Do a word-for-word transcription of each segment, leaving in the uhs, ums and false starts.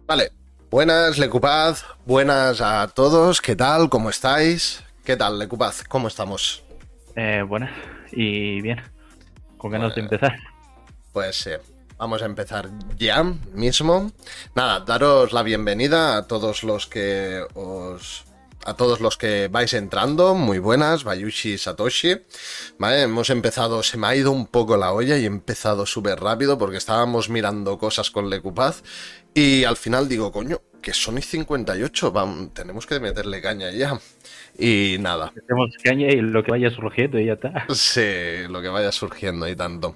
Vale, buenas Lecupaz, buenas a todos, ¿qué tal? ¿Cómo estáis? ¿Qué tal Lecupaz? ¿Cómo estamos? Eh, buenas y bien, con ganas de Pues, empezar. pues eh, vamos a empezar ya mismo. Nada, daros la bienvenida a todos los que os... A todos los que vais entrando, muy buenas, Bayushi Satoshi. Vale, hemos empezado, se me ha ido un poco la olla y he empezado súper rápido porque estábamos mirando cosas con Lecupaz y al final digo, coño, que son y cincuenta y ocho, vamos, tenemos que meterle caña ya. Y nada, Hacemos caña y lo que vaya surgiendo y ya está. sí, lo que vaya surgiendo y tanto.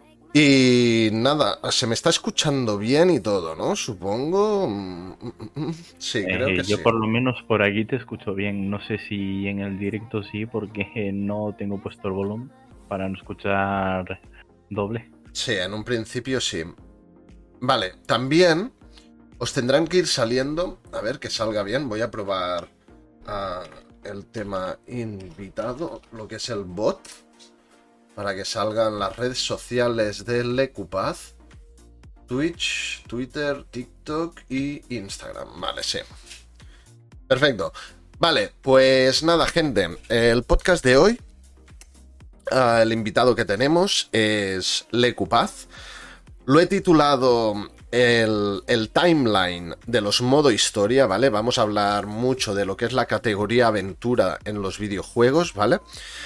Y nada, se me está escuchando bien y todo, ¿no? Supongo. Mm, mm, mm, Sí, creo que Eh, sí. yo por lo menos por aquí te escucho bien. No sé si en el directo sí, porque no tengo puesto el volumen para no escuchar doble. Sí, en un principio sí. Vale, también os tendrán que ir saliendo. A ver que salga bien. Voy a probar ah, el tema invitado, lo que es el bot, para que salgan las redes sociales de Lecupaz. Twitch, Twitter, TikTok y Instagram. Vale, sí. Perfecto. Vale, pues nada, gente. El podcast de hoy, uh, el invitado que tenemos es Lecupaz. Lo he titulado el, el timeline de los modo historia, ¿vale? Vamos a hablar mucho de lo que es la categoría aventura en los videojuegos, ¿vale?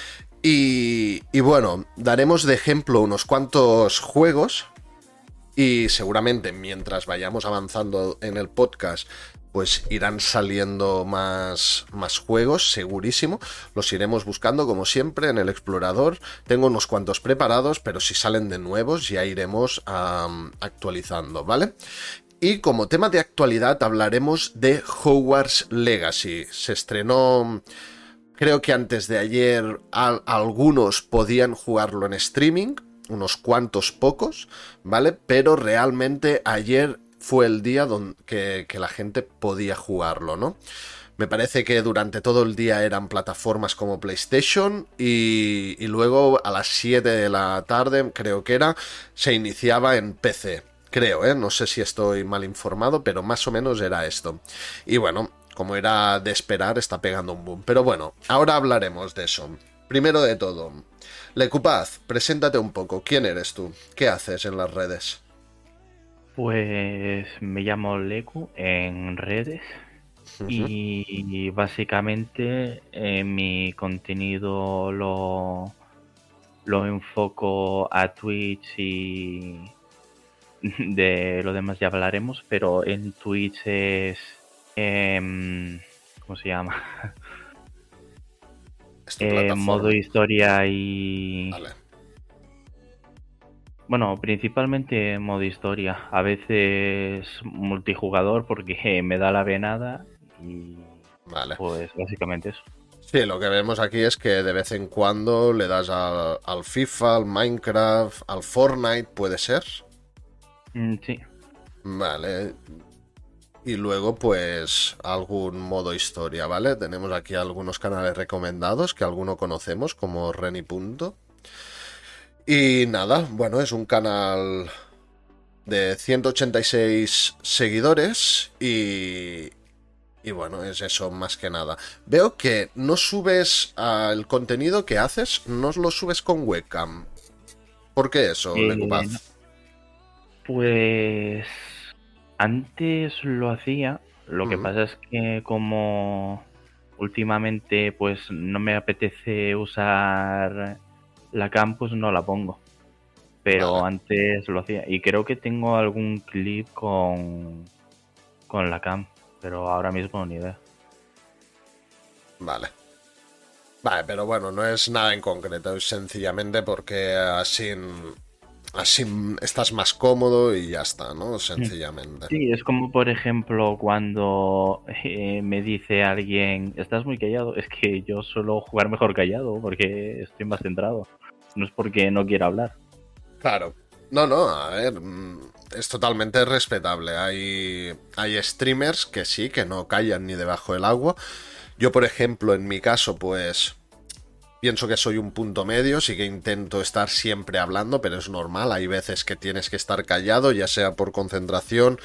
Y, y bueno, daremos de ejemplo unos cuantos juegos. Y seguramente mientras vayamos avanzando en el podcast, pues irán saliendo más, más juegos, segurísimo. Los iremos buscando como siempre en el explorador. Tengo unos cuantos preparados, pero si salen de nuevos ya iremos um, actualizando, ¿vale? Y como tema de actualidad hablaremos de Hogwarts Legacy. Se estrenó... Creo que antes de ayer a- algunos podían jugarlo en streaming, unos cuantos pocos, ¿vale? Pero realmente ayer fue el día donde, que, que la gente podía jugarlo, ¿no? Me parece que durante todo el día eran plataformas como PlayStation y, y luego a las siete de la tarde, creo que era, se iniciaba en P C. Creo, ¿eh? No sé si estoy mal informado, pero más o menos era esto. Y bueno, como era de esperar, está pegando un boom. Pero bueno, ahora hablaremos de eso. Primero de todo, Lecupaz, preséntate un poco. ¿Quién eres tú? ¿Qué haces en las redes? Pues me llamo Leku en redes Ujú. y básicamente eh, mi contenido lo, lo enfoco a Twitch y de lo demás ya hablaremos, pero en Twitch es... em, ¿cómo se llama? ¿Es tu Eh, modo plataforma? historia y... Vale, Bueno, principalmente modo historia. A veces multijugador porque me da la venada y vale. pues básicamente eso. Sí, lo que vemos aquí es que de vez en cuando le das al, al FIFA, al Minecraft, al Fortnite, ¿puede ser? Mm, sí. Vale. Y luego, pues, algún modo historia, ¿vale? Tenemos aquí algunos canales recomendados que alguno conocemos, como Reni Punto. Y nada, bueno, es un canal de ciento ochenta y seis seguidores y... Y bueno, es eso más que nada. Veo que no subes ah, el contenido que haces, no lo subes con webcam. ¿Por qué eso, Eh, no, Lecupaz? pues antes lo hacía. Lo que Mm, pasa es que como últimamente pues no me apetece usar la cam, pues no la pongo. Pero vale, antes lo hacía. Y creo que tengo algún clip con, con la cam, pero ahora mismo ni idea. vale. Vale, pero bueno, no es nada en concreto, es sencillamente porque así, así estás más cómodo y ya está, ¿no? Mm. Sencillamente. Sí, es como por ejemplo cuando eh, me dice alguien, estás muy callado, es que yo suelo jugar mejor callado porque estoy más centrado. No es porque no quiera hablar. Claro. No, no, a ver, mm, es totalmente respetable. Hay, hay streamers que sí, que no callan ni debajo del agua. Yo, por ejemplo, en mi caso, pues pienso que soy un punto medio, sí que intento estar siempre hablando, pero es normal. Hay veces que tienes que estar callado, ya sea por concentración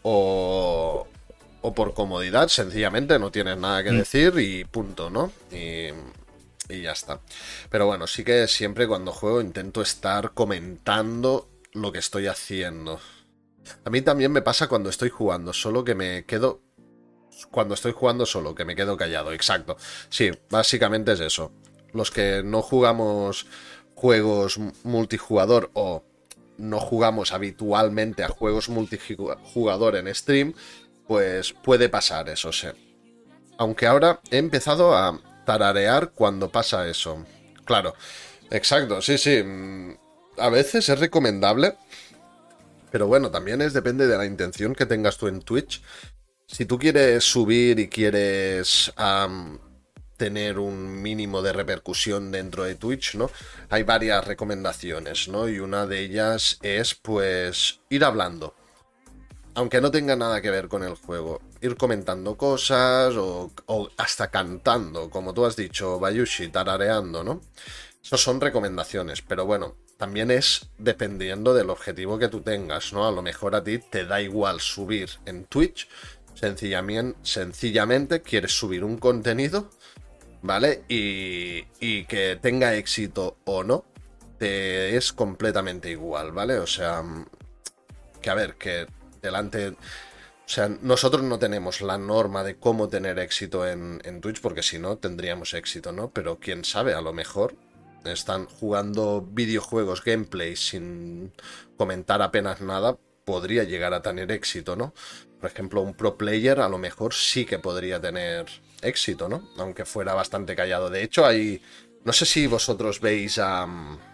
o, o por comodidad, sencillamente no tienes nada que decir y punto, ¿no? Y, y ya está. Pero bueno, sí que siempre cuando juego intento estar comentando lo que estoy haciendo. A mí también me pasa cuando estoy jugando, solo que me quedo... Cuando estoy jugando solo, que me quedo callado, exacto. Sí, básicamente es eso. Los que no jugamos juegos multijugador o no jugamos habitualmente a juegos multijugador en stream, pues puede pasar eso, sí. Aunque ahora he empezado a tararear cuando pasa eso. Claro, exacto, sí, sí. A veces es recomendable, pero bueno, también es depende de la intención que tengas tú en Twitch. Si tú quieres subir y quieres um, tener un mínimo de repercusión dentro de Twitch, ¿no? Hay varias recomendaciones, ¿no? Y una de ellas es, pues, ir hablando. Aunque no tenga nada que ver con el juego. Ir comentando cosas o, o hasta cantando, como tú has dicho, Bayushi, tarareando, ¿no? Esas son recomendaciones, pero bueno, también es dependiendo del objetivo que tú tengas, ¿no? A lo mejor a ti te da igual subir en Twitch, sencillamente, sencillamente quieres subir un contenido, ¿vale? Y, y que tenga éxito o no, te es completamente igual, ¿vale? O sea, que a ver, que delante... O sea, nosotros no tenemos la norma de cómo tener éxito en, en Twitch, porque si no, tendríamos éxito, ¿no? Pero quién sabe, a lo mejor están jugando videojuegos, gameplay, sin comentar apenas nada, podría llegar a tener éxito, ¿no? Por ejemplo, un pro player a lo mejor sí que podría tener éxito, ¿no? Aunque fuera bastante callado. De hecho, hay... No sé si vosotros veis a...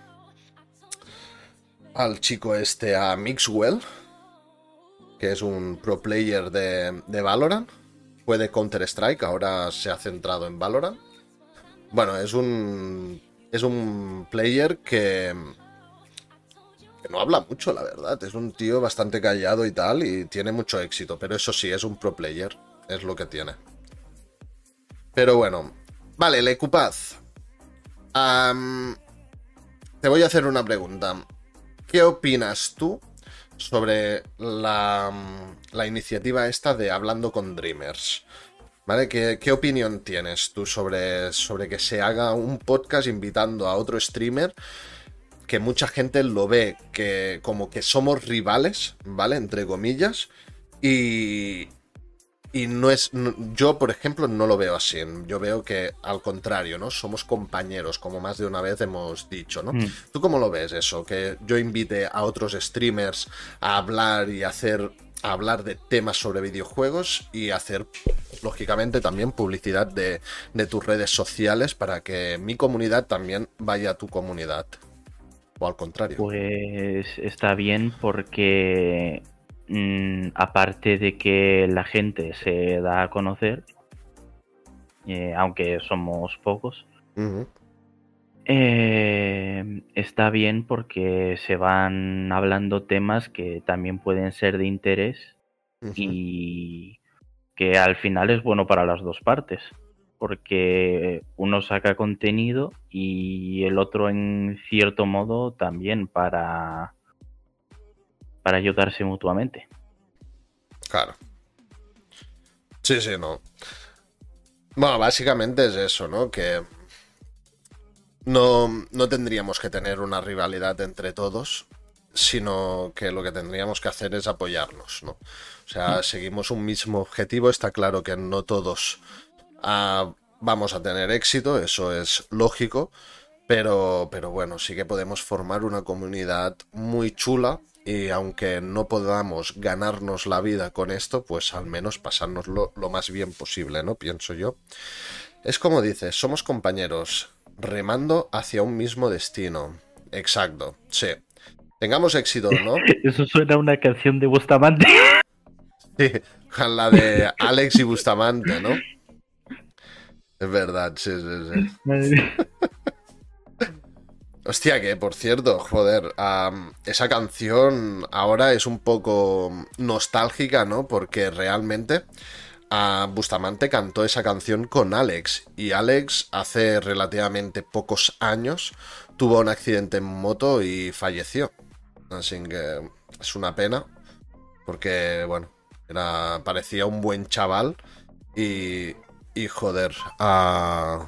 al chico este, a Mixwell, que es un pro player de, de Valorant. Fue de Counter-Strike, ahora se ha centrado en Valorant. Bueno, es un... Es un player que... que no habla mucho, la verdad. Es un tío bastante callado y tal, y tiene mucho éxito. Pero eso sí, es un pro player. Es lo que tiene. Pero bueno. Vale, Lecupaz. Um, te voy a hacer una pregunta. ¿Qué opinas tú sobre la, la iniciativa esta de Hablando con Dreamers? ¿Vale? ¿Qué, qué opinión tienes tú sobre, sobre que se haga un podcast invitando a otro streamer? Que mucha gente lo ve que como que somos rivales, ¿vale? Entre comillas. Y, y no es... No, yo, por ejemplo, no lo veo así. Yo veo que al contrario, ¿no? Somos compañeros, como más de una vez hemos dicho, ¿no? Mm. ¿Tú cómo lo ves eso? Que yo invite a otros streamers a hablar y hacer... a hablar de temas sobre videojuegos y hacer, lógicamente, también publicidad de, de tus redes sociales para que mi comunidad también vaya a tu comunidad. O al contrario. Pues está bien porque mmm, aparte de que la gente se da a conocer, eh, aunque somos pocos, uh-huh. eh, está bien porque se van hablando temas que también pueden ser de interés uh-huh. y que al final es bueno para las dos partes. Porque uno saca contenido y el otro en cierto modo también para, para ayudarse mutuamente. Claro. Sí, sí, no. Bueno, básicamente es eso, ¿no? Que no, no tendríamos que tener una rivalidad entre todos, sino que lo que tendríamos que hacer es apoyarnos, ¿no? O sea, seguimos un mismo objetivo, está claro que no todos... Uh, vamos a tener éxito, eso es lógico, pero, pero bueno, sí que podemos formar una comunidad muy chula y aunque no podamos ganarnos la vida con esto, pues al menos pasárnoslo lo más bien posible, ¿no? Pienso yo. Es como dices, somos compañeros, remando hacia un mismo destino. Exacto, sí. Tengamos éxito, ¿no? Eso suena a una canción de Bustamante. Sí, la de Alex y Bustamante, ¿no? Es verdad, sí, sí, sí. Hostia, que por cierto, joder, um, esa canción ahora es un poco nostálgica, ¿no? Porque realmente uh, Bustamante cantó esa canción con Alex. Y Alex hace relativamente pocos años tuvo un accidente en moto y falleció. Así que es una pena. Porque, bueno, Era, parecía un buen chaval y, y joder, uh,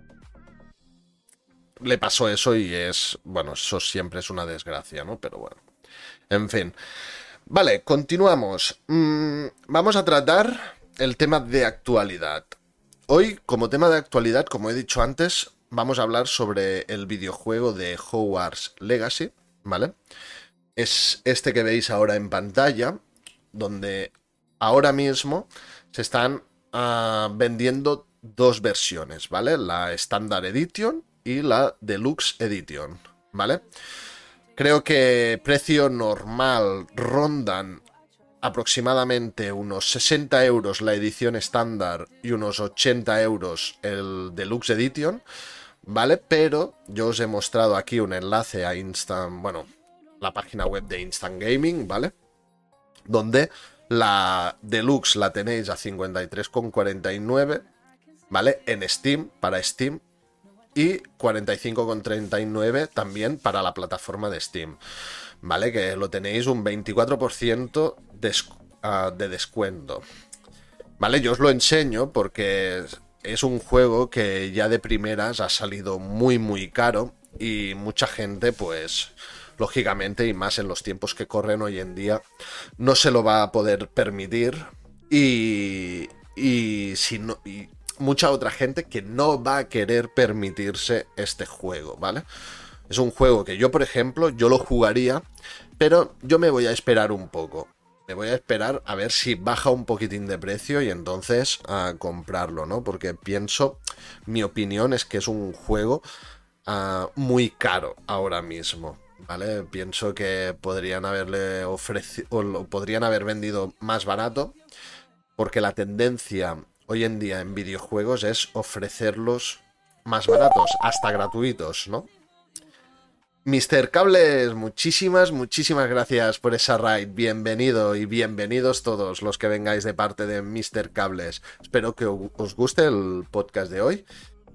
le pasó eso y es, bueno, eso siempre es una desgracia, ¿no? Pero bueno, en fin. Vale, continuamos. Mm, vamos a tratar el tema de actualidad. Hoy, como tema de actualidad, como he dicho antes, vamos a hablar sobre el videojuego de Hogwarts Legacy, ¿vale? Es este que veis ahora en pantalla, donde ahora mismo se están uh, vendiendo dos versiones, ¿vale? La Standard Edition y la Deluxe Edition, ¿vale? Creo que precio normal rondan aproximadamente unos sesenta euros la edición estándar y unos ochenta euros el Deluxe Edition, ¿vale? Pero yo os he mostrado aquí un enlace a Instant, bueno, la página web de Instant Gaming, ¿vale? Donde la Deluxe la tenéis a cincuenta y tres con cuarenta y nueve, ¿vale? En Steam, para Steam, y cuarenta y cinco con treinta y nueve también para la plataforma de Steam, ¿vale? Que lo tenéis un veinticuatro por ciento de, uh, de descuento, ¿vale? Yo os lo enseño porque es un juego que ya de primeras ha salido muy muy caro y mucha gente, pues lógicamente, y más en los tiempos que corren hoy en día, no se lo va a poder permitir y, y si no... Y, mucha otra gente que no va a querer permitirse este juego, ¿vale? Es un juego que yo, por ejemplo, yo lo jugaría, pero yo me voy a esperar un poco. Me voy a esperar a ver si baja un poquitín de precio y entonces a comprarlo, ¿no? Porque pienso, mi opinión es que es un juego uh, muy caro ahora mismo, ¿vale? Pienso que podrían haberle ofrecido, o lo podrían haber vendido más barato, porque la tendencia hoy en día en videojuegos es ofrecerlos más baratos, hasta gratuitos, ¿no? mister Cables, muchísimas, muchísimas gracias por esa raid. Bienvenido y bienvenidos todos los que vengáis de parte de mister Cables. Espero que os guste el podcast de hoy.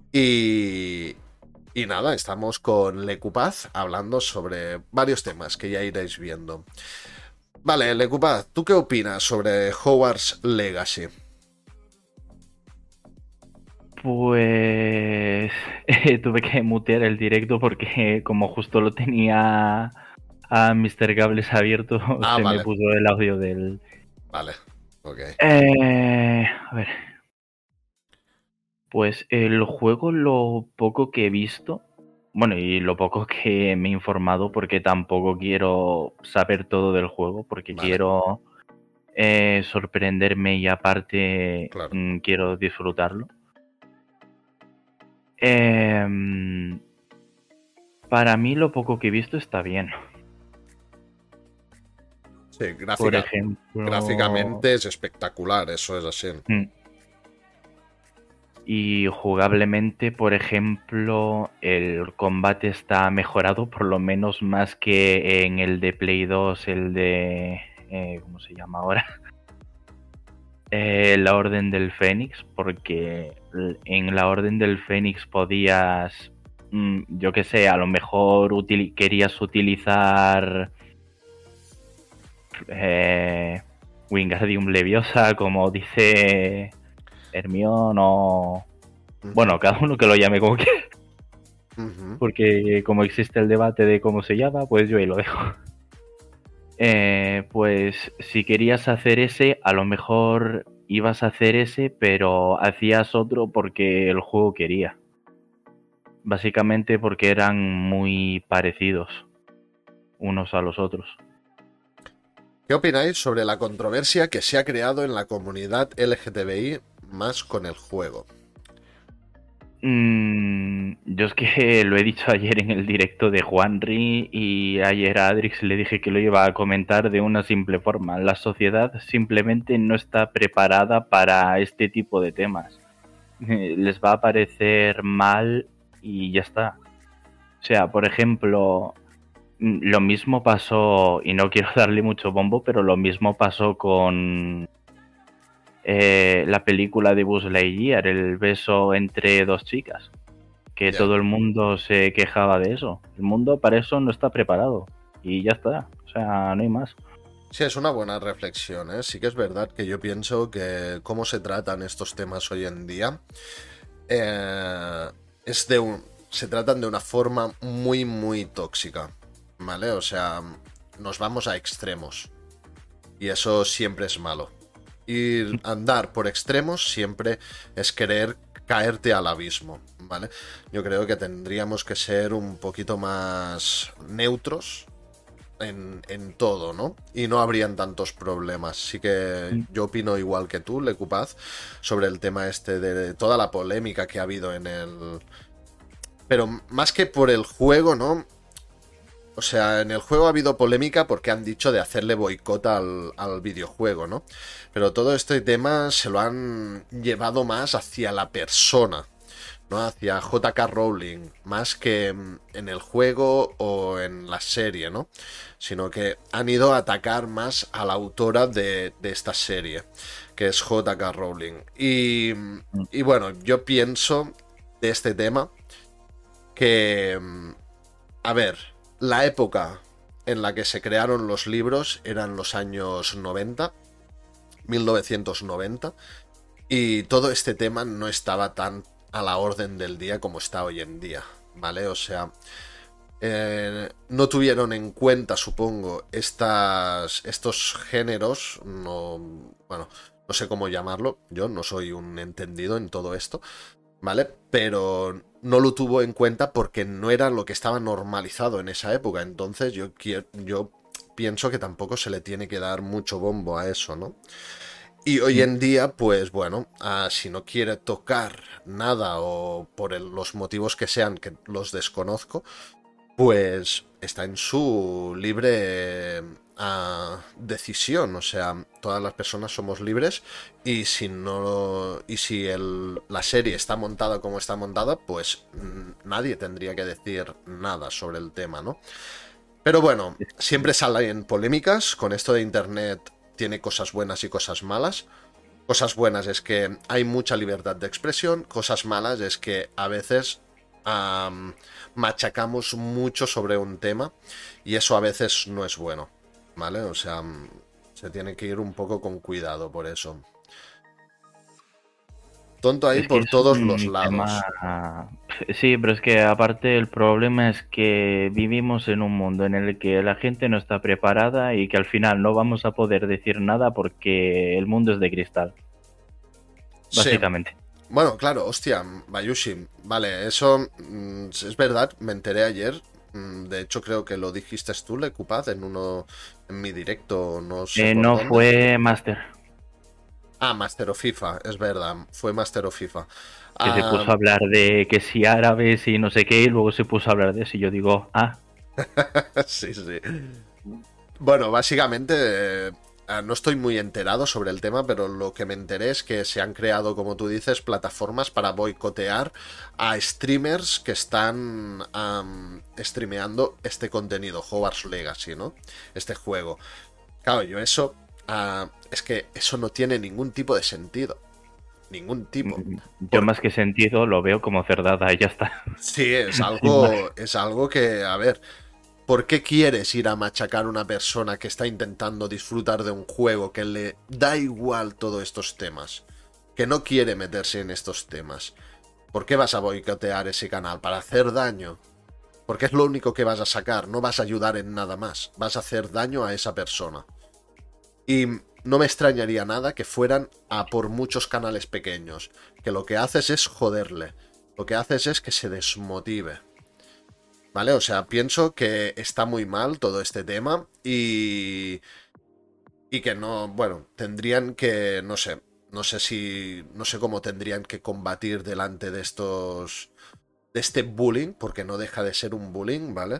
Y, y nada, estamos con Lecupaz hablando sobre varios temas que ya iréis viendo. Vale, Lecupaz, ¿tú qué opinas sobre Hogwarts Legacy? Pues eh, tuve que mutear el directo porque como justo lo tenía a mister Cables abierto, ah, se vale. me puso el audio del... Vale, ok. Eh, a ver. Pues el juego, lo poco que he visto, bueno, y lo poco que me he informado, porque tampoco quiero saber todo del juego, porque vale. quiero eh, sorprenderme y aparte claro. mm, quiero disfrutarlo. Eh, para mí lo poco que he visto está bien. Sí, gráfica, Por ejemplo, gráficamente es espectacular, eso es así. Mm. Y jugablemente, por ejemplo, el combate está mejorado, por lo menos más que en el de Play dos, el de... Eh, ¿cómo se llama ahora? Eh, la Orden del Fénix, porque en la Orden del Fénix podías, mmm, yo qué sé, a lo mejor util- querías utilizar eh, Wingardium Leviosa, como dice Hermione, o... Uh-huh. Bueno, cada uno que lo llame como quiera. Uh-huh. Porque como existe el debate de cómo se llama, pues yo ahí lo dejo. Eh, pues si querías hacer ese, a lo mejor ibas a hacer ese, pero hacías otro porque el juego quería. Básicamente porque eran muy parecidos unos a los otros. ¿Qué opináis sobre la controversia que se ha creado en la comunidad L G T B I más con el juego? Mm, yo es que lo he dicho ayer en el directo de Juanri y ayer a Adrix le dije que lo iba a comentar de una simple forma. La sociedad simplemente no está preparada para este tipo de temas. Les va a parecer mal y ya está. O sea, por ejemplo, lo mismo pasó, y no quiero darle mucho bombo, pero lo mismo pasó con... Eh, la película de Buzz Lightyear, el beso entre dos chicas, que yeah. todo el mundo se quejaba de eso. El mundo para eso no está preparado y ya está, o sea, no hay más. Sí, es una buena reflexión, ¿eh? Sí que es verdad que yo pienso que cómo se tratan estos temas hoy en día eh, es de un, se tratan de una forma muy, muy tóxica, ¿vale? O sea, nos vamos a extremos y eso siempre es malo. Ir andar por extremos siempre es querer caerte al abismo, ¿vale? Yo creo que tendríamos que ser un poquito más neutros en, en todo, ¿no? Y no habrían tantos problemas. Sí que yo opino igual que tú, Lecupaz, sobre el tema este de toda la polémica que ha habido en el... Pero más que por el juego, ¿no? O sea, en el juego ha habido polémica porque han dicho de hacerle boicot al, al videojuego, ¿no? Pero todo este tema se lo han llevado más hacia la persona, ¿no? Hacia J K. Rowling, más que en el juego o en la serie, ¿no? Sino que han ido a atacar más a la autora de, de esta serie, que es J K. Rowling. Y, y bueno, yo pienso de este tema que, a ver, la época en la que se crearon los libros eran los años noventa, mil novecientos noventa, y todo este tema no estaba tan a la orden del día como está hoy en día, ¿vale? O sea, eh, no tuvieron en cuenta, supongo, estas, estos géneros, no, bueno, no sé cómo llamarlo, yo no soy un entendido en todo esto, ¿vale? Pero no lo tuvo en cuenta porque no era lo que estaba normalizado en esa época, entonces yo, quiero, yo pienso que tampoco se le tiene que dar mucho bombo a eso, ¿no? Y hoy en día, pues bueno, uh, si no quiere tocar nada o por el, los motivos que sean, que los desconozco, pues está en su libre uh, decisión. O sea, todas las personas somos libres y si no y si el, la serie está montada como está montada, pues nadie tendría que decir nada sobre el tema, ¿no? Pero bueno, siempre salen polémicas con esto de internet. Tiene cosas buenas y cosas malas. Cosas buenas es que hay mucha libertad de expresión. Cosas malas es que a veces um, machacamos mucho sobre un tema y eso a veces no es bueno, ¿vale? O sea, se tiene que ir un poco con cuidado por eso. Tonto ahí Es que por es todos un los lados. tema... Sí, pero es que aparte el problema es que vivimos en un mundo en el que la gente no está preparada y que al final no vamos a poder decir nada porque el mundo es de cristal, Sí. básicamente. Bueno, claro, hostia, Bayushi, vale, eso mm, es verdad, me enteré ayer. De hecho, creo que lo dijiste tú, Lecupaz, en uno, en mi directo, no sé Eh, por no dónde. fue Master, Ah, Master of FIFA, es verdad, fue Master of FIFA. que se Ah, puso a hablar de que si árabes y no sé qué, y luego se puso a hablar de eso y yo digo, ah, sí, sí. Bueno, básicamente, eh, no estoy muy enterado sobre el tema, pero lo que me enteré es que se han creado, como tú dices, plataformas para boicotear a streamers que están um, streameando este contenido, Hogwarts Legacy, ¿no? Este juego. Claro, yo eso... Uh, es que eso no tiene ningún tipo de sentido. Ningún tipo. yo Por... más que sentido lo veo como cerdada y ya está. Sí, es algo, es algo que, a ver, ¿por qué quieres ir a machacar a una persona que está intentando disfrutar de un juego, que le da igual todos estos temas, que no quiere meterse en estos temas? ¿Por qué vas a boicotear ese canal? ¿Para hacer daño? Porque es lo único que vas a sacar, no vas a ayudar en nada más, vas a hacer daño a esa persona. Y no me extrañaría nada que fueran a por muchos canales pequeños, que lo que haces es joderle, lo que haces es que se desmotive. ¿Vale? O sea, pienso que está muy mal todo este tema y... Y que no, bueno, tendrían que, no sé, no sé si, no sé cómo tendrían que combatir delante de estos, de este bullying, porque no deja de ser un bullying, ¿vale?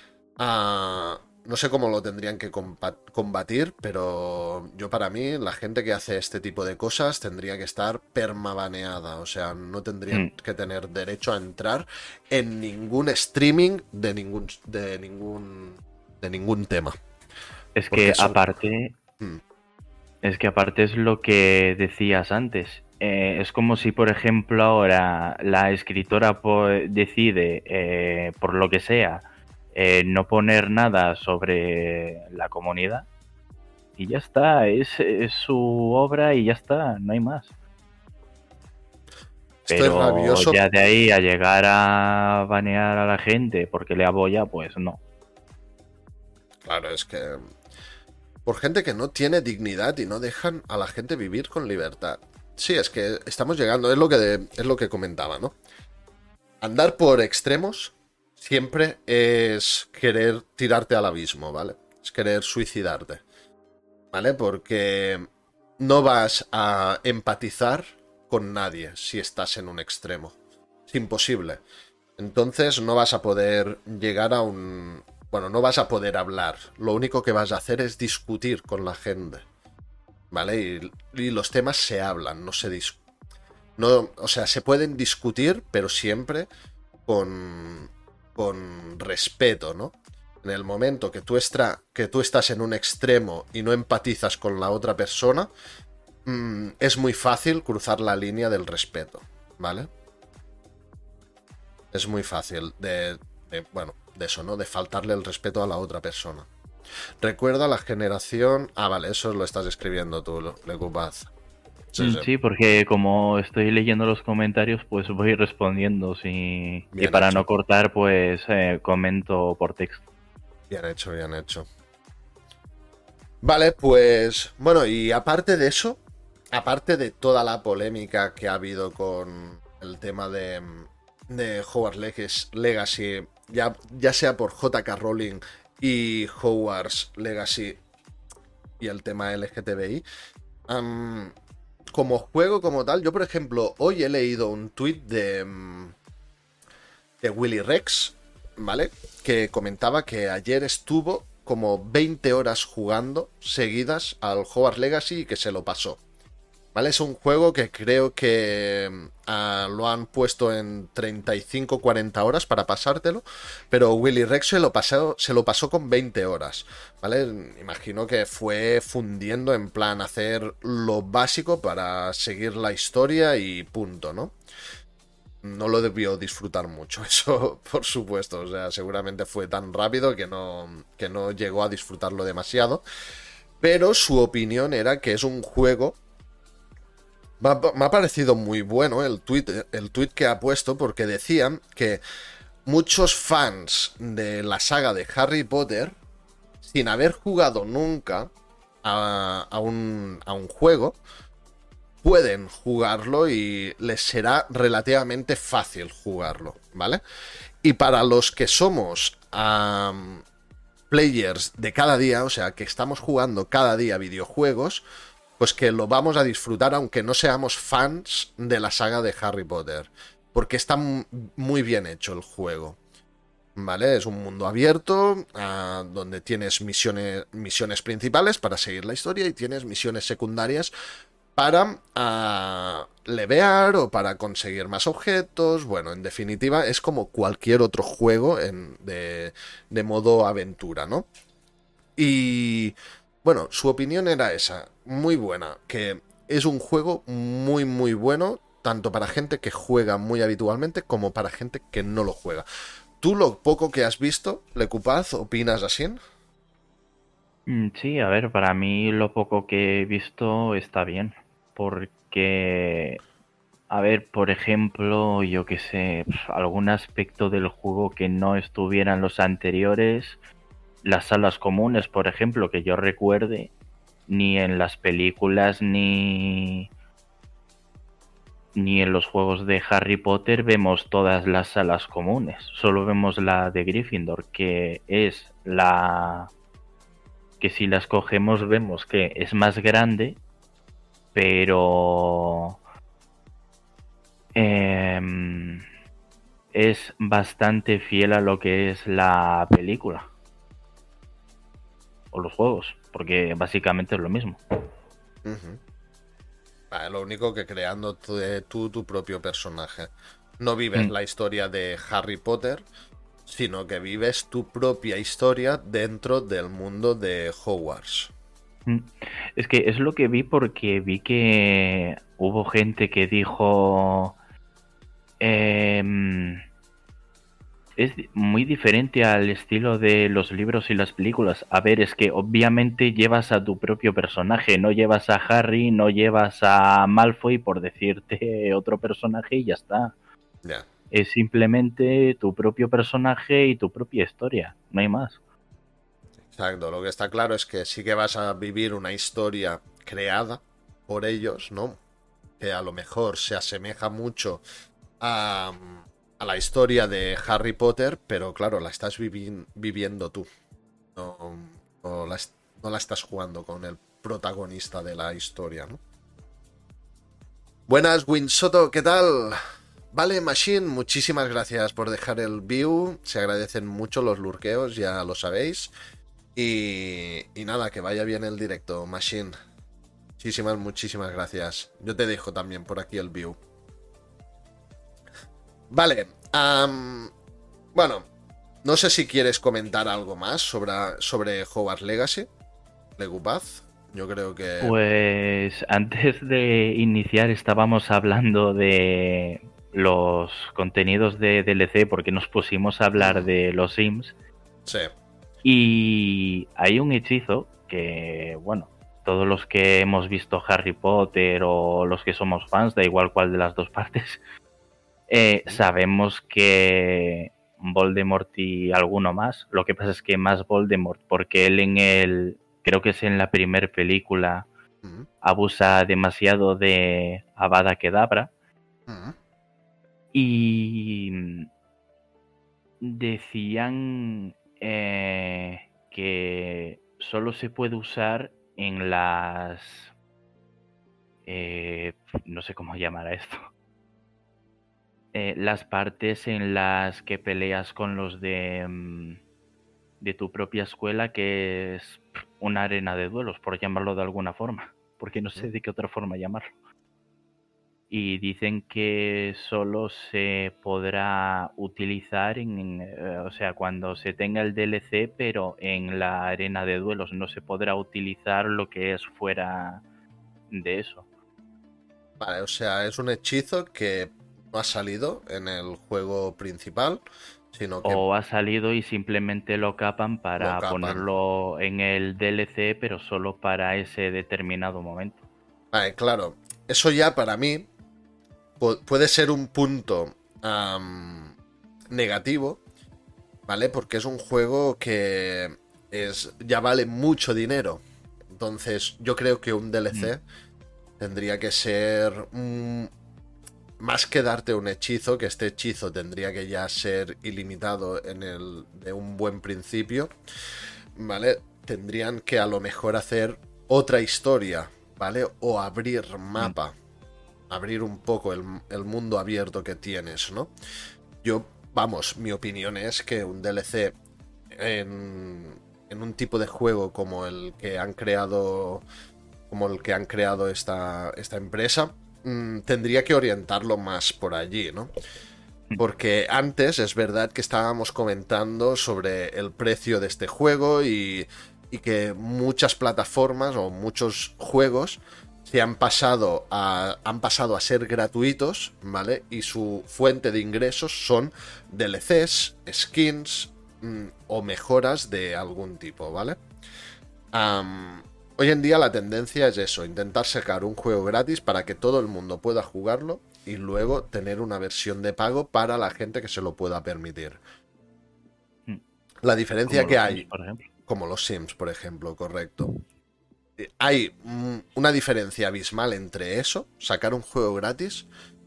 Ah, no sé cómo lo tendrían que combatir, pero yo para mí, la gente que hace este tipo de cosas tendría que estar permabaneada. O sea, no tendrían mm. que tener derecho a entrar en ningún streaming de ningún de ningún de ningún tema. Es que son... aparte hmm. es que aparte es lo que decías antes. Eh, es como si, por ejemplo, ahora la escritora decide, eh, por lo que sea, Eh, no poner nada sobre la comunidad y ya está, es, es su obra y ya está, no hay más. Estoy Pero rabioso. ya de ahí a llegar a banear a la gente porque le abolla, pues no. Claro, es que por gente que no tiene dignidad y no dejan a la gente vivir con libertad. Sí, es que estamos llegando, es lo que, de- es lo que comentaba, ¿no? Andar por extremos siempre es querer tirarte al abismo, ¿vale? Es querer suicidarte, ¿vale? Porque no vas a empatizar con nadie si estás en un extremo. Es imposible. Entonces no vas a poder llegar a un... Bueno, no vas a poder hablar. Lo único que vas a hacer es discutir con la gente, ¿vale? Y, y los temas se hablan, no se discuten. No, o sea, se pueden discutir, pero siempre con, con respeto, ¿no? En el momento que tú, estra, que tú estás en un extremo y no empatizas con la otra persona, mmm, es muy fácil cruzar la línea del respeto, ¿vale? Es muy fácil de, de, bueno, de eso, ¿no? De faltarle el respeto a la otra persona. Recuerda la generación... Ah, vale, eso lo estás escribiendo tú, Lecupaz. Sí, sí. Sí, porque como estoy leyendo los comentarios, pues voy respondiendo. Sí. Y Bien para hecho. no cortar, pues eh, comento por texto. Bien hecho, bien hecho. Vale, pues... Bueno, y aparte de eso, aparte de toda la polémica que ha habido con el tema de, de Hogwarts Legacy, ya, ya sea por J K Rowling y Hogwarts Legacy y el tema L G T B I, um, como juego como tal, yo por ejemplo, hoy he leído un tuit de, de Willy Rex, ¿vale? Que comentaba que ayer estuvo como veinte horas jugando seguidas al Hogwarts Legacy y que se lo pasó. ¿Vale? Es un juego que creo que uh, lo han puesto en treinta y cinco a cuarenta horas para pasártelo, pero Willy Rex se lo, pasó, se lo pasó con veinte horas, ¿vale? Imagino que fue fundiendo en plan hacer lo básico para seguir la historia y punto, ¿no? No lo debió disfrutar mucho, eso por supuesto, o sea, seguramente fue tan rápido que no, que no llegó a disfrutarlo demasiado, pero su opinión era que es un juego... Me ha, me ha parecido muy bueno el tweet, el tweet que ha puesto, porque decían que muchos fans de la saga de Harry Potter, sin haber jugado nunca a, a, un, a un juego, pueden jugarlo y les será relativamente fácil jugarlo, ¿vale? Y para los que somos um, players de cada día, o sea, que estamos jugando cada día videojuegos, pues que lo vamos a disfrutar aunque no seamos fans de la saga de Harry Potter, porque está muy bien hecho el juego, ¿vale? Es un mundo abierto uh, donde tienes misiones, misiones principales para seguir la historia y tienes misiones secundarias para uh, levear o para conseguir más objetos. Bueno, en definitiva es como cualquier otro juego en, de, de modo aventura, ¿no? Y... Bueno, su opinión era esa, muy buena, que es un juego muy muy bueno, tanto para gente que juega muy habitualmente como para gente que no lo juega. ¿Tú lo poco que has visto, Lecupaz, opinas así? Sí, a ver, para mí lo poco que he visto está bien, porque, a ver, por ejemplo, yo que sé, algún aspecto del juego que no estuviera en los anteriores... Las salas comunes, por ejemplo, que yo recuerde, ni en las películas ni ni en los juegos de Harry Potter vemos todas las salas comunes. Solo vemos la de Gryffindor, que es la que si la escogemos vemos que es más grande, pero eh, es bastante fiel a lo que es la película. O los juegos, porque básicamente es lo mismo. Uh-huh. Vale, lo único que creando tú, tú tu propio personaje. No vives mm. la historia de Harry Potter, sino que vives tu propia historia dentro del mundo de Hogwarts. Mm. Es que es lo que vi porque vi que hubo gente que dijo... Eh, es muy diferente al estilo de los libros y las películas. A ver, es que obviamente llevas a tu propio personaje, no llevas a Harry, no llevas a Malfoy, por decirte otro personaje, y ya está. Ya. Yeah. Es simplemente tu propio personaje y tu propia historia, no hay más. Exacto, lo que está claro es que sí que vas a vivir una historia creada por ellos, ¿no? Que a lo mejor se asemeja mucho a, a la historia de Harry Potter, pero claro, la estás vivi- viviendo tú. No, no, la, no la estás jugando con el protagonista de la historia, ¿no? Buenas, Winsoto, ¿qué tal? Vale, Machine, muchísimas gracias por dejar el view. Se agradecen mucho los lurqueos, ya lo sabéis. Y, y nada, que vaya bien el directo, Machine. Muchísimas, muchísimas gracias. Yo te dejo también por aquí el view. Vale, um, bueno, no sé si quieres comentar algo más sobre, sobre Hogwarts Legacy, Legupaz. Yo creo que... Pues antes de iniciar estábamos hablando de los contenidos de D L C porque nos pusimos a hablar mm. de los Sims. Sí. Y hay un hechizo que, bueno, todos los que hemos visto Harry Potter o los que somos fans, da igual cuál de las dos partes, eh, sabemos que Voldemort y alguno más, lo que pasa es que más Voldemort, porque él en el, creo que es en la primera película, uh-huh. abusa demasiado de Avada Kedavra. Uh-huh. Y decían eh, que solo se puede usar en las... Eh, no sé cómo llamar a esto. Eh, las partes en las que peleas con los de, de tu propia escuela, que es una arena de duelos, por llamarlo de alguna forma, porque no sé de qué otra forma llamarlo. Y dicen que solo se podrá utilizar en, eh, o sea, cuando se tenga el D L C, pero en la arena de duelos no se podrá utilizar lo que es fuera de eso. Vale, o sea, es un hechizo que no ha salido en el juego principal, sino que... O ha salido y simplemente lo capan para lo capan. ponerlo en el D L C, pero solo para ese determinado momento. Vale, claro. Eso ya para mí puede ser un punto um, negativo, ¿vale? Porque es un juego que es, ya vale mucho dinero. Entonces yo creo que un D L C mm. tendría que ser... Um, más que darte un hechizo, que este hechizo tendría que ya ser ilimitado en el de un buen principio, ¿vale? Tendrían que a lo mejor hacer otra historia, ¿vale? O abrir mapa. Abrir un poco el, el mundo abierto que tienes, ¿no? Yo, vamos, mi opinión es que un D L C en, en un tipo de juego como el que han creado como el que han creado esta, esta empresa, mmm, tendría que orientarlo más por allí, ¿no? Porque antes es verdad que estábamos comentando sobre el precio de este juego y, y que muchas plataformas o muchos juegos se han pasado a, han pasado a ser gratuitos, ¿vale? Y su fuente de ingresos son D L Cs, skins mmm, o mejoras de algún tipo, ¿vale? Um, hoy en día la tendencia es eso, intentar sacar un juego gratis para que todo el mundo pueda jugarlo y luego tener una versión de pago para la gente que se lo pueda permitir. La diferencia que hay, Sims, por ejemplo. Como los Sims, por ejemplo, correcto. Hay una diferencia abismal entre eso, sacar un juego gratis,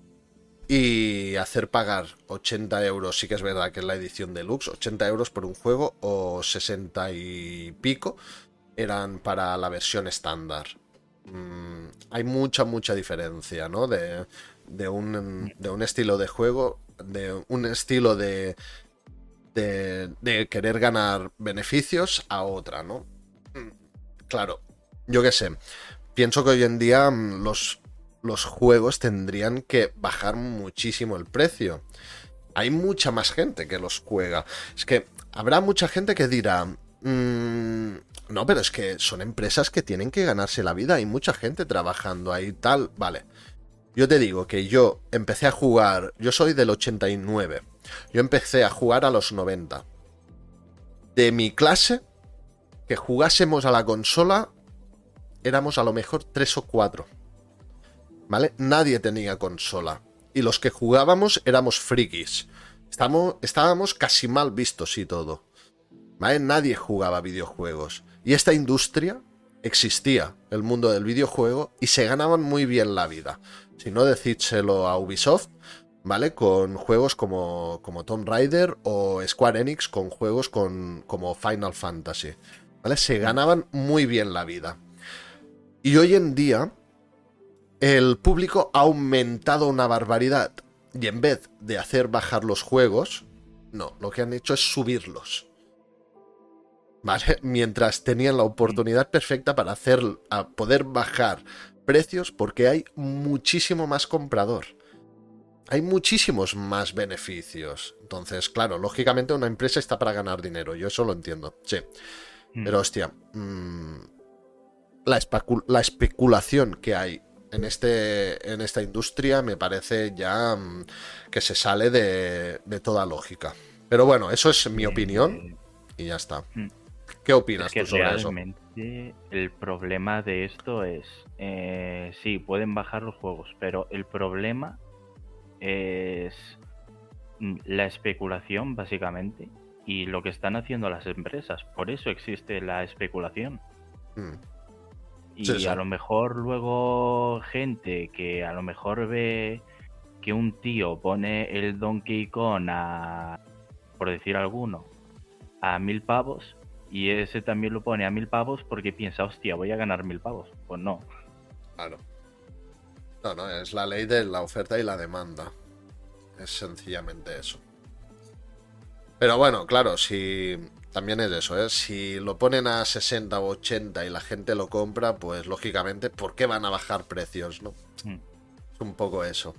y hacer pagar ochenta euros, sí que es verdad que es la edición deluxe, ochenta euros por un juego, o sesenta y pico eran para la versión estándar. Mm, hay mucha, mucha diferencia, ¿no? De, de, un, de un estilo de juego, de un estilo de, de, de querer ganar beneficios a otra, ¿no? Claro. Yo qué sé, pienso que hoy en día los, los juegos tendrían que bajar muchísimo el precio. Hay mucha más gente que los juega. Es que habrá mucha gente que dirá, mmm, no, pero es que son empresas que tienen que ganarse la vida. Hay mucha gente trabajando ahí tal. Vale, yo te digo que yo empecé a jugar, yo soy del ochenta y nueve, Yo empecé a jugar a los noventa. De mi clase, que jugásemos a la consola, éramos a lo mejor tres o cuatro. ¿Vale? Nadie tenía consola. Y los que jugábamos éramos frikis. Estábamos, estábamos casi mal vistos y todo. ¿Vale? Nadie jugaba videojuegos. Y esta industria existía, el mundo del videojuego, y se ganaban muy bien la vida. Si no, decídselo a Ubisoft, ¿vale? Con juegos como, como Tomb Raider, o Square Enix con juegos con, como Final Fantasy. ¿Vale? Se ganaban muy bien la vida. Y hoy en día el público ha aumentado una barbaridad. Y en vez de hacer bajar los juegos, no, lo que han hecho es subirlos. ¿Vale? Mientras tenían la oportunidad perfecta para hacer, a poder bajar precios, porque hay muchísimo más comprador. Hay muchísimos más beneficios. Entonces, claro, lógicamente una empresa está para ganar dinero. Yo eso lo entiendo, sí. Pero hostia, mmm, la, especu la especulación que hay en, este, en esta industria me parece ya mmm, que se sale de, de toda lógica. Pero bueno, eso es mi opinión y ya está. ¿Qué opinas es que tú sobre realmente eso? El problema de esto es, eh, sí, pueden bajar los juegos, pero el problema es la especulación, básicamente, y lo que están haciendo las empresas. Por eso existe la especulación. Mm. Y sí, sí. A lo mejor luego gente que a lo mejor ve que un tío pone el Donkey Kong a, por decir alguno, a mil pavos, y ese también lo pone a mil pavos porque piensa, hostia, voy a ganar mil pavos. Pues no. Claro. No, no, es la ley de la oferta y la demanda. Es sencillamente eso. Pero bueno, claro, si... También es eso, ¿eh? Si lo ponen a sesenta o ochenta y la gente lo compra, pues lógicamente, ¿por qué van a bajar precios, no? Mm. Es un poco eso.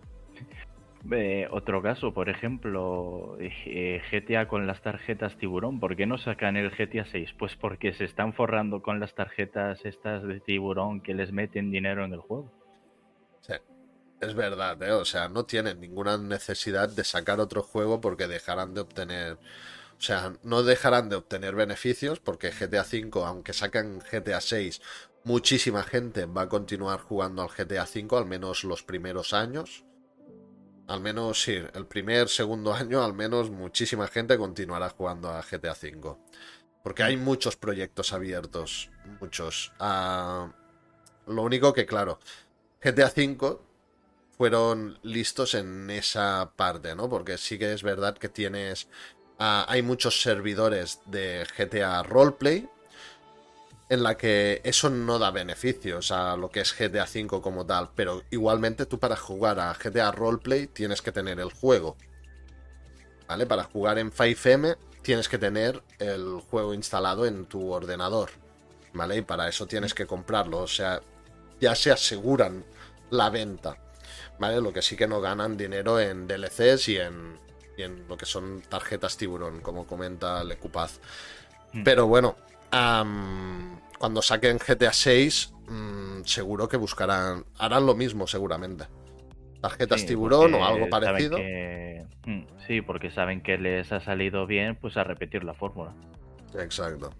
Eh, otro caso, por ejemplo, eh, G T A con las tarjetas tiburón. ¿Por qué no sacan el G T A seis? Pues porque se están forrando con las tarjetas estas de tiburón que les meten dinero en el juego. Sí, es verdad, ¿eh? O sea, no tienen ninguna necesidad de sacar otro juego porque dejarán de obtener... O sea, no dejarán de obtener beneficios porque G T A cinco, aunque sacan G T A seis, muchísima gente va a continuar jugando al G T A cinco, al menos los primeros años. Al menos, sí, el primer, segundo año, al menos muchísima gente continuará jugando a G T A cinco. Porque hay muchos proyectos abiertos, muchos. Uh, lo único que, claro, G T A cinco fueron listos en esa parte, ¿no? Porque sí que es verdad que tienes... Uh, hay muchos servidores de G T A Roleplay en la que eso no da beneficios a lo que es G T A cinco como tal, pero igualmente tú para jugar a G T A Roleplay tienes que tener el juego, ¿vale? Para jugar en cinco eme tienes que tener el juego instalado en tu ordenador, ¿vale? Y para eso tienes que comprarlo, o sea, ya se aseguran la venta, ¿vale? Lo que sí que no ganan dinero en D L Cs y en, y en lo que son tarjetas tiburón, como comenta Lecupaz. Mm. Pero bueno... Um, cuando saquen G T A seis, um, seguro que buscarán, harán lo mismo seguramente. Tarjetas sí, tiburón o algo parecido. Que, sí, porque saben que les ha salido bien, pues a repetir la fórmula. Exacto.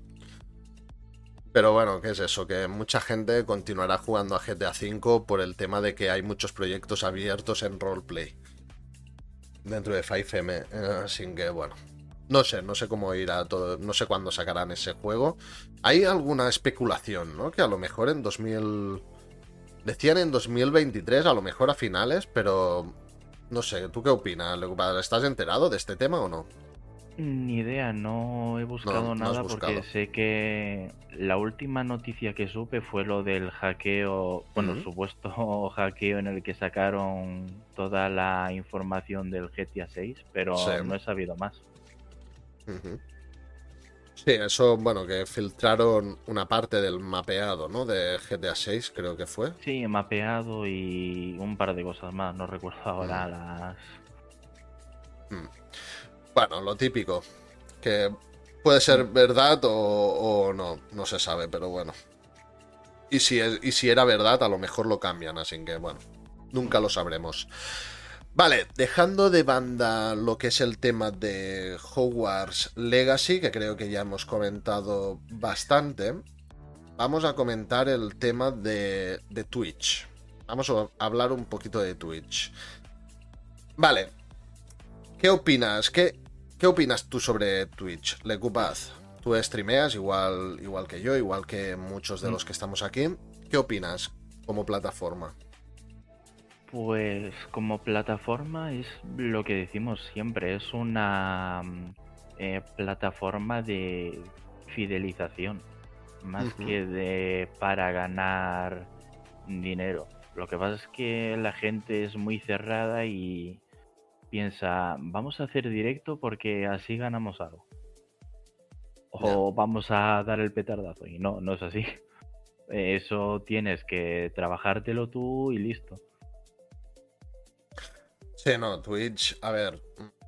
Pero bueno, ¿qué es eso? Que mucha gente continuará jugando a G T A cinco por el tema de que hay muchos proyectos abiertos en roleplay dentro de cinco eme, así que bueno. No sé, no sé cómo irá todo, no sé cuándo sacarán ese juego. Hay alguna especulación, ¿no? Que a lo mejor en dos mil... Decían en dos mil veintitrés, a lo mejor a finales, pero... No sé, ¿tú qué opinas? ¿Estás enterado de este tema o no? Ni idea, no he buscado no, nada no buscado. Porque sé que la última noticia que supe fue lo del hackeo, bueno, uh-huh. el supuesto hackeo en el que sacaron toda la información del G T A seis, pero sí. no he sabido más. Uh-huh. Sí, eso, bueno, que filtraron una parte del mapeado, ¿no? De G T A seis, creo que fue. Sí, mapeado y un par de cosas más, no recuerdo ahora mm. las... Mm. Bueno, lo típico, que puede ser verdad o, o no, no se sabe, pero bueno. Y si, es, y si era verdad, a lo mejor lo cambian, así que bueno, nunca lo sabremos. Vale, dejando de banda lo que es el tema de Hogwarts Legacy, que creo que ya hemos comentado bastante, vamos a comentar el tema de, de Twitch. Vamos a hablar un poquito de Twitch. Vale, ¿qué opinas? ¿Qué, qué opinas tú sobre Twitch, Lecupaz? Tú streameas igual, igual que yo, igual que muchos de los que estamos aquí. ¿Qué opinas como plataforma? Pues como plataforma es lo que decimos siempre, es una eh, plataforma de fidelización, más Uh-huh. que de para ganar dinero. Lo que pasa es que la gente es muy cerrada y piensa, vamos a hacer directo porque así ganamos algo. O Yeah. vamos a dar el petardazo. Y no, no es así. Eso tienes que trabajártelo tú y listo. Sí, no, Twitch, a ver,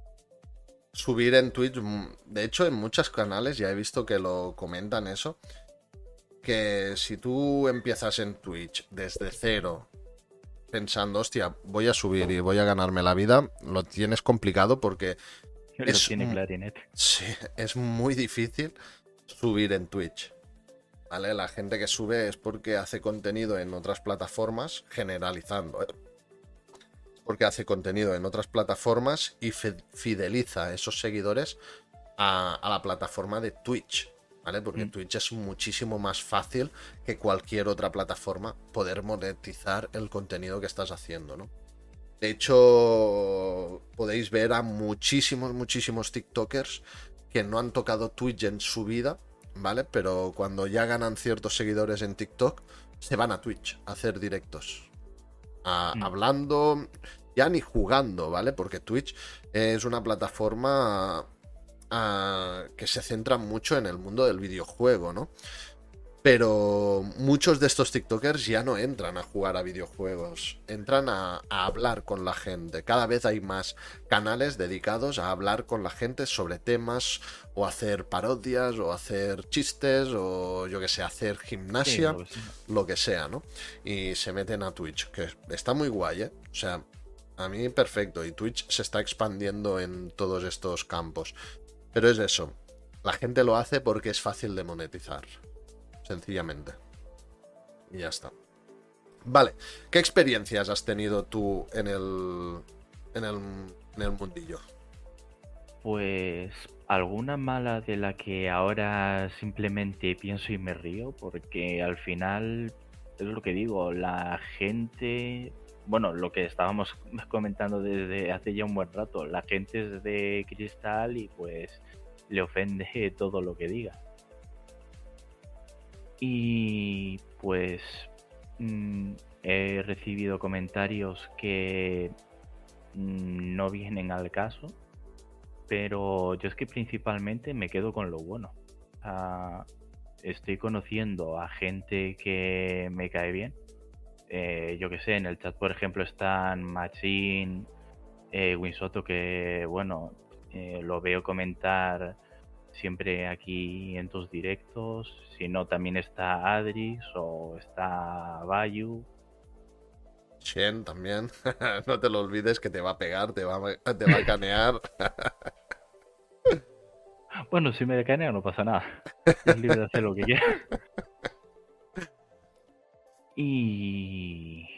subir en Twitch, de hecho en muchos canales ya he visto que lo comentan eso, que si tú empiezas en Twitch desde cero, pensando, hostia, voy a subir y voy a ganarme la vida, lo tienes complicado porque Lo es, tiene Clarinet. sí, es muy difícil subir en Twitch. ¿Vale? La gente que sube es porque hace contenido en otras plataformas, generalizando, ¿eh? Porque hace contenido en otras plataformas y fideliza a esos seguidores a, a la plataforma de Twitch, ¿vale? Porque mm. Twitch es muchísimo más fácil que cualquier otra plataforma poder monetizar el contenido que estás haciendo, ¿no? De hecho, podéis ver a muchísimos, muchísimos TikTokers que no han tocado Twitch en su vida, ¿vale? Pero cuando ya ganan ciertos seguidores en TikTok, se van a Twitch a hacer directos. A, mm. Hablando, ya ni jugando, ¿vale? Porque Twitch es una plataforma a, que se centra mucho en el mundo del videojuego, ¿no? Pero muchos de estos TikTokers ya no entran a jugar a videojuegos, entran a, a hablar con la gente. Cada vez hay más canales dedicados a hablar con la gente sobre temas, o hacer parodias, o hacer chistes, o yo que sé, hacer gimnasia, sí, lo, lo que sea, ¿no? Y se meten a Twitch, que está muy guay, ¿eh? O sea, a mí perfecto, y Twitch se está expandiendo en todos estos campos. Pero es eso, la gente lo hace porque es fácil de monetizar. Sencillamente. Y ya está. Vale. ¿Qué experiencias has tenido tú en el. en el. en el mundillo? Pues alguna mala de la que ahora simplemente pienso y me río, porque al final es lo que digo, la gente. Bueno, lo que estábamos comentando desde hace ya un buen rato, la gente es de cristal y pues le ofende todo lo que diga. Y pues mmm, he recibido comentarios que mmm, no vienen al caso, pero yo es que principalmente me quedo con lo bueno. Uh, estoy conociendo a gente que me cae bien. Eh, yo que sé, en el chat por ejemplo están Machine, eh, Winsoto, que bueno, eh, lo veo comentar siempre aquí en tus directos. Si no, también está Adrix o está Bayu. Shen también. No te lo olvides que te va a pegar, te va a, te va a canear. Bueno, si me canea no pasa nada. Es libre de hacer lo que quiera. Y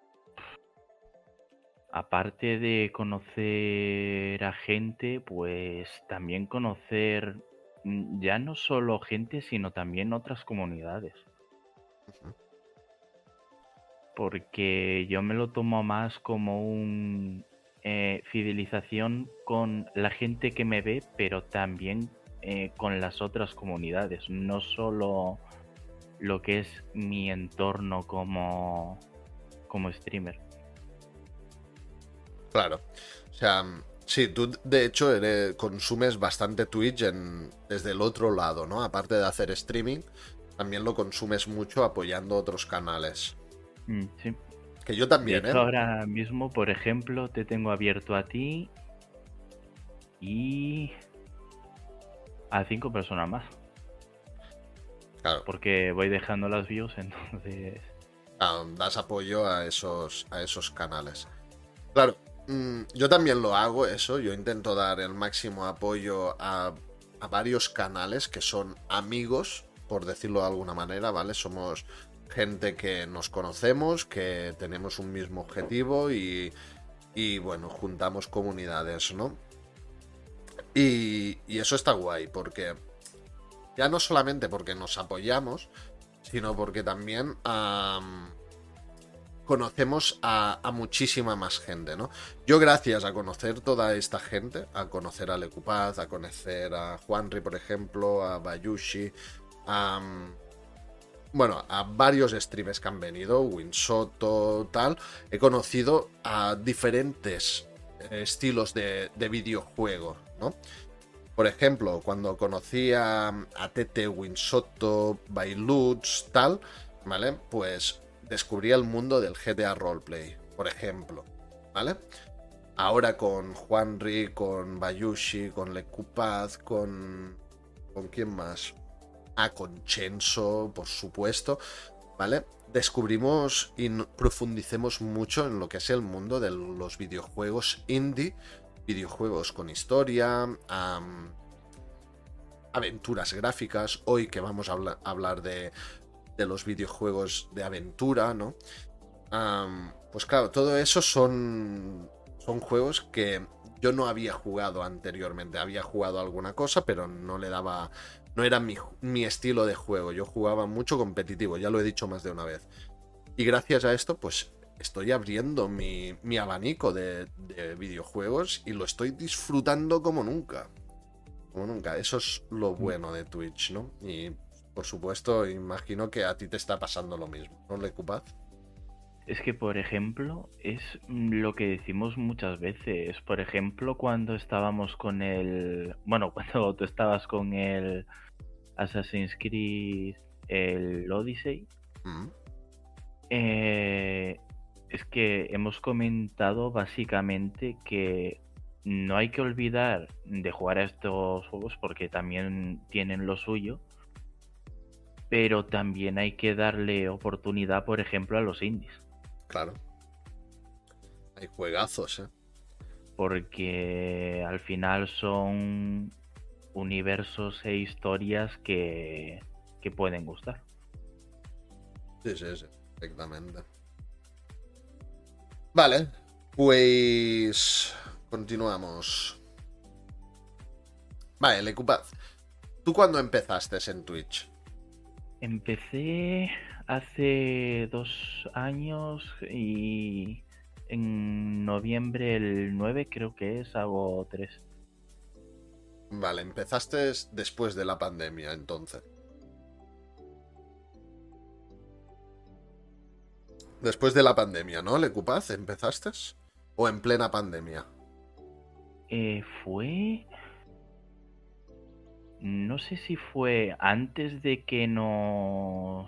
aparte de conocer a gente, pues también conocer ya no solo gente, sino también otras comunidades. Uh-huh. Porque yo me lo tomo más como un eh, fidelización con la gente que me ve, pero también eh, con las otras comunidades. No solo lo que es mi entorno como, como streamer. Claro. O sea, sí, tú de hecho eres, consumes bastante Twitch en, desde el otro lado, ¿no? Aparte de hacer streaming, también lo consumes mucho apoyando otros canales. Mm, sí. Que yo también, de hecho, ¿eh? Ahora mismo, por ejemplo, te tengo abierto a ti y a cinco personas más. Claro. Porque voy dejando las views, entonces... Claro, das apoyo a esos, a esos canales. Claro. mm, yo también lo hago eso, yo intento dar el máximo apoyo a, a varios canales que son amigos, por decirlo de alguna manera, ¿vale? Somos gente que nos conocemos, que tenemos un mismo objetivo y, y bueno, juntamos comunidades, ¿no? Y, y eso está guay, porque ya no solamente porque nos apoyamos, sino porque también um, conocemos a, a muchísima más gente, ¿no? Yo gracias a conocer toda esta gente, a conocer a Lecupaz, a conocer a Juanri, por ejemplo, a Bayushi, a... bueno, a varios streamers que han venido, Winsoto, tal, he conocido a diferentes estilos de, de videojuego, ¿no? Por ejemplo, cuando conocí a, a Tete, Winsoto, Bailutz, tal, ¿vale? Pues descubrí el mundo del G T A Roleplay, por ejemplo, ¿vale? Ahora con Juanri, con Bayushi, con Lecupaz, con... ¿con quién más? Ah, con Chenso, por supuesto, ¿vale? Descubrimos y profundicemos mucho en lo que es el mundo de los videojuegos indie, videojuegos con historia, um, aventuras gráficas. Hoy que vamos a habla hablar de, de los videojuegos de aventura, ¿no? Um, pues claro, todo eso son, son juegos que yo no había jugado anteriormente. Había jugado alguna cosa, pero no le daba... no era mi, mi estilo de juego. Yo jugaba mucho competitivo, ya lo he dicho más de una vez. Y gracias a esto, pues estoy abriendo mi, mi abanico de, de videojuegos y lo estoy disfrutando como nunca. Como nunca. Eso es lo bueno de Twitch, ¿no? Y por supuesto, imagino que a ti te está pasando lo mismo, ¿no, Lecupaz? Es que, por ejemplo, es lo que decimos muchas veces. Por ejemplo, cuando estábamos con el... Bueno, cuando tú estabas con el Assassin's Creed, el Odyssey, mm. eh, es que hemos comentado básicamente que no hay que olvidar de jugar a estos juegos porque también tienen lo suyo, pero también hay que darle oportunidad, por ejemplo, a los indies. Claro. Hay juegazos, ¿eh? Porque al final son universos e historias que, que pueden gustar. Sí, sí, sí, exactamente. Vale, pues continuamos. Vale, Lecupaz, ¿tú cuándo empezaste en Twitch? Empecé hace dos años y en noviembre el nueve creo que es, hago tres. Vale, empezaste después de la pandemia, entonces. Después de la pandemia, ¿no, Lecupaz? ¿Empezaste? ¿O en plena pandemia? Eh, fue... No sé si fue antes de que nos...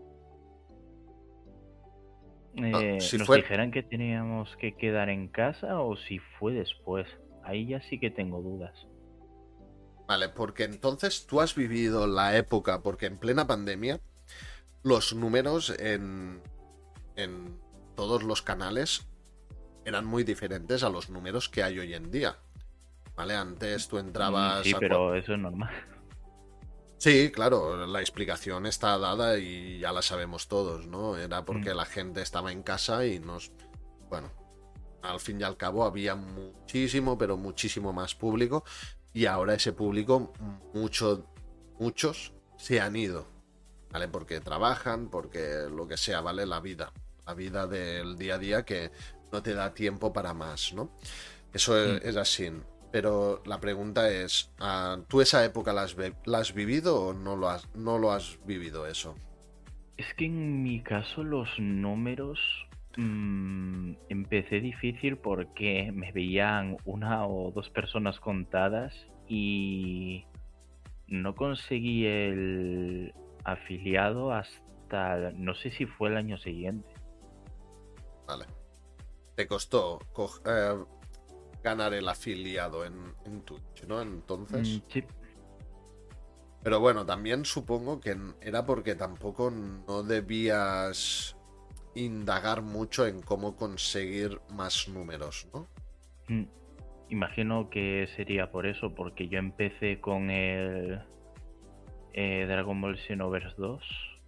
Eh, no, si nos fue... dijeran que teníamos que quedar en casa o si fue después. Ahí ya sí que tengo dudas. Vale, porque entonces tú has vivido la época, porque en plena pandemia los números en, en todos los canales eran muy diferentes a los números que hay hoy en día. ¿Vale? Antes tú entrabas... Sí, a... pero eso es normal. Sí, claro, la explicación está dada y ya la sabemos todos, ¿no? Era porque mm. la gente estaba en casa y nos... Bueno, al fin y al cabo había muchísimo, pero muchísimo más público y ahora ese público, mucho, muchos se han ido, ¿vale? Porque trabajan, porque lo que sea, ¿vale? La vida, la vida del día a día que no te da tiempo para más, ¿no? Eso mm. es, es así. Pero la pregunta es, ¿tú esa época la has, la has vivido o no lo has, no lo has vivido eso? Es que en mi caso los números mmm, empecé difícil porque me veían una o dos personas contadas y no conseguí el afiliado hasta, no sé si fue el año siguiente. Vale. ¿Te costó eh, ganar el afiliado en, en Twitch, ¿no? Entonces... Mm, sí. Pero bueno, también supongo que era porque tampoco no debías indagar mucho en cómo conseguir más números, ¿no? Mm, Imagino que sería por eso, porque yo empecé con el eh, Dragon Ball Xenoverse dos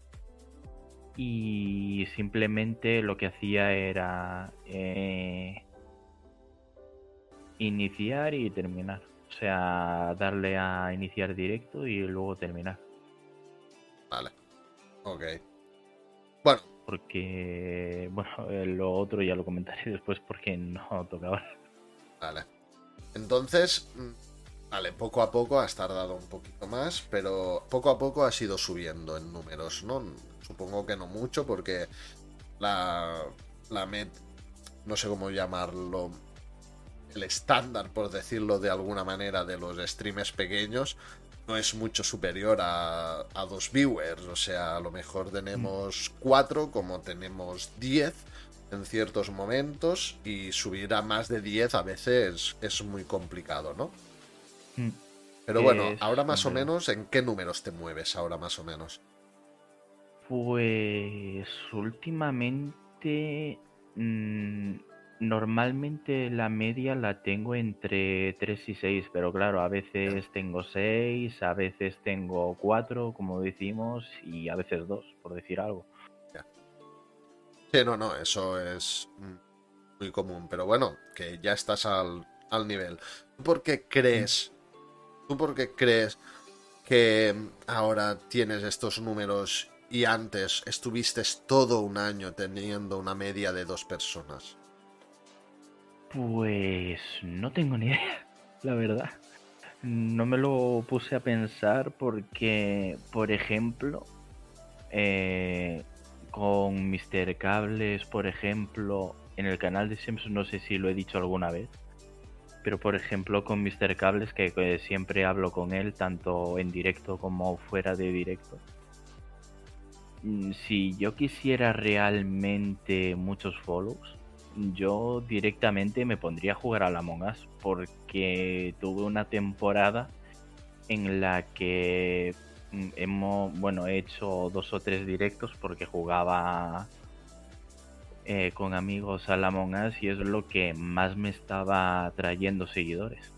y simplemente lo que hacía era eh, iniciar y terminar. O sea, darle a iniciar directo y luego terminar. Vale, ok. Bueno, Porque, bueno, eh, lo otro ya lo comentaré después porque no tocaba. vale. Entonces, mm, vale, poco a poco has tardado un poquito más, pero poco a poco has ido subiendo en números, ¿no? Supongo que no mucho porque la, la med, no sé cómo llamarlo, el estándar, por decirlo de alguna manera, de los streamers pequeños no es mucho superior a, a dos viewers. O sea, a lo mejor tenemos cuatro, como tenemos diez en ciertos momentos, y subir a más de diez a veces es muy complicado, ¿no? Mm, Pero bueno, Es ahora más o verdad. menos, ¿en qué números te mueves ahora más o menos? Pues últimamente mm, normalmente la media la tengo entre tres y seis, pero claro, a Ya, veces tengo seis, a veces tengo cuatro, como decimos, y a veces dos, por decir algo. ya. Sí, no, no, eso es mm, muy común, pero bueno, que ya estás al, al nivel. ¿Tú por qué Mm. crees? ¿Tú por qué crees que ahora tienes estos números y antes estuviste todo un año teniendo una media de dos personas? Pues no tengo ni idea, la verdad. No me lo puse a pensar porque, por ejemplo, eh, con míster Cables, por ejemplo, en el canal de Simpsons, no sé si lo he dicho alguna vez, pero por ejemplo con míster Cables, que, que siempre hablo con él, tanto en directo como fuera de directo. Mm, Si yo quisiera realmente muchos follows, yo directamente me pondría a jugar a la Among Us, porque tuve una temporada en la que mm, hemos, bueno, he hecho dos o tres directos porque jugaba eh, con amigos al Among Us y es lo que más me estaba trayendo seguidores.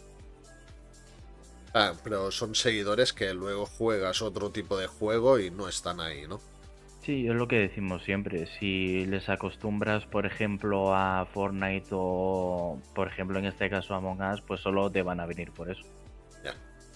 Ah, pero son seguidores que luego juegas otro tipo de juego y no están ahí, ¿no? Sí, es lo que decimos siempre. Si les acostumbras, por ejemplo, a Fortnite o, por ejemplo, en este caso a Among Us, pues solo te van a venir por eso. Ya.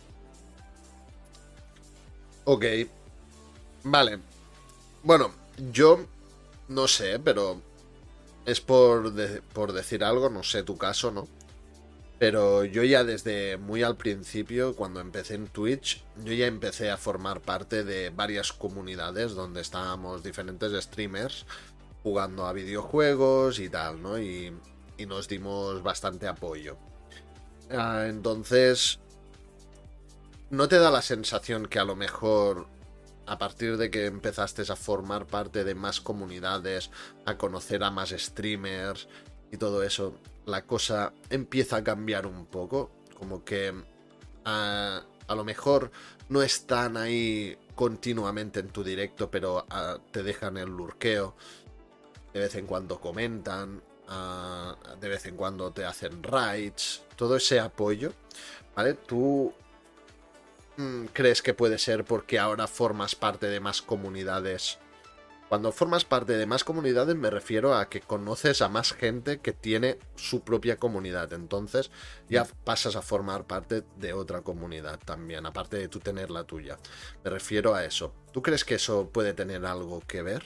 Ok, vale. Bueno, yo no sé, pero es por, de- por decir algo, no sé tu caso, ¿no? Pero yo ya desde muy al principio, cuando empecé en Twitch, yo ya empecé a formar parte de varias comunidades donde estábamos diferentes streamers jugando a videojuegos y tal, ¿no? Y, y nos dimos bastante apoyo. Ah, entonces, ¿no te da la sensación que a lo mejor a partir de que empezaste a formar parte de más comunidades, a conocer a más streamers y todo eso, la cosa empieza a cambiar un poco? Como que a, a lo mejor no están ahí continuamente en tu directo, pero a, te dejan el lurqueo, de vez en cuando comentan, a, de vez en cuando te hacen raids, todo ese apoyo, ¿vale? ¿Tú mm, crees que puede ser porque ahora formas parte de más comunidades? Cuando formas parte de más comunidades me refiero a que conoces a más gente que tiene su propia comunidad. Entonces ya pasas a formar parte de otra comunidad también, aparte de tú tener la tuya. Me refiero a eso. ¿Tú crees que eso puede tener algo que ver?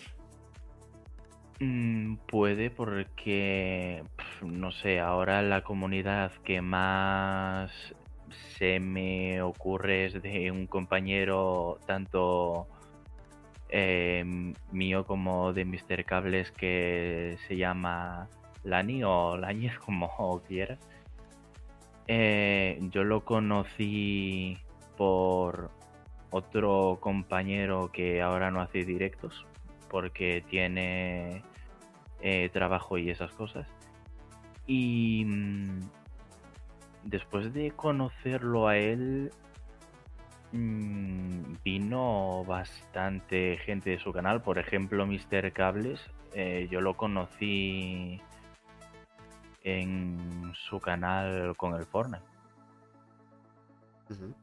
Mm, puede porque, pf, no sé, ahora la comunidad que más se me ocurre es de un compañero tanto eh, mío como de míster Cables que se llama Lani o Lañez, como quieras. Eh, yo lo conocí por otro compañero que ahora no hace directos porque tiene eh, trabajo y esas cosas. Y mm, después de conocerlo a él, mm, vino bastante gente de su canal. Por ejemplo, míster Cables, eh, yo lo conocí en su canal con el Fortnite. Uh-huh.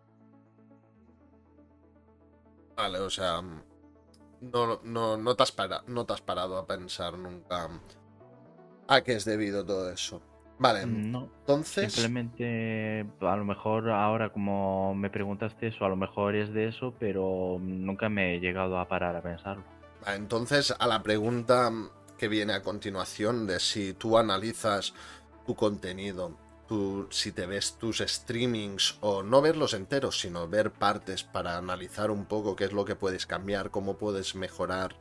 Vale, o sea, no, no, no, te has para, no te has parado a pensar nunca a qué es debido todo eso. Vale, no, entonces... Simplemente, a lo mejor ahora como me preguntaste eso, a lo mejor es de eso, pero nunca me he llegado a parar a pensarlo. Vale, entonces, a la pregunta que viene a continuación de si tú analizas tu contenido, tú, si te ves tus streamings, o no verlos enteros, sino ver partes para analizar un poco qué es lo que puedes cambiar, cómo puedes mejorar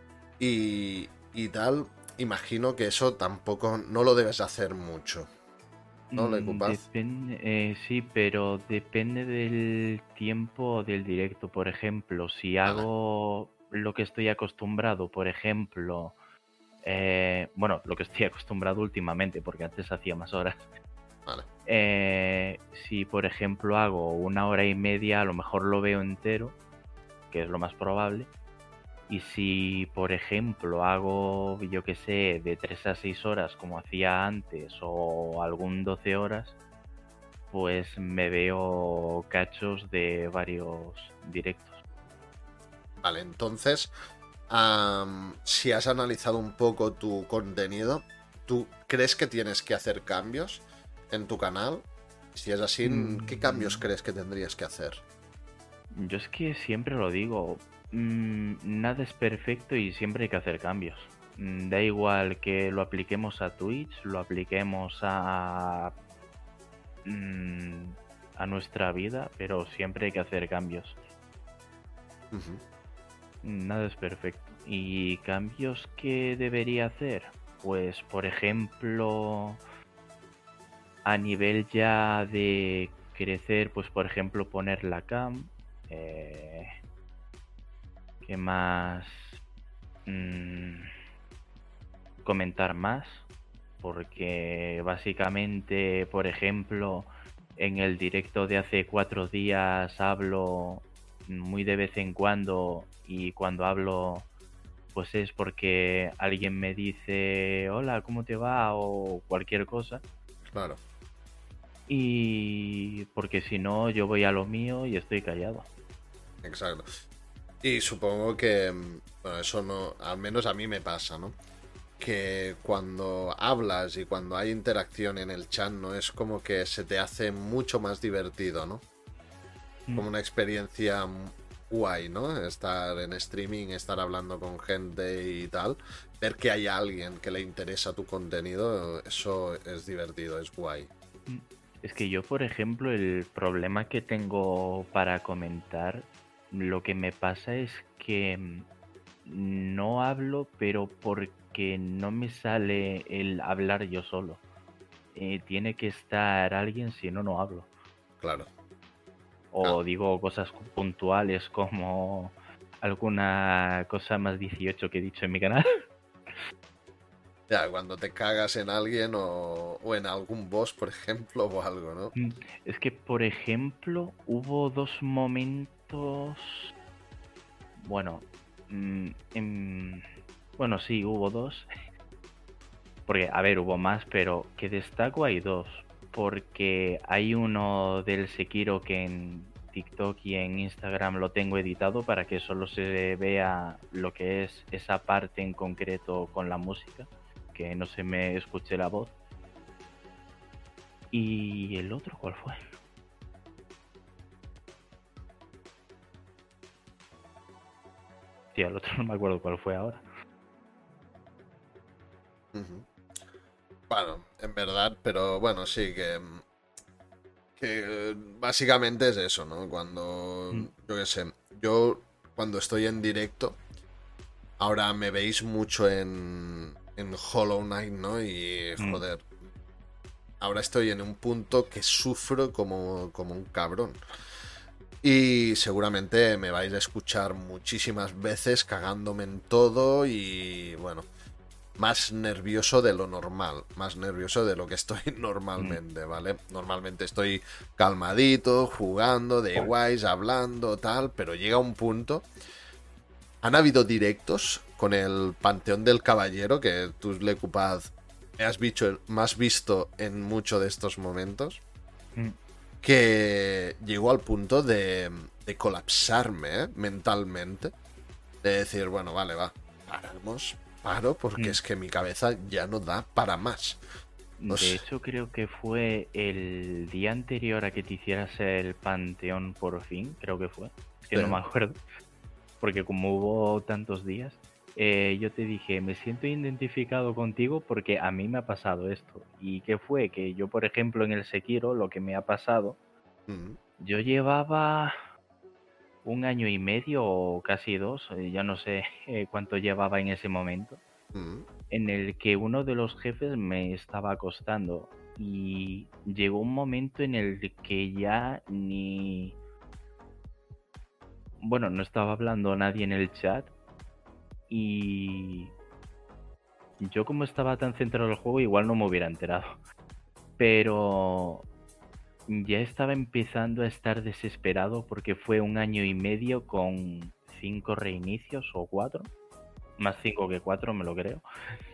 y, y tal, imagino que eso tampoco no lo debes hacer mucho, ¿no, Lecupaz? Depende, eh, sí, pero depende del tiempo del directo. Por ejemplo, si Vale. hago lo que estoy acostumbrado, por ejemplo, eh, bueno, lo que estoy acostumbrado últimamente, porque antes hacía más horas. Vale. Eh, si, por ejemplo, hago una hora y media, a lo mejor lo veo entero, que es lo más probable. Y si, por ejemplo, hago, yo que sé, de tres a seis horas como hacía antes o algún doce horas, pues me veo cachos de varios directos. Vale, entonces, um, si has analizado un poco tu contenido, ¿tú crees que tienes que hacer cambios en tu canal? Si es así, Mm. ¿qué cambios crees que tendrías que hacer? Yo es que siempre lo digo, mmm, nada es perfecto y siempre hay que hacer cambios. Mm, da igual que lo apliquemos a Twitch, lo apliquemos a, mmm, a nuestra vida, pero siempre hay que hacer cambios. Uh-huh. Nada es perfecto. ¿Y cambios que debería hacer? Pues, por ejemplo, a nivel ya de crecer, pues, por ejemplo, poner la cam. Eh, ¿Qué más? Mm, comentar más. Porque básicamente, por ejemplo, en el directo de hace cuatro días hablo muy de vez en cuando, y cuando hablo pues es porque alguien me dice hola, ¿cómo te va? O cualquier cosa. Claro. Y porque si no, yo voy a lo mío y estoy callado. Exacto. Y supongo que, bueno, eso no, al menos a mí me pasa, ¿no? Que cuando hablas y cuando hay interacción en el chat, ¿no? Es como que se te hace mucho más divertido, ¿no? Como una experiencia guay, ¿no? Estar en streaming, estar hablando con gente y tal. Ver que hay alguien que le interesa tu contenido, eso es divertido, es guay. Es que yo, por ejemplo, el problema que tengo para comentar, lo que me pasa es que no hablo, pero porque no me sale el hablar yo solo. Eh, tiene que estar alguien, si no, no hablo. Claro. O ah. digo cosas puntuales como alguna cosa más dieciocho que he dicho en mi canal. Ya, cuando te cagas en alguien o, o en algún boss, por ejemplo, o algo, ¿no? Es que, por ejemplo, hubo dos momentos... Bueno, mmm, en... bueno, sí, hubo dos. Porque, a ver, hubo más, pero que destaco hay dos. Porque hay uno del Sekiro que en TikTok y en Instagram lo tengo editado para que solo se vea lo que es esa parte en concreto con la música, que no se me escuche la voz. ¿Y el otro cuál fue? Tío, el otro no me acuerdo cuál fue ahora. Uh-huh. Bueno, en verdad, pero bueno, sí que... Que básicamente es eso, ¿no? Cuando... Mm. Yo qué sé, yo cuando estoy en directo, ahora me veis mucho en, en Hollow Knight, ¿no? Y joder, mm. ahora estoy en un punto que sufro como, como un cabrón. Y seguramente me vais a escuchar muchísimas veces cagándome en todo y bueno, más nervioso de lo normal, más nervioso de lo que estoy normalmente, ¿vale? Normalmente estoy calmadito, jugando, de guays, hablando, tal, pero llega un punto... Han habido directos con el Panteón del Caballero, que tú, Lecupaz, me has, bicho, me has visto en muchos de estos momentos Mm. que llegó al punto de, de colapsarme, ¿eh? mentalmente. De decir, bueno, vale, va, paramos, paro, porque Mm. es que mi cabeza ya no da para más. No De sé. hecho, creo que fue el día anterior a que te hicieras el Panteón por fin, creo que fue, es que Sí. no me acuerdo, porque como hubo tantos días, eh, yo te dije, me siento identificado contigo porque a mí me ha pasado esto. ¿Y qué fue? Que yo, por ejemplo, en el Sekiro, lo que me ha pasado, Mm, yo llevaba un año y medio o casi dos, eh, ya no sé eh, cuánto llevaba en ese momento, mm, en el que uno de los jefes me estaba acostando y llegó un momento en el que ya ni... Bueno, no estaba hablando nadie en el chat y yo como estaba tan centrado en el juego igual no me hubiera enterado. Pero ya estaba empezando a estar desesperado porque fue un año y medio con cinco reinicios o cuatro. Más cinco que cuatro, me lo creo.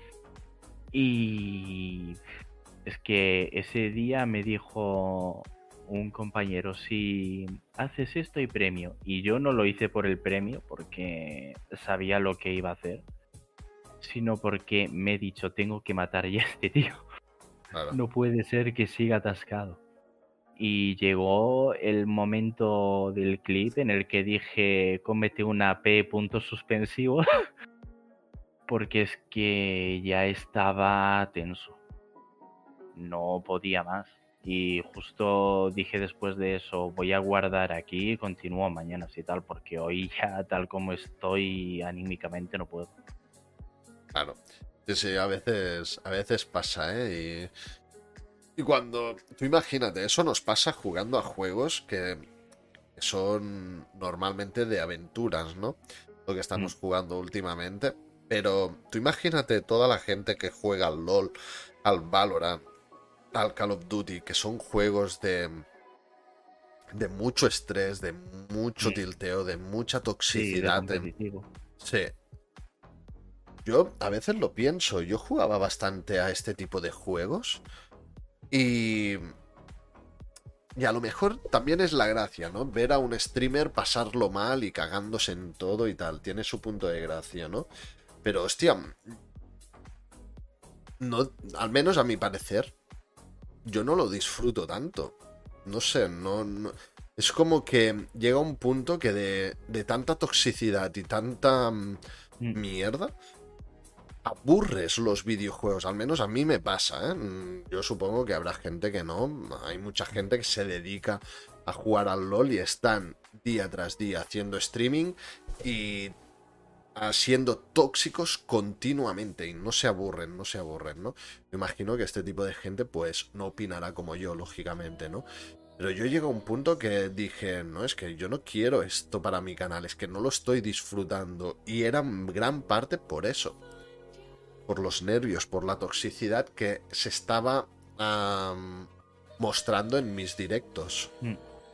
Y es que ese día me dijo un compañero, si haces esto hay premio. Y yo no lo hice por el premio porque sabía lo que iba a hacer, sino porque me he dicho, tengo que matar ya a este tío. claro. No puede ser que siga atascado. Y llegó el momento del clip en el que dije, cómete una P puntos suspensivos, porque es que ya estaba tenso. No podía más. Y justo dije después de eso, voy a guardar aquí y continúo mañana y tal, porque hoy ya tal como estoy anímicamente no puedo. Claro. Sí, sí, a veces, a veces pasa, ¿eh? Y, y cuando... Tú imagínate, eso nos pasa jugando a juegos que, que son normalmente de aventuras, ¿no? Lo que estamos Mm. jugando últimamente. Pero tú imagínate toda la gente que juega al LOL, al Valorant, al Call of Duty, que son juegos de, de mucho estrés, de mucho Mm. tilteo, de mucha Sí, de toxicidad. En... competitivo. Sí. Yo a veces lo pienso, yo jugaba bastante a este tipo de juegos y... Y a lo mejor también es la gracia, ¿no? Ver a un streamer pasarlo mal y cagándose en todo y tal. Tiene su punto de gracia, ¿no? Pero hostia, no, al menos a mi parecer, yo no lo disfruto tanto. No sé, no, no- es como que llega un punto que de, de tanta toxicidad y tanta mm, Mm. mierda, aburres los videojuegos. Al menos a mí me pasa, ¿eh? Mm, Yo supongo que habrá gente que no. Hay mucha gente que se dedica a jugar al LOL y están día tras día haciendo streaming y ah, siendo tóxicos continuamente y no se aburren, no se aburren, ¿no? Me imagino que este tipo de gente pues no opinará como yo, lógicamente, ¿no? Pero yo llegué a un punto que dije, no, es que yo no quiero esto para mi canal, es que no lo estoy disfrutando. Y era en gran parte por eso. Por los nervios, por la toxicidad que se estaba am, mostrando en mis directos. Mm.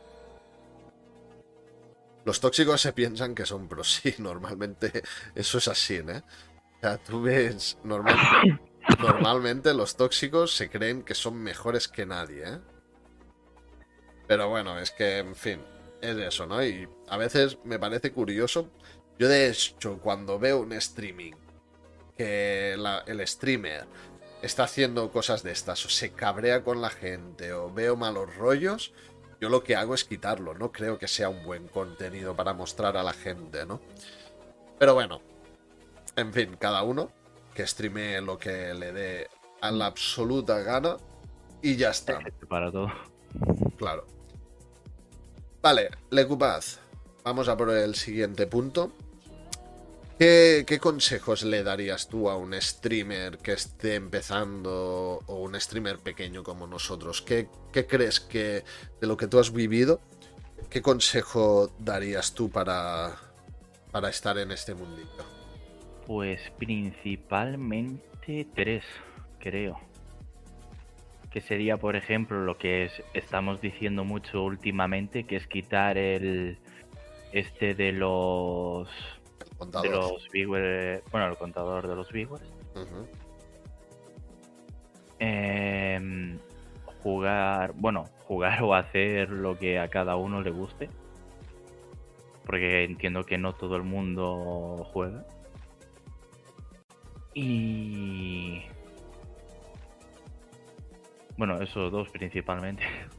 Los tóxicos se piensan que son pros, sí, normalmente eso es así, ¿eh? O sea, tú ves, normal, normalmente los tóxicos se creen que son mejores que nadie, ¿eh? Pero bueno, es que, en fin, es eso, ¿no? Y a veces me parece curioso. Yo, de hecho, cuando veo un streaming que la- el streamer está haciendo cosas de estas, o se cabrea con la gente, o veo malos rollos, yo lo que hago es quitarlo. No creo que sea un buen contenido para mostrar a la gente, ¿no? Pero bueno, en fin, cada uno que streamee lo que le dé a la Mm. absoluta gana y ya está. Perfecto para todo. Claro. Vale, Lecupaz. Vamos a por el siguiente punto. ¿Qué, qué consejos le darías tú a un streamer que esté empezando o un streamer pequeño como nosotros? ¿Qué, qué crees que de lo que tú has vivido, qué consejo darías tú para, para estar en este mundillo? Pues principalmente tres, creo. Que sería, por ejemplo, lo que es- estamos diciendo mucho últimamente, que es quitar el este de los de Contador. los viewers, bueno, el contador de los viewers. Ujú. Eh, jugar, bueno, jugar o hacer lo que a cada uno le guste. Porque entiendo que no todo el mundo juega. Y... bueno, esos dos principalmente.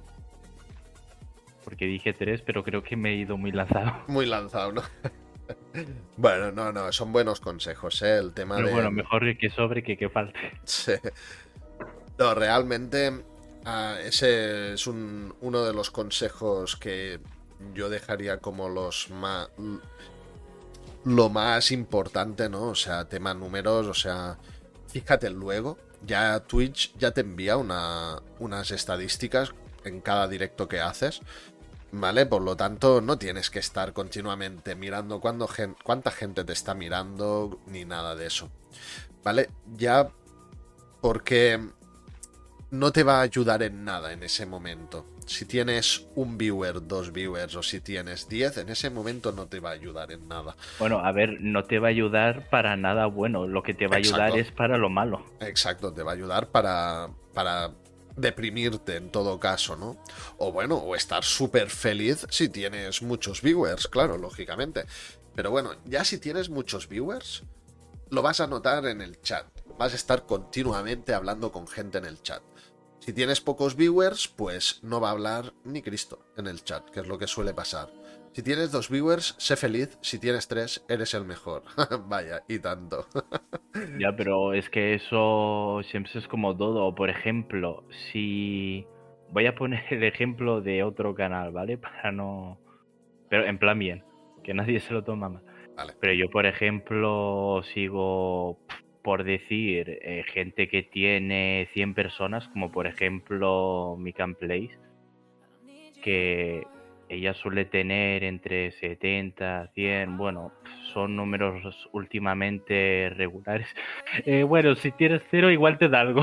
Porque dije tres, pero creo que me he ido muy lanzado. Muy lanzado, ¿no? Bueno, no, no, son buenos consejos, ¿eh? El tema Pero de... bueno, mejor que sobre que que falte. Sí. No, realmente uh, ese es un, uno de los consejos que yo dejaría como los más... lo más importante, ¿no? O sea, tema números, o sea, fíjate luego, ya Twitch ya te envía una, unas estadísticas en cada directo que haces, ¿vale? Por lo tanto, no tienes que estar continuamente mirando cuándo gen- cuánta gente te está mirando, ni nada de eso, ¿vale? Ya porque no te va a ayudar en nada en ese momento. Si tienes un viewer, dos viewers o si tienes diez, en ese momento no te va a ayudar en nada. Bueno, a ver, no te va a ayudar para nada bueno. Lo que te va a Exacto. ayudar es para lo malo. Exacto, te va a ayudar para, para deprimirte en todo caso, ¿no? O bueno, o estar súper feliz si tienes muchos viewers, claro, lógicamente. Pero bueno, ya si tienes muchos viewers, lo vas a notar en el chat. Vas a estar continuamente hablando con gente en el chat. Si tienes pocos viewers, pues no va a hablar ni Cristo en el chat, que es lo que suele pasar. Si tienes dos viewers, sé feliz. Si tienes tres, eres el mejor. Vaya, y tanto. Ya, pero es que eso siempre es como todo. Por ejemplo, si... voy a poner el ejemplo de otro canal, ¿vale? Para no... pero en plan bien, que nadie se lo toma mal. Vale. Pero yo, por ejemplo, sigo, por decir, eh, gente que tiene cien personas, como por ejemplo Mikan Plays, que ella suele tener entre setenta, cien, bueno, son números últimamente regulares. Eh, bueno, si tienes cero igual te da algo.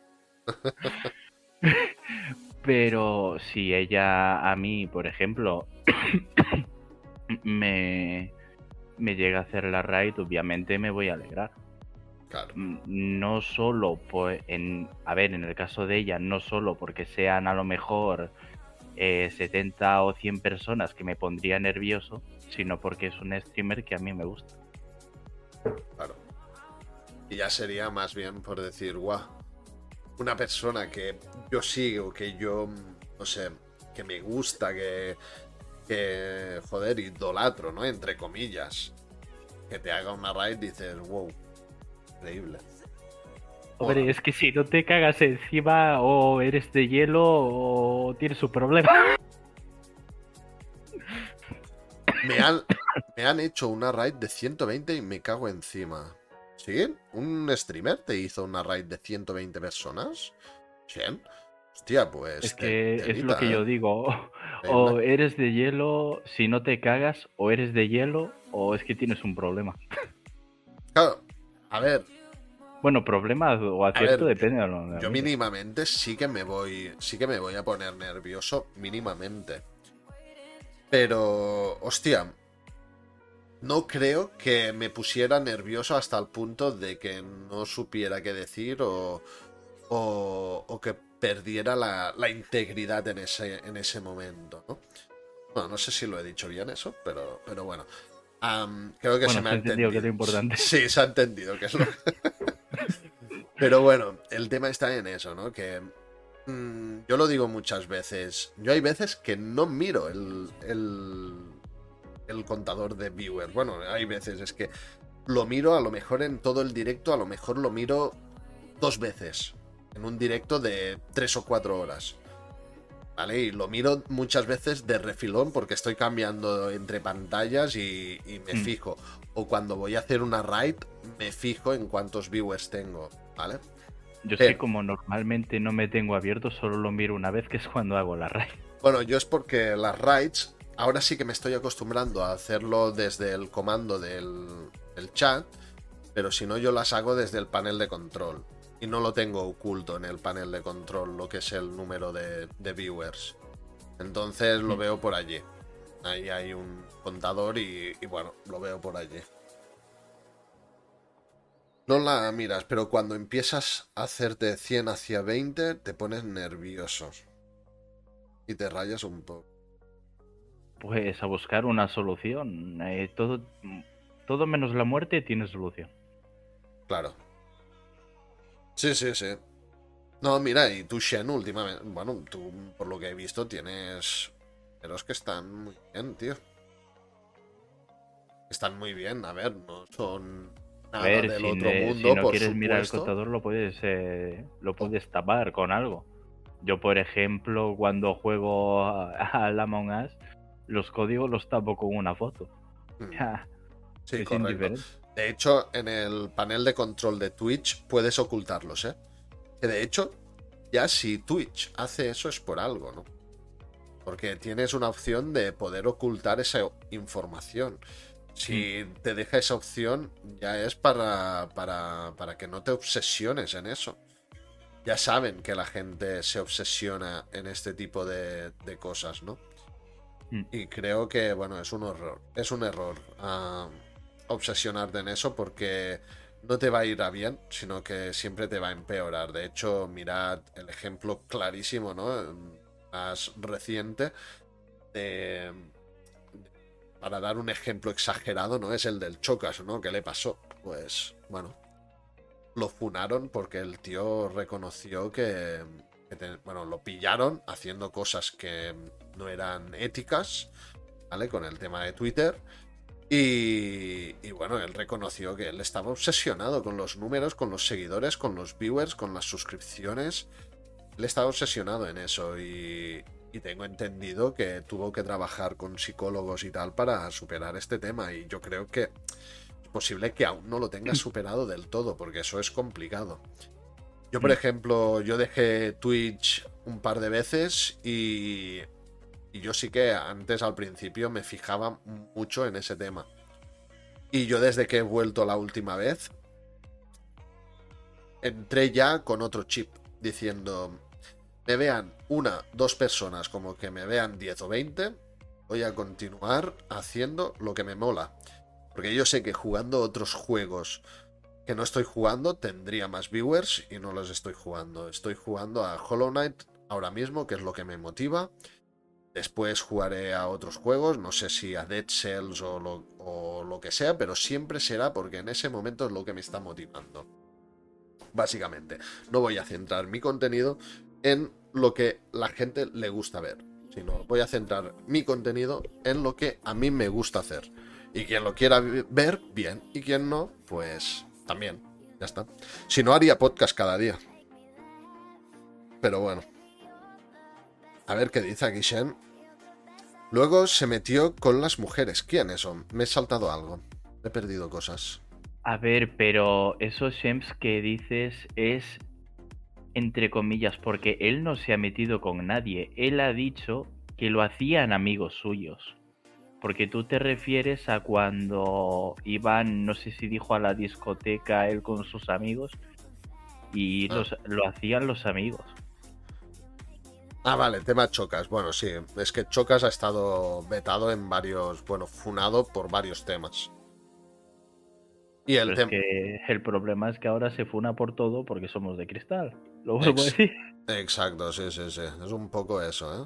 Pero si ella a mí, por ejemplo, me, me llega a hacer la raid, obviamente me voy a alegrar. Claro. No solo, pues, en, a ver, en el caso de ella, no solo porque sean a lo mejor eh, setenta o cien personas que me pondría nervioso, sino porque es un streamer que a mí me gusta. Claro. Y ya sería más bien por decir, guau, una persona que yo sigo, que yo, no sé, que me gusta, que, que joder, idolatro, ¿no? Entre comillas. Que te haga una raid y dices, wow, increíble. Hombre, es que si no te cagas encima o eres de hielo o tienes un problema. Me han, me han hecho una raid de ciento veinte y me cago encima. ¿Sí? ¿Un streamer te hizo una raid de ciento veinte personas? ¿Sí? Hostia, pues... Es te, que telita, es lo que ¿eh? yo digo. Increíble. O eres de hielo si no te cagas, o eres de hielo o es que tienes un problema. Claro, a ver, Bueno, problema o acierto a ver, depende de lo que yo mires. mínimamente sí que me voy, sí que me voy a poner nervioso, mínimamente. Pero, hostia, no creo que me pusiera nervioso hasta el punto de que no supiera qué decir o, o, o que perdiera la, la integridad en ese, en ese momento, ¿no? Bueno, no sé si lo he dicho bien eso, pero, pero bueno. Um, creo que Bueno, se me se ha ha entendido entendido. que es lo importante. Sí, se ha entendido que es lo Pero bueno, el tema está en eso, ¿no? Que mmm, yo lo digo muchas veces. Yo hay veces que no miro el, el, el contador de viewers. Bueno, hay veces es que lo miro a lo mejor en todo el directo, a lo mejor lo miro dos veces. En un directo de tres o cuatro horas. ¿Vale? Y lo miro muchas veces de refilón porque estoy cambiando entre pantallas y, y me Mm. fijo. O cuando voy a hacer una raid, me fijo en cuántos viewers tengo, ¿vale? Yo es Pero- que como normalmente no me tengo abierto, solo lo miro una vez, que es cuando hago la raid. Bueno, yo es porque las raids, ahora sí que me estoy acostumbrando a hacerlo desde el comando del, del chat, pero si no yo las hago desde el panel de control. Y no lo tengo oculto en el panel de control, lo que es el número de, de viewers. Entonces lo Mm. veo por allí. Ahí hay un contador y, y bueno, lo veo por allí. No la miras, pero cuando empiezas a hacerte cien hacia veinte, te pones nervioso. Y te rayas un poco. Pues a buscar una solución. Eh, todo, todo menos la muerte tiene solución. Claro. Sí, sí, sí. No, mira, y tú, Shen, últimamente... Bueno, tú, por lo que he visto, tienes... Pero es que están muy bien, tío. Están muy bien, a ver, no son A nada ver, del si, otro ne- mundo, si no por quieres mirar el supuesto. contador, lo puedes, eh, lo Oh, puedes tapar con algo. Yo, por ejemplo, cuando juego a- al Among Us, los códigos los tapo con una foto. mm, Ya, sí, es correcto. indiferente. De hecho, en el panel de control de Twitch puedes ocultarlos, ¿eh? Que de hecho, ya si Twitch hace eso es por algo, ¿no? Porque tienes una opción de poder ocultar esa información. Si Mm. te deja esa opción, ya es para, para, para que no te obsesiones en eso. Ya saben que la gente se obsesiona en este tipo de, de cosas, ¿no? Mm. Y creo que, bueno, es un error. Es un error uh, obsesionarte en eso porque no te va a ir a bien, sino que siempre te va a empeorar. De hecho, mirad el ejemplo clarísimo, ¿no? Más reciente de, para dar un ejemplo exagerado, ¿no? Es el del Chocas, ¿no? ¿Qué le pasó? Pues, bueno, lo funaron porque el tío reconoció que, que te, bueno, lo pillaron haciendo cosas que no eran éticas, ¿vale? Con el tema de Twitter. Y, y bueno, él reconoció que él estaba obsesionado con los números, con los seguidores, con los viewers, con las suscripciones. Él estaba obsesionado en eso y, y tengo entendido que tuvo que trabajar con psicólogos y tal para superar este tema. Y yo creo que es posible que aún no lo tenga superado del todo, porque eso es complicado. Yo, por Mm. ejemplo, yo dejé Twitch un par de veces y, y yo sí que antes al principio me fijaba mucho en ese tema. Y yo desde que he vuelto la última vez, entré ya con otro chip, diciendo, me vean una, dos personas, como que me vean diez o veinte, voy a continuar haciendo lo que me mola. Porque yo sé que jugando otros juegos que no estoy jugando tendría más viewers y no los estoy jugando. Estoy jugando a Hollow Knight ahora mismo, que es lo que me motiva. Después jugaré a otros juegos, no sé si a Dead Cells o lo, o lo que sea, pero siempre será porque en ese momento es lo que me está motivando. Básicamente, no voy a centrar mi contenido en lo que la gente le gusta ver, sino voy a centrar mi contenido en lo que a mí me gusta hacer. Y quien lo quiera ver, bien. Y quien no, pues también. Ya está. Si no, haría podcast cada día. Pero bueno. A ver qué dice aquí Shen. Luego se metió con las mujeres. ¿Quiénes son? Me he saltado algo. He perdido cosas. A ver, pero esos Shems que dices es entre comillas, porque él no se ha metido con nadie. Él ha dicho que lo hacían amigos suyos. Porque tú te refieres a cuando iban, no sé si dijo a la discoteca él con sus amigos y Ah, los, lo hacían los amigos. ah vale, tema Chocas. Bueno, sí, es que Chocas ha estado vetado en varios, bueno, funado por varios temas. Y el Pero es tema... que el problema es que ahora se funa por todo porque somos de cristal. Lo vuelvo a Ex decir. Exacto, sí, sí, sí. Es un poco eso, ¿eh?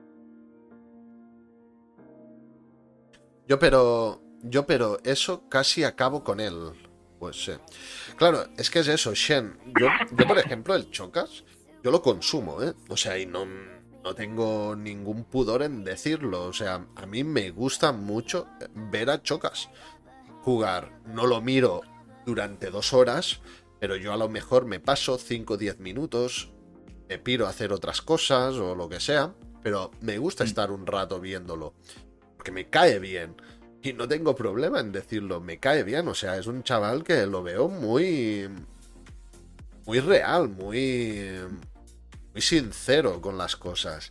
Yo pero... Yo pero eso casi acabo con él. Pues sí. Claro, es que es eso, Shen. Yo, yo por ejemplo, el Chocas, yo lo consumo, ¿eh? O sea, y no, no tengo ningún pudor en decirlo. O sea, a mí me gusta mucho ver a Chocas jugar. No lo miro durante dos horas, pero yo a lo mejor me paso cinco o diez minutos, me piro a hacer otras cosas o lo que sea, pero me gusta estar un rato viéndolo, porque me cae bien. Y no tengo problema en decirlo, me cae bien. O sea, es un chaval que lo veo muy... Muy real, muy... Muy sincero con las cosas.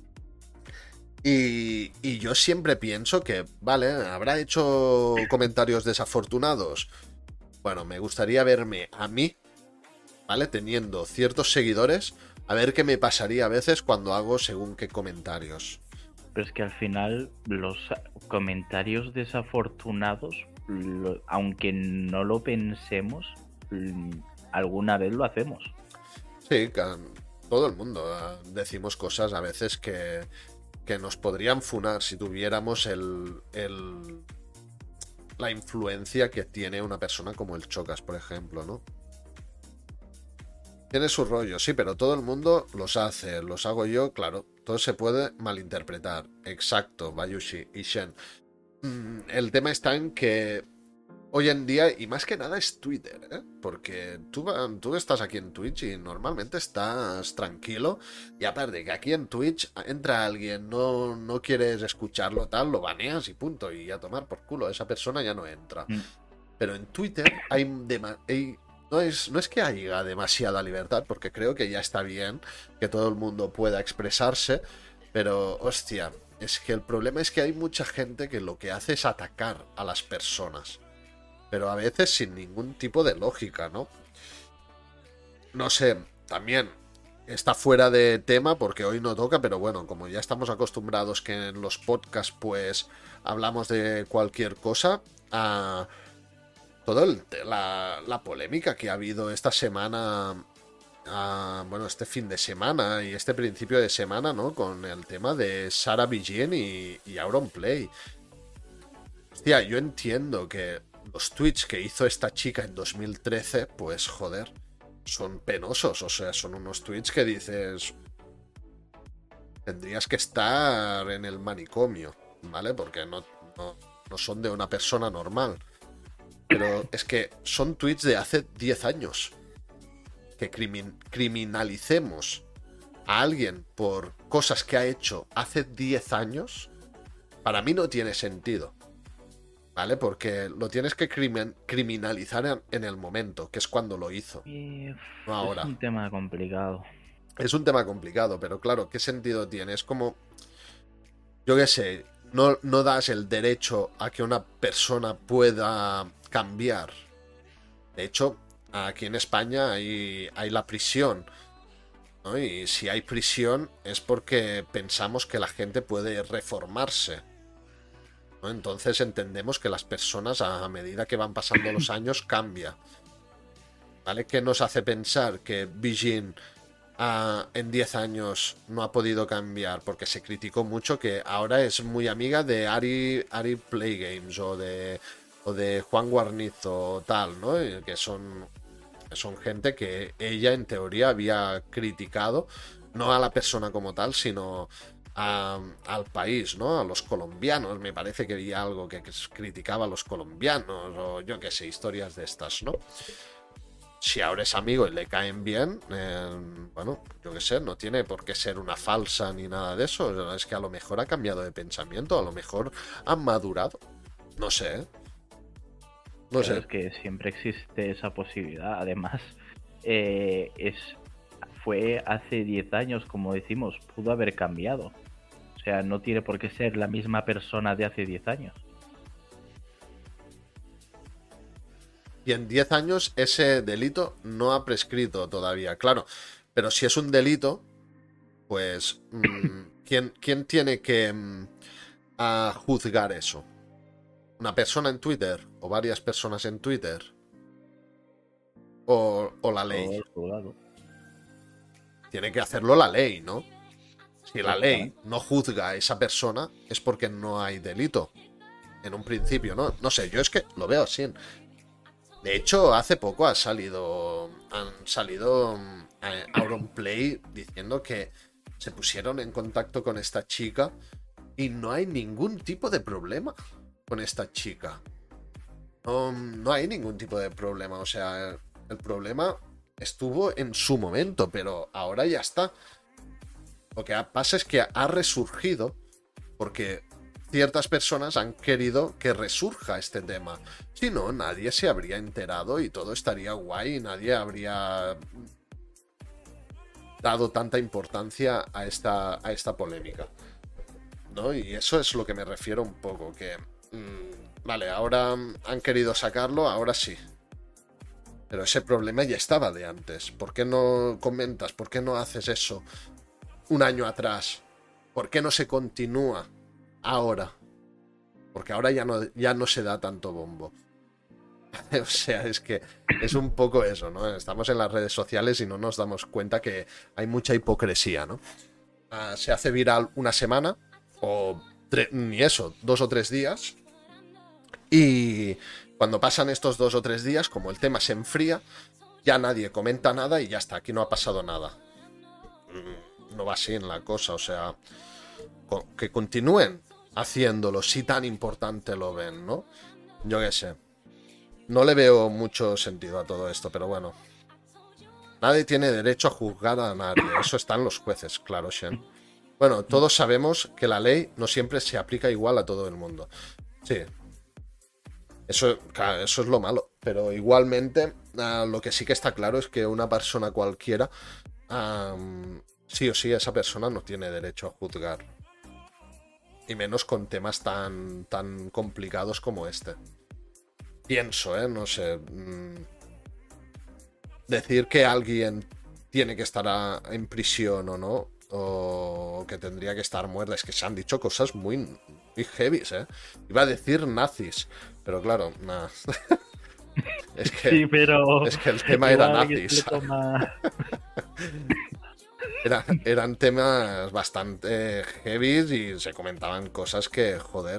Y, y yo siempre pienso que, vale, habrá hecho comentarios desafortunados. Bueno, me gustaría verme a mí, ¿vale? Teniendo ciertos seguidores, a ver qué me pasaría a veces cuando hago según qué comentarios. Pero es que al final los comentarios desafortunados, lo, aunque no lo pensemos, alguna vez lo hacemos. Sí, todo el mundo decimos cosas a veces que, que nos podrían funar si tuviéramos el, el la influencia que tiene una persona como el Chocas, por ejemplo, ¿no? Tiene su rollo, sí, pero todo el mundo los hace, los hago yo, claro, todo se puede malinterpretar. Exacto, Bayushi y Shen. Mm, el tema está en que hoy en día, y más que nada es Twitter, ¿eh? Porque tú, tú estás aquí en Twitch y normalmente estás tranquilo, y aparte que aquí en Twitch entra alguien, no, no quieres escucharlo tal, lo baneas y punto, y a tomar por culo, esa persona ya no entra. Mm. Pero en Twitter hay, hay no, es, no es que haya demasiada libertad, porque creo que ya está bien que todo el mundo pueda expresarse, pero hostia, es que el problema es que hay mucha gente que lo que hace es atacar a las personas. Pero a veces sin ningún tipo de lógica, ¿no? No sé, también está fuera de tema porque hoy no toca, pero bueno, como ya estamos acostumbrados que en los podcasts pues hablamos de cualquier cosa, a toda la, la polémica que ha habido esta semana, a, bueno, este fin de semana y este principio de semana, ¿no? Con el tema de Sarah Bigin y, y Auronplay. Hostia, yo entiendo que los tweets que hizo esta chica en dos mil trece, pues joder, son penosos, o sea, son unos tweets que dices, tendrías que estar en el manicomio, ¿vale? Porque no, no, no son de una persona normal. Pero es que son tweets de hace diez años. Que crimin- criminalicemos a alguien por cosas que ha hecho hace diez años, para mí no tiene sentido. ¿Vale? Porque lo tienes que crimin- criminalizar en, en el momento, que es cuando lo hizo. Y, no ahora. Es un tema complicado. Es un tema complicado, pero claro, ¿qué sentido tiene? Es como, yo qué sé, no, no das el derecho a que una persona pueda cambiar. De hecho, aquí en España hay, hay la prisión, ¿no? Y si hay prisión es porque pensamos que la gente puede reformarse. Entonces entendemos que las personas a medida que van pasando los años cambia. ¿Vale? ¿Qué nos hace pensar que Bigin uh, en diez años no ha podido cambiar? Porque se criticó mucho que ahora es muy amiga de Ari, Ari Playgames o de, o de Juan Guarnizo o tal, ¿no? Que son, son gente que ella en teoría había criticado, no a la persona como tal, sino A, al país, ¿no? A los colombianos, me parece que había algo que, que criticaba a los colombianos, o yo qué sé, historias de estas, ¿no? Si ahora es amigo y le caen bien, eh, bueno, yo qué sé, no tiene por qué ser una falsa ni nada de eso, es que a lo mejor ha cambiado de pensamiento, a lo mejor han madurado, no sé, ¿eh? No Pero sé. Es que siempre existe esa posibilidad, además, eh, es... fue hace diez años, como decimos, pudo haber cambiado. O sea, no tiene por qué ser la misma persona de hace diez años. Y en diez años ese delito no ha prescrito todavía, claro. Pero si es un delito, pues mmm, ¿quién, ¿quién tiene que mmm, a juzgar eso? ¿Una persona en Twitter? ¿O varias personas en Twitter? ¿O, o la ley? Tiene que hacerlo la ley, ¿no? Si la ley no juzga a esa persona es porque no hay delito. En un principio, ¿no? No sé, yo es que lo veo así. De hecho, hace poco ha salido, han salido eh, Auronplay diciendo que se pusieron en contacto con esta chica y no hay ningún tipo de problema con esta chica. No, no hay ningún tipo de problema. O sea, el problema estuvo en su momento, pero ahora ya está. Lo que pasa es que ha resurgido porque ciertas personas han querido que resurja este tema. Si no, nadie se habría enterado y todo estaría guay y nadie habría dado tanta importancia a esta, a esta polémica, ¿no? Y eso es lo que me refiero un poco, que mmm, vale, ahora han querido sacarlo, ahora sí. Pero ese problema ya estaba de antes. ¿Por qué no comentas? ¿Por qué no haces eso un año atrás? ¿Por qué no se continúa ahora? Porque ahora ya no, ya no se da tanto bombo. O sea, es que es un poco eso, ¿no? Estamos en las redes sociales y no nos damos cuenta que hay mucha hipocresía, ¿no? Uh, se hace viral una semana, o ni eso, dos o tres días, y cuando pasan estos dos o tres días, como el tema se enfría, ya nadie comenta nada y ya está, aquí no ha pasado nada. No va así en la cosa, o sea, que continúen haciéndolo si tan importante lo ven, ¿no? Yo qué sé. No le veo mucho sentido a todo esto, pero bueno. Nadie tiene derecho a juzgar a nadie. Eso están los jueces, claro, Shen. Bueno, todos sabemos que la ley no siempre se aplica igual a todo el mundo. Sí. Eso, claro, eso es lo malo. Pero igualmente, uh, lo que sí que está claro es que una persona cualquiera, um, sí o sí, esa persona no tiene derecho a juzgar. Y menos con temas tan, tan complicados como este. Pienso, ¿eh? No sé. Decir que alguien tiene que estar a, en prisión o no, o que tendría que estar muerta, es que se han dicho cosas muy, muy heavies, ¿eh? Iba a decir nazis, pero claro, nada. Es que, sí, pero es que el tema era nazis. Toma... Era, eran temas bastante heavies y se comentaban cosas que, joder.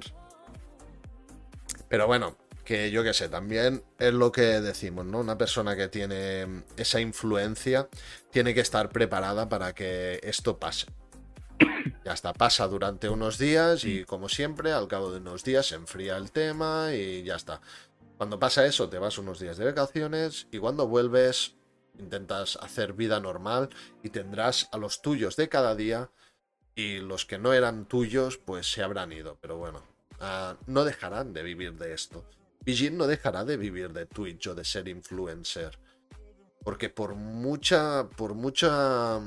Pero bueno, que yo qué sé, también es lo que decimos, ¿no? Una persona que tiene esa influencia tiene que estar preparada para que esto pase. Ya está, pasa durante unos días y como siempre, al cabo de unos días se enfría el tema y ya está. Cuando pasa eso, te vas unos días de vacaciones y cuando vuelves intentas hacer vida normal y tendrás a los tuyos de cada día y los que no eran tuyos pues se habrán ido, pero bueno, uh, no dejarán de vivir de esto. Bijin no dejará de vivir de Twitch o de ser influencer. Porque por mucha. Por mucha.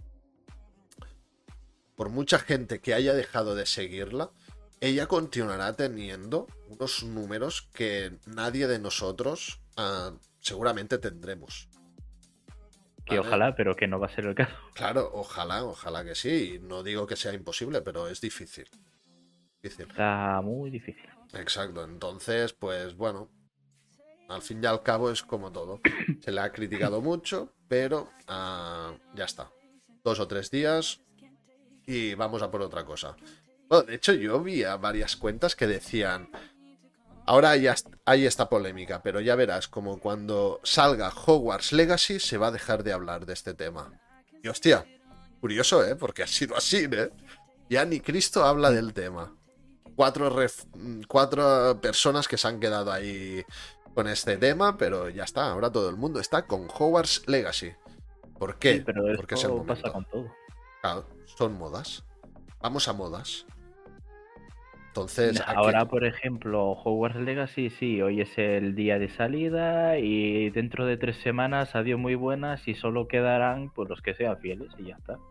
Por mucha gente que haya dejado de seguirla, ella continuará teniendo unos números que nadie de nosotros uh, seguramente tendremos. Que ¿vale? Ojalá, pero que no va a ser el caso. Claro, ojalá, ojalá que sí. No digo que sea imposible, pero es difícil. difícil. Está muy difícil. Exacto, entonces, pues bueno, al fin y al cabo es como todo. Se le ha criticado mucho, pero uh, ya está. Dos o tres días y vamos a por otra cosa. Bueno, de hecho, yo vi a varias cuentas que decían, ahora hay, hay esta polémica, pero ya verás, como cuando salga Hogwarts Legacy se va a dejar de hablar de este tema. Y hostia, curioso, ¿eh? Porque ha sido así, ¿eh? Ya ni Cristo habla del tema. Cuatro, ref, cuatro personas que se han quedado ahí con este tema, pero ya está, ahora todo el mundo está con Hogwarts Legacy. ¿Por qué? Sí, pero porque es el momento. Pasa con todo. Claro, son modas. Vamos a modas. Entonces, ahora, aquí... por ejemplo, Hogwarts Legacy, sí, hoy es el día de salida y dentro de tres semanas, adiós muy buenas y solo quedarán pues, los que sean fieles y ya está.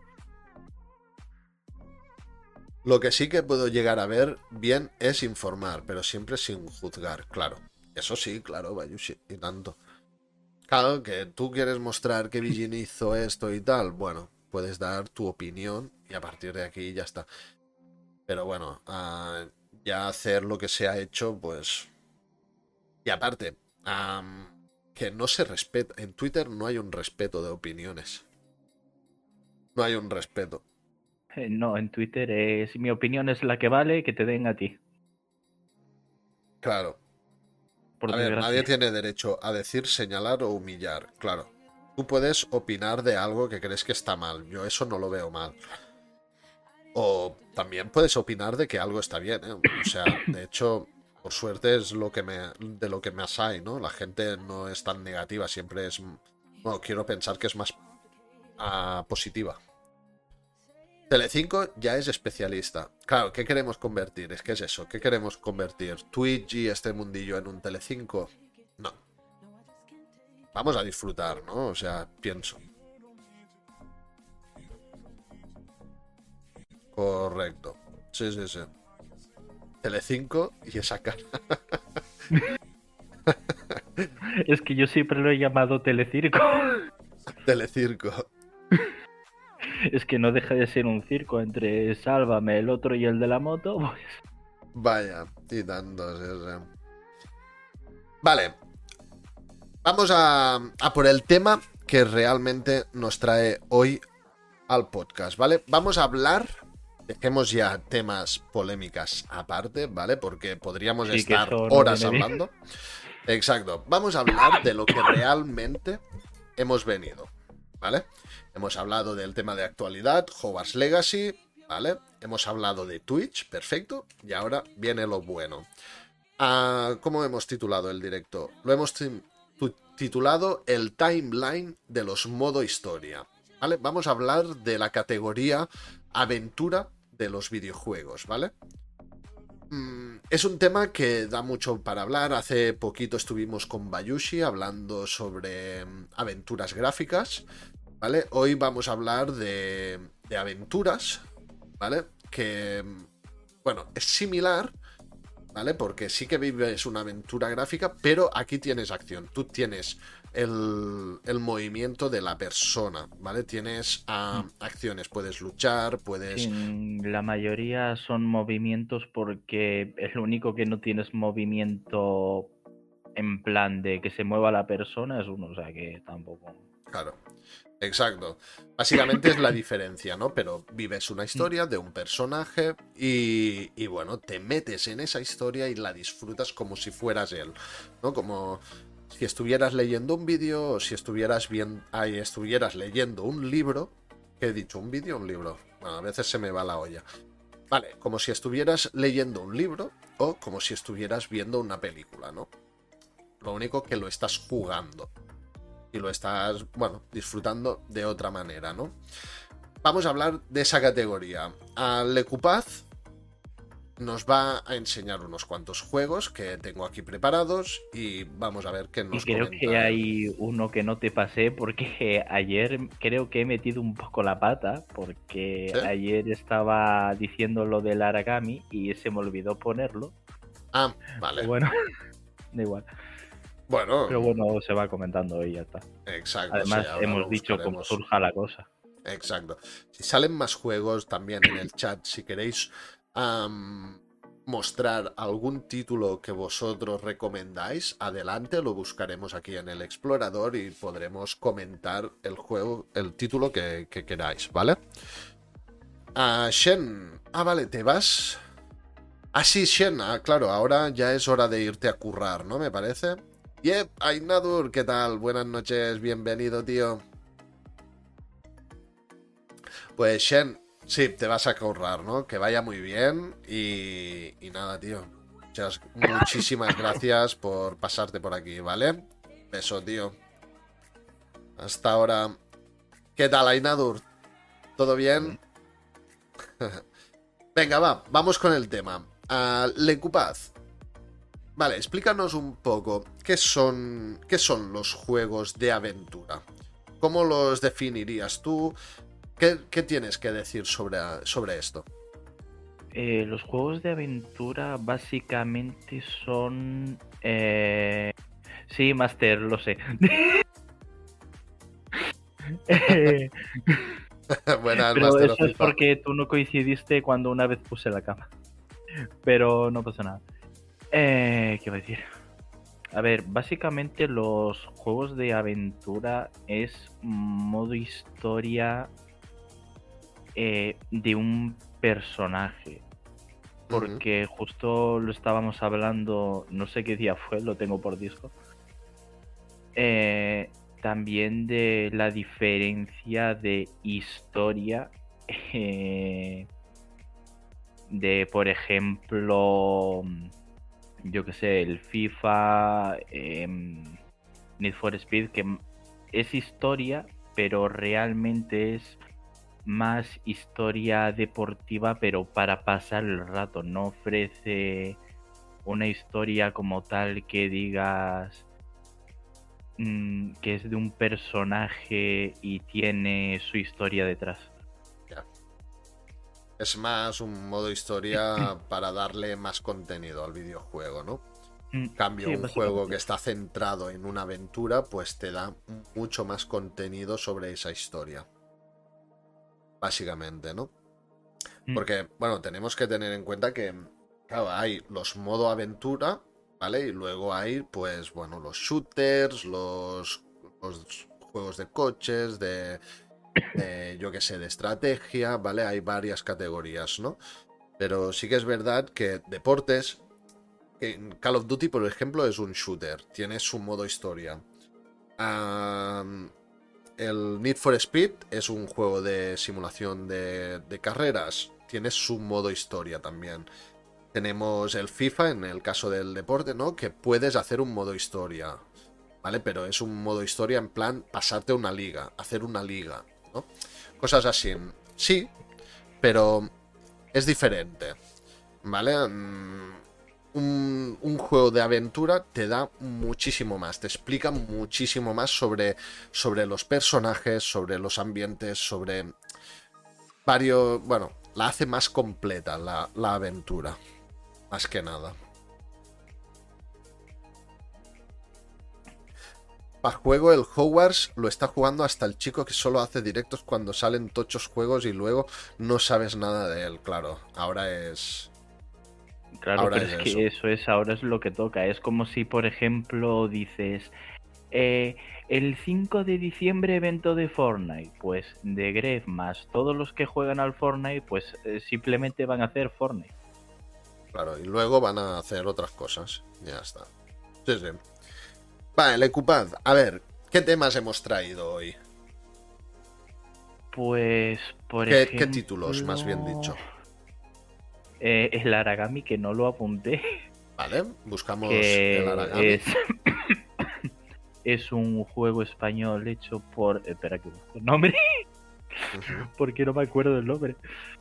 Lo que sí que puedo llegar a ver bien es informar, pero siempre sin juzgar, claro. Eso sí, claro, Bayushi, y tanto. Claro, que tú quieres mostrar que Bijin hizo esto y tal, bueno, puedes dar tu opinión y a partir de aquí ya está. Pero bueno, uh, ya hacer lo que se ha hecho, pues... Y aparte, um, que no se respeta. En Twitter no hay un respeto de opiniones. No hay un respeto. No, en Twitter es mi opinión es la que vale, que te den a ti. Claro. Por a ver, nadie tiene derecho a decir, señalar o humillar. Claro. Tú puedes opinar de algo que crees que está mal. Yo eso no lo veo mal. O también puedes opinar de que algo está bien, ¿eh? O sea, de hecho, por suerte es lo que me, de lo que más hay, ¿no? La gente no es tan negativa, siempre es... Bueno, quiero pensar que es más uh, positiva. Telecinco ya es especialista. Claro, ¿qué queremos convertir? Es que es eso, ¿qué queremos convertir? ¿Twitch y este mundillo en un Telecinco? No. Vamos a disfrutar, ¿no? O sea, pienso. Correcto. Sí, sí, sí. Telecinco y esa cara. Es que yo siempre lo he llamado Telecirco. Telecirco. Es que no deja de ser un circo entre Sálvame, el otro y el de la moto. Pues... Vaya, y tantos. Ese. Vale. vamos a, a por el tema que realmente nos trae hoy al podcast, ¿vale? Vamos a hablar, dejemos ya temas polémicas aparte, ¿vale? Porque podríamos Sí, que estar eso no horas viene bien. hablando. Exacto, vamos a hablar de lo que realmente hemos venido, ¿vale? Hemos hablado del tema de actualidad, Hogwarts Legacy, ¿vale? Hemos hablado de Twitch, perfecto, y ahora viene lo bueno. Ah, ¿cómo hemos titulado el directo? Lo hemos ti- tu- titulado el timeline de los modo historia, ¿vale? Vamos a hablar de la categoría aventura de los videojuegos, ¿vale? Mm, es un tema que da mucho para hablar. Hace poquito estuvimos con Bayushi hablando sobre mm, aventuras gráficas, ¿vale? Hoy vamos a hablar de, de aventuras, ¿vale? Que, mm, bueno, es similar, ¿vale? Porque sí que vives una aventura gráfica, pero aquí tienes acción. Tú tienes el, el movimiento de la persona, ¿vale? Tienes ah, acciones, puedes luchar, puedes... Sí, la mayoría son movimientos porque el único que no tienes movimiento en plan de que se mueva la persona es uno, o sea que tampoco. Claro, exacto. Básicamente es la diferencia, ¿no? Pero vives una historia de un personaje y, y bueno, te metes en esa historia y la disfrutas como si fueras él, ¿no? Como si estuvieras leyendo un vídeo o si estuvieras bien, ahí estuvieras leyendo un libro. ¿Qué he dicho? ¿Un vídeo o un libro? Bueno, a veces se me va la olla. Vale, como si estuvieras leyendo un libro o como si estuvieras viendo una película, ¿no? Lo único que lo estás jugando y lo estás, bueno, disfrutando de otra manera, ¿no? Vamos a hablar de esa categoría. A Lecupaz nos va a enseñar unos cuantos juegos que tengo aquí preparados y vamos a ver qué Y nos creo comenta que él. hay uno que no te pasé porque ayer creo que he metido un poco la pata porque ¿Sí? ayer estaba diciendo lo del Aragami y se me olvidó ponerlo. Ah, vale. Pero bueno, da igual. Bueno, Pero bueno, se va comentando y ya está. exacto. Además, Sí, ahora hemos lo dicho cómo buscaremos. surja la cosa. Exacto. Si salen más juegos también en el chat, si queréis um, mostrar algún título que vosotros recomendáis, adelante, lo buscaremos aquí en el explorador y podremos comentar el juego, el título que, que queráis, ¿vale? Ah, Shen. Ah, vale, te vas. Ah, sí, Shen. Ah, claro, ahora ya es hora de irte a currar, ¿no? Me parece. Yep, Ainadur, ¿qué tal? Buenas noches, bienvenido, tío. Pues Shen, sí, te vas a currar, ¿no? Que vaya muy bien y, y nada, tío. Muchas, muchísimas gracias por pasarte por aquí, ¿vale? Beso, tío. Hasta ahora. ¿Qué tal, Ainadur? ¿Todo bien? Venga, va, vamos con el tema. Uh, Lecupaz. Vale, explícanos un poco qué son, qué son los juegos de aventura. ¿Cómo los definirías tú? ¿Qué, qué tienes que decir sobre, sobre esto? Eh, los juegos de aventura básicamente son... Eh... Sí, Master, lo sé. eh... Buenas, Pero Master of eso es FIFA. porque tú no coincidiste cuando una vez puse la cama. Pero no pasa nada. Eh, ¿Qué voy a decir? A ver, básicamente los juegos de aventura es modo historia eh, de un personaje. Porque uh-huh. justo lo estábamos hablando, no sé qué día fue, lo tengo por disco. Eh, también de la diferencia de historia eh, de, por ejemplo, yo que sé, el FIFA, eh, Need for Speed, que es historia, pero realmente es más historia deportiva, pero para pasar el rato. No ofrece una historia como tal que digas mmm, que es de un personaje y tiene su historia detrás. Yeah. Es más un modo historia para darle más contenido al videojuego, ¿no? En cambio, sí, un juego que está centrado en una aventura, pues te da mucho más contenido sobre esa historia. Básicamente, ¿no? Porque, bueno, tenemos que tener en cuenta que, claro, hay los modo aventura, ¿vale? Y luego hay, pues, bueno, los shooters, los, los juegos de coches, de, de, yo qué sé, de estrategia, ¿vale? Hay varias categorías, ¿no? Pero sí que es verdad que deportes, en Call of Duty, por ejemplo, es un shooter, tiene su modo historia. Um, el Need for Speed es un juego de simulación de, de carreras, tiene su modo historia también. Tenemos el FIFA, en el caso del deporte, ¿no? Que puedes hacer un modo historia, ¿vale? Pero es un modo historia en plan pasarte una liga, hacer una liga, ¿no? Cosas así. Sí, pero es diferente, ¿vale? Un, un juego de aventura te da muchísimo más, te explica muchísimo más sobre, sobre los personajes, sobre los ambientes, sobre varios... Bueno, la hace más completa la, la aventura, más que nada. Para juego, el Hogwarts lo está jugando hasta el chico que solo hace directos cuando salen tochos juegos y luego no sabes nada de él, claro. Ahora es... Claro, ahora pero es, es que eso. eso es ahora es lo que toca. Es como si, por ejemplo, dices... Eh, el cinco de diciembre evento de Fortnite, pues de Gref más todos los que juegan al Fortnite, pues eh, simplemente van a hacer Fortnite. Claro, y luego van a hacer otras cosas. Ya está. Sí, sí. Vale, Lecupad, a ver, ¿qué temas hemos traído hoy? Pues, por ¿Qué, ejemplo... ¿Qué títulos, más bien dicho? Eh, el Aragami, que no lo apunté. Vale, buscamos que el Aragami. Es... es un juego español hecho por... Espera que busco el nombre. Uh-huh. Porque no me acuerdo del nombre.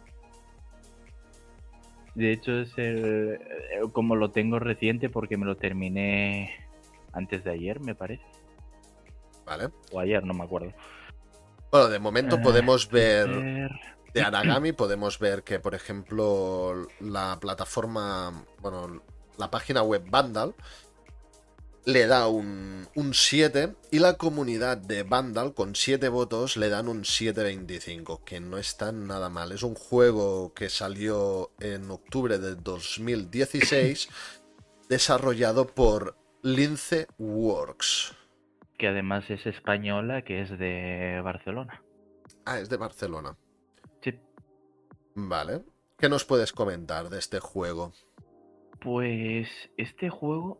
De hecho es el... Como lo tengo reciente porque me lo terminé antes de ayer, me parece. Vale. O ayer, no me acuerdo. Bueno, de momento uh, podemos ver... ver... De Aragami podemos ver que, por ejemplo, la plataforma... Bueno, la página web Vandal le da un, un siete y la comunidad de Vandal con siete votos le dan un siete veinticinco, que no está nada mal. Es un juego que salió en octubre de dos mil dieciséis desarrollado por Lince Works. Que además es española, que es de Barcelona. Ah, es de Barcelona. Sí. Vale. ¿Qué nos puedes comentar de este juego? Pues este juego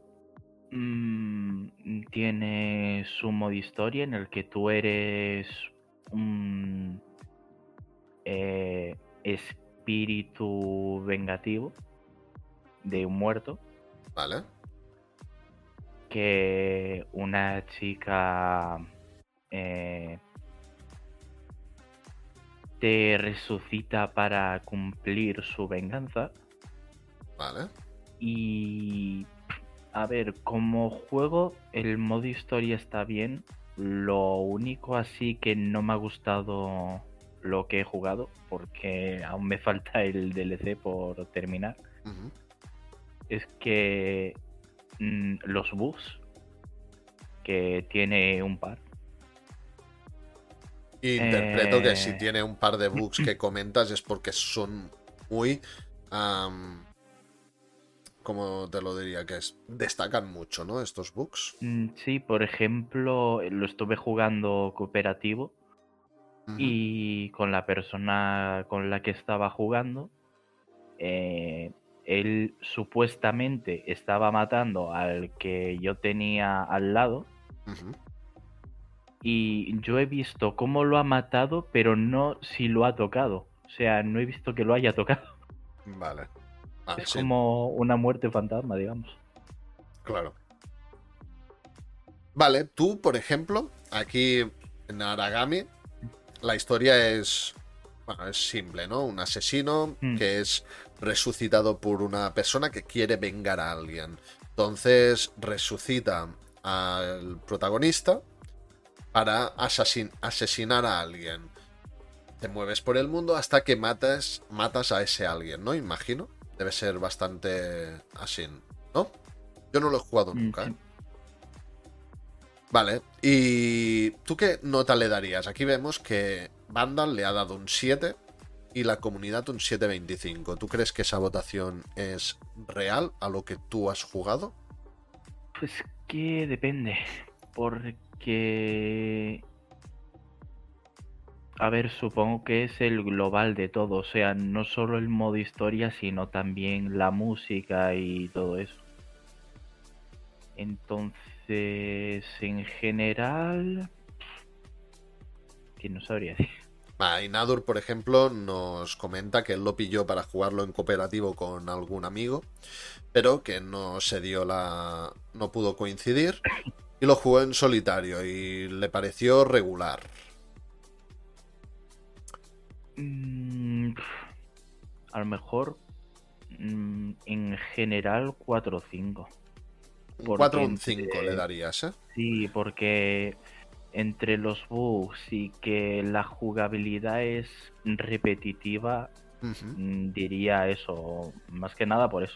mmm, tiene su modo historia en el que tú eres un eh, espíritu vengativo de un muerto. Vale. Que una chica eh, te resucita para cumplir su venganza. Vale. Y a ver, como juego el modo historia está bien. Lo único así que no me ha gustado lo que he jugado, porque aún me falta el D L C por terminar, uh-huh. es que mmm, los bugs, que tiene un par. Interpreto eh... que si tiene un par de bugs que comentas es porque son muy... Um... ¿Cómo te lo diría? Que es, destacan mucho, ¿no? Estos bugs. Sí, por ejemplo, lo estuve jugando cooperativo uh-huh. y con la persona con la que estaba jugando, eh, él supuestamente estaba matando al que yo tenía al lado uh-huh. y yo he visto cómo lo ha matado, pero no si lo ha tocado. O sea, no he visto que lo haya tocado. Vale. Ah, es sí. como una muerte fantasma, digamos. Claro. Vale, tú, por ejemplo, aquí en Aragami, la historia es... Bueno, es simple, ¿no? Un asesino mm. que es resucitado por una persona que quiere vengar a alguien. Entonces resucita al protagonista para asasin- asesinar a alguien. Te mueves por el mundo hasta que matas, matas a ese alguien, ¿no? Imagino. Debe ser bastante así, ¿no? Yo no lo he jugado nunca, ¿eh? Vale, ¿y tú qué nota le darías? Aquí vemos que Vandal le ha dado un siete y la comunidad un siete veinticinco. ¿Tú crees que esa votación es real a lo que tú has jugado? Pues que depende, porque... A ver, supongo que es el global de todo, o sea, no solo el modo historia, sino también la música y todo eso. Entonces, en general, que no sabría decir. Ah, Inadur, por ejemplo, nos comenta que él lo pilló para jugarlo en cooperativo con algún amigo, pero que no se dio la... no pudo coincidir y lo jugó en solitario y le pareció regular. Mm, a lo mejor, mm, en general, cuatro o cinco. Un cuatro o un cinco le darías, ¿eh? Sí, porque entre los bugs y que la jugabilidad es repetitiva, Uh-huh. diría eso, más que nada por eso.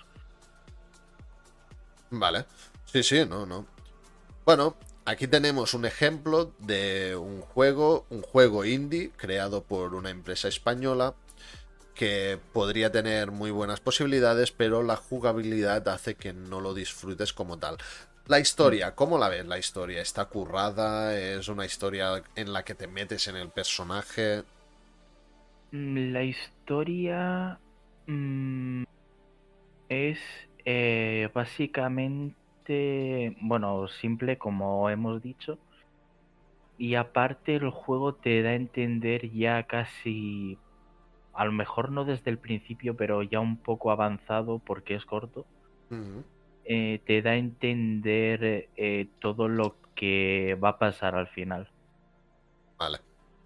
Vale. Sí, sí, no, no. Bueno, aquí tenemos un ejemplo de un juego, un juego indie creado por una empresa española que podría tener muy buenas posibilidades, pero la jugabilidad hace que no lo disfrutes como tal. La historia, ¿cómo la ves? La historia está currada, es una historia en la que te metes en el personaje. La historia mm, es eh, básicamente, bueno, simple como hemos dicho. Y aparte el juego te da a entender ya casi, a lo mejor no desde el principio, pero ya un poco avanzado porque es corto. Uh-huh. Eh, te da a entender eh, todo lo que va a pasar al final. Vale.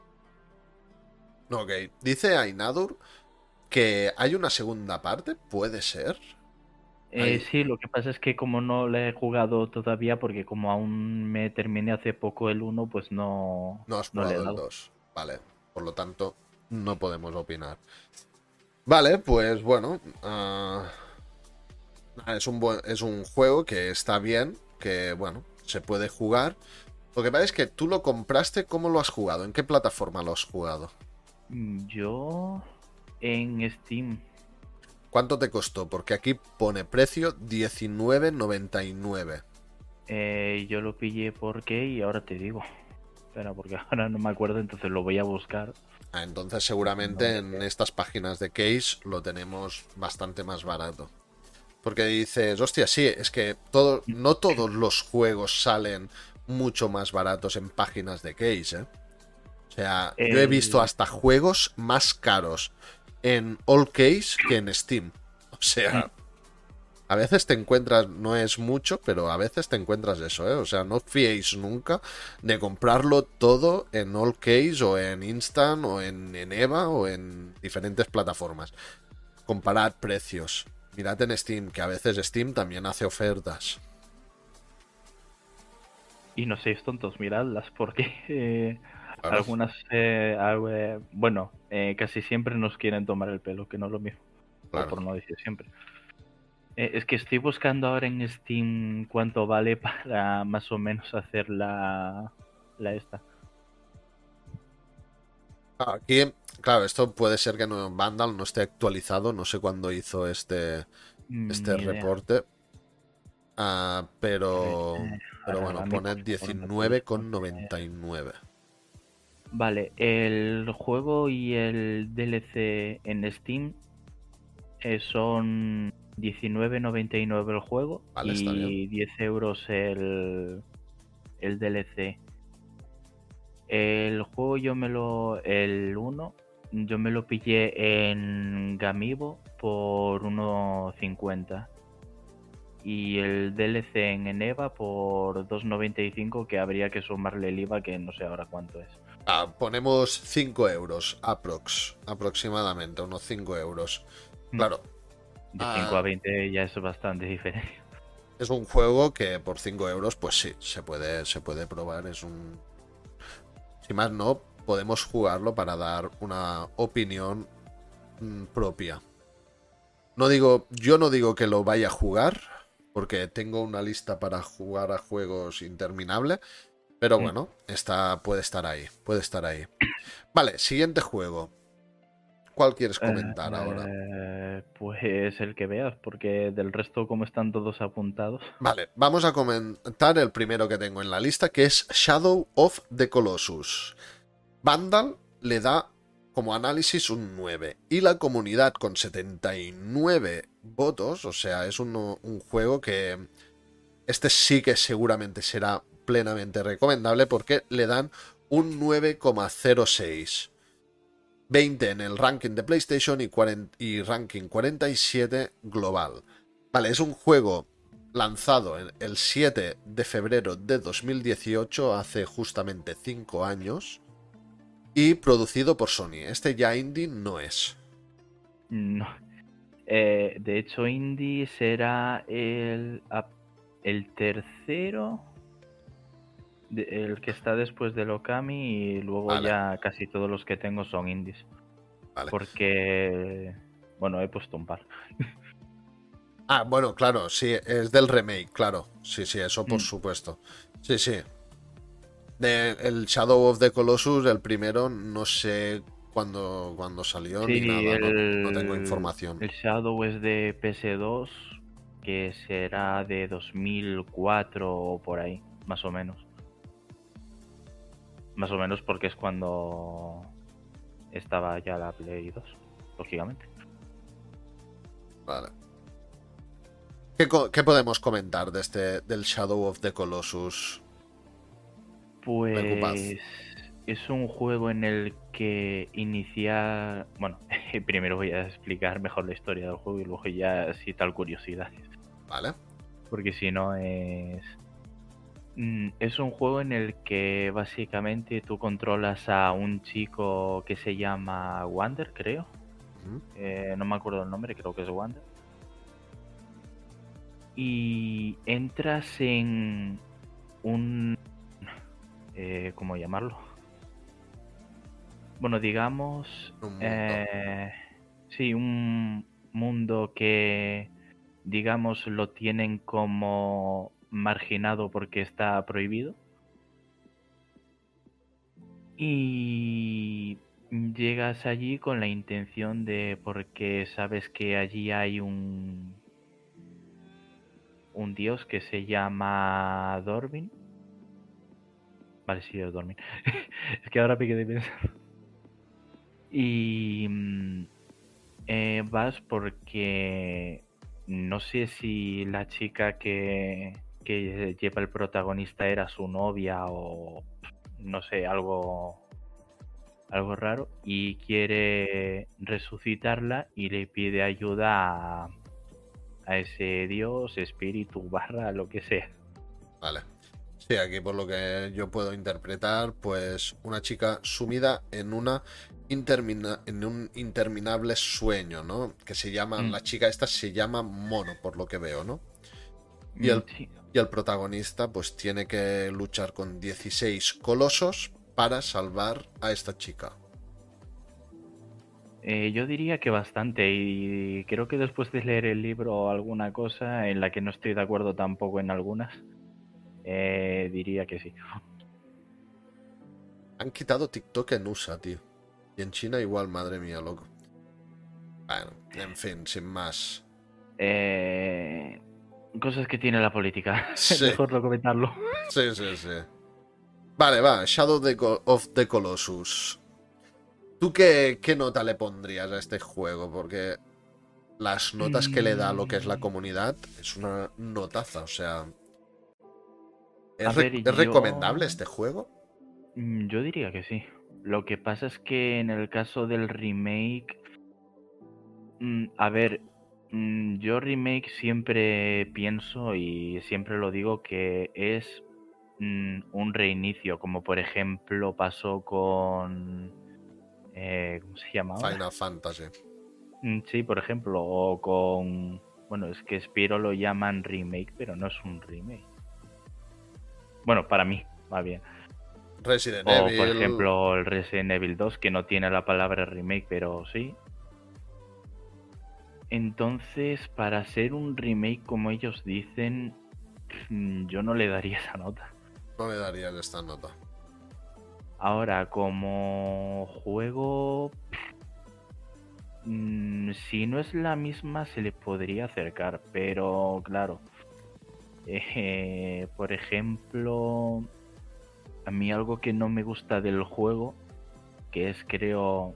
Ok. Dice Ainadur que hay una segunda parte, ¿puede ser? Eh, Hay... sí, lo que pasa es que como no le he jugado todavía, porque como aún me terminé hace poco el uno, pues no, No has no le he probado el dado. dos. Vale. Por lo tanto, no podemos opinar. Vale, pues bueno. Uh... Es un, buen, es un juego que está bien, que bueno, se puede jugar. Lo que pasa es que tú lo compraste, ¿cómo lo has jugado? ¿En qué plataforma lo has jugado? Yo en Steam. ¿Cuánto te costó? Porque aquí pone precio diecinueve noventa y nueve. Eh, yo lo pillé porque y ahora te digo. Espera, porque ahora no me acuerdo, entonces lo voy a buscar. Ah, entonces No seguramente me en quedo. estas páginas de Case lo tenemos bastante más barato. Porque dices, hostia, sí, es que todo, no todos los juegos salen mucho más baratos en páginas de Case, ¿eh? O sea, yo he visto El... hasta juegos más caros en All Case que en Steam. O sea, a veces te encuentras, no es mucho, pero a veces te encuentras eso, ¿eh? O sea, no os fiéis nunca de comprarlo todo en All Case o en Instant o en, en Eva o en diferentes plataformas. Comparad precios. Mirad en Steam, que a veces Steam también hace ofertas. Y no seáis tontos, miradlas, porque eh, Claro, algunas, eh, algo, eh, bueno, eh, casi siempre nos quieren tomar el pelo, que no es lo mismo. O claro. por no decir siempre. Eh, es que estoy buscando ahora en Steam cuánto vale para más o menos hacer la, la esta. Aquí, claro, esto puede ser que no, Vandal no esté actualizado, no sé cuándo hizo este, Mm, este Ni idea. reporte, ah, A ver, pero, eh, pero ahora bueno, mi pone plataforma diecinueve con personal. noventa y nueve. Vale, el juego y el D L C en Steam eh, son diecinueve noventa y nueve el juego Vale, está bien. y diez euros el, el D L C. El juego yo me lo... El uno yo me lo pillé en Gamibo por uno cincuenta. Y el D L C en Eneva por dos noventa y cinco, que habría que sumarle el IVA, que no sé ahora cuánto es. Ah, ponemos cinco euros, aprox, aproximadamente, unos cinco euros. Claro, De cinco ah, a veinte ya es bastante diferente. es un juego que por cinco euros, pues sí, se puede, se puede probar. Es un. Si más no, podemos jugarlo para dar una opinión mm, propia. No digo, yo no digo que lo vaya a jugar, porque tengo una lista para jugar a juegos interminable, pero bueno, está, puede estar ahí, puede estar ahí. Vale, siguiente juego. ¿cuál quieres comentar eh, ahora? eh, pues el que veas, porque del resto como están todos apuntados. Vale, vamos a comentar el primero que tengo en la lista, que es Shadow of the Colossus. Vandal le da como análisis un nueve y la comunidad con setenta y nueve votos, o sea, es un, un juego que este sí que seguramente será plenamente recomendable porque le dan un nueve coma cero seis. veinte en el ranking de PlayStation y, cuarenta, y ranking cuarenta y siete global. Vale, es un juego lanzado el siete de febrero de dos mil dieciocho, hace justamente cinco años, y producido por Sony. Este ya indie no es. No. Eh, de hecho, indie será el, el tercero, de, el que está después del Okami, y luego Vale. ya casi todos los que tengo son indies. Vale. Porque, bueno, he puesto un par. Ah, bueno, claro, sí, es del remake, claro. Sí, sí, eso por Mm. supuesto. Sí, sí. De, el Shadow of the Colossus, el primero, no sé cuándo, cuándo salió Sí, ni nada, no, el, no tengo información. el Shadow es de P S dos, que será de dos mil cuatro o por ahí, más o menos. Más o menos porque es cuando estaba ya la Play dos, lógicamente. Vale. ¿Qué, ¿Qué podemos comentar de este del Shadow of the Colossus? Pues es un juego en el que iniciar... Bueno, primero voy a explicar mejor la historia del juego y luego ya si tal curiosidades. Vale. Porque si no es... Es un juego en el que básicamente tú controlas a un chico que se llama Wander, creo. Uh-huh. Eh, no me acuerdo el nombre, creo que es Wander. Y entras en un... Eh, ¿Cómo llamarlo? Bueno, digamos... Un mundo. Eh, sí, un mundo que, digamos, lo tienen como marginado porque está prohibido. Y llegas allí con la intención de... Porque sabes que allí hay un... Un dios que se llama Dormin. Vale, sí, es Dormin. Es que ahora me quedé pensando. Y eh, vas porque no sé si la chica que, que lleva el protagonista era su novia o no sé, algo, algo raro, y quiere resucitarla y le pide ayuda a, a ese dios, espíritu, barra, lo que sea. Vale. Sí, aquí por lo que yo puedo interpretar, pues una chica sumida en una intermina en un interminable sueño, ¿no? Que se llama, mm. la chica esta se llama Mono, por lo que veo, ¿no? Y el, sí. y el protagonista pues tiene que luchar con dieciséis colosos para salvar a esta chica. Eh, yo diría que bastante, y creo que después de leer el libro alguna cosa en la que no estoy de acuerdo tampoco en algunas, Eh, diría que sí. Han quitado TikTok en U S A, tío. Y en China igual, madre mía, loco. Bueno, en fin, sin más. Eh, cosas que tiene la política. Sí. Mejor no comentarlo. Sí, sí, sí. Vale, va. Shadow of the Colossus. ¿Tú qué, qué nota le pondrías a este juego? Porque las notas que le da a lo que es la comunidad es una notaza, o sea... ¿Es, ver, ¿es yo... recomendable este juego? Yo diría que sí. Lo que pasa es que en el caso del remake... A ver, yo remake siempre pienso y siempre lo digo que es un reinicio, como por ejemplo pasó con... Eh, ¿Cómo se llama ahora? Final Fantasy. Sí, por ejemplo, o con... Bueno, es que Spyro lo llaman remake, pero no es un remake. Bueno, para mí, va bien. Resident o, Evil. por ejemplo, el Resident Evil dos, que no tiene la palabra remake, pero sí. Entonces, para ser un remake como ellos dicen, yo no le daría esa nota. No le darías esta nota. Ahora, como juego... Mm, si no es la misma, se le podría acercar, pero claro. Eh, por ejemplo, a mí algo que no me gusta del juego, que es creo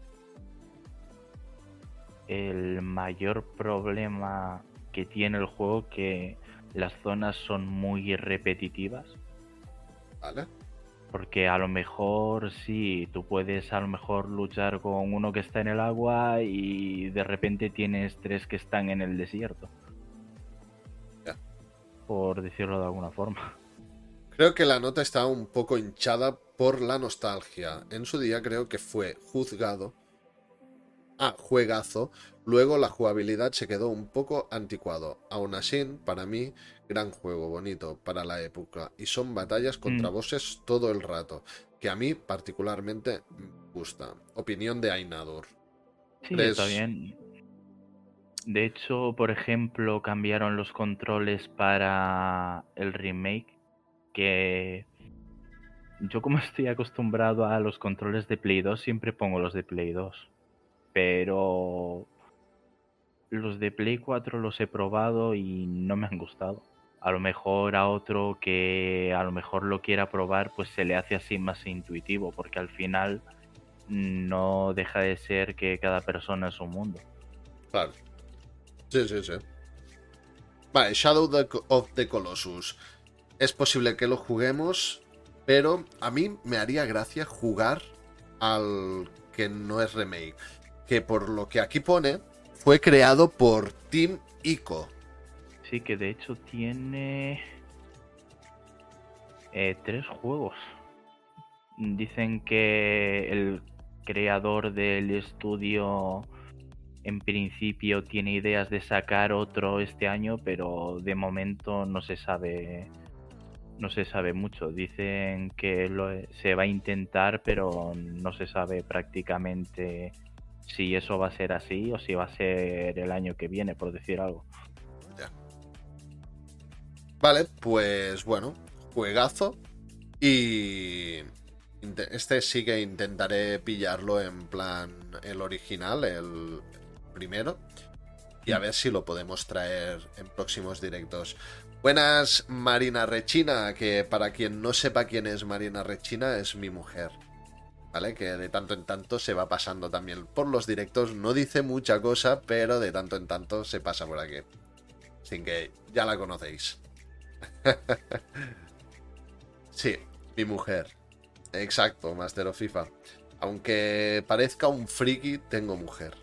el mayor problema que tiene el juego, que las zonas son muy repetitivas. ¿Vale? Porque a lo mejor sí, tú puedes a lo mejor luchar con uno que está en el agua y de repente tienes tres que están en el desierto. Ya. Por decirlo de alguna forma. Creo que la nota está un poco hinchada por la nostalgia. En su día creo que fue juzgado a juegazo, luego la jugabilidad se quedó un poco anticuado. Aún así, para mí, gran juego, bonito para la época. Y son batallas contra Mm, bosses todo el rato, que a mí particularmente me gusta. Opinión de Ainador. sí, está ¿Crees? bien. De hecho, por ejemplo, cambiaron los controles para el remake, que yo como estoy acostumbrado a los controles de Play dos, siempre pongo los de Play dos. Pero los de Play cuatro los he probado y no me han gustado. A lo mejor a otro que a lo mejor lo quiera probar, pues se le hace así más intuitivo, porque al final no deja de ser que cada persona es un mundo. Claro. Sí, sí, sí. Vale, Shadow of the Colossus. Es posible que lo juguemos, pero a mí me haría gracia jugar al que no es remake. Que por lo que aquí pone, fue creado por Team Ico. Sí, que de hecho tiene eh, tres juegos. Dicen que el creador del estudio en principio tiene ideas de sacar otro este año, pero de momento no se sabe no se sabe mucho. Dicen que lo, se va a intentar, pero no se sabe prácticamente si eso va a ser así o si va a ser el año que viene, por decir algo. Ya. Vale, pues bueno, juegazo. Y este sí que intentaré pillarlo en plan el original, el primero. Y a ver si lo podemos traer en próximos directos. Buenas, Marina Rechina, que para quien no sepa quién es Marina Rechina, es mi mujer. ¿Vale? Que de tanto en tanto se va pasando también por los directos. No dice mucha cosa, pero de tanto en tanto se pasa por aquí. Así que ya la conocéis. Sí, mi mujer. Exacto, Master of FIFA. Aunque parezca un friki, tengo mujer.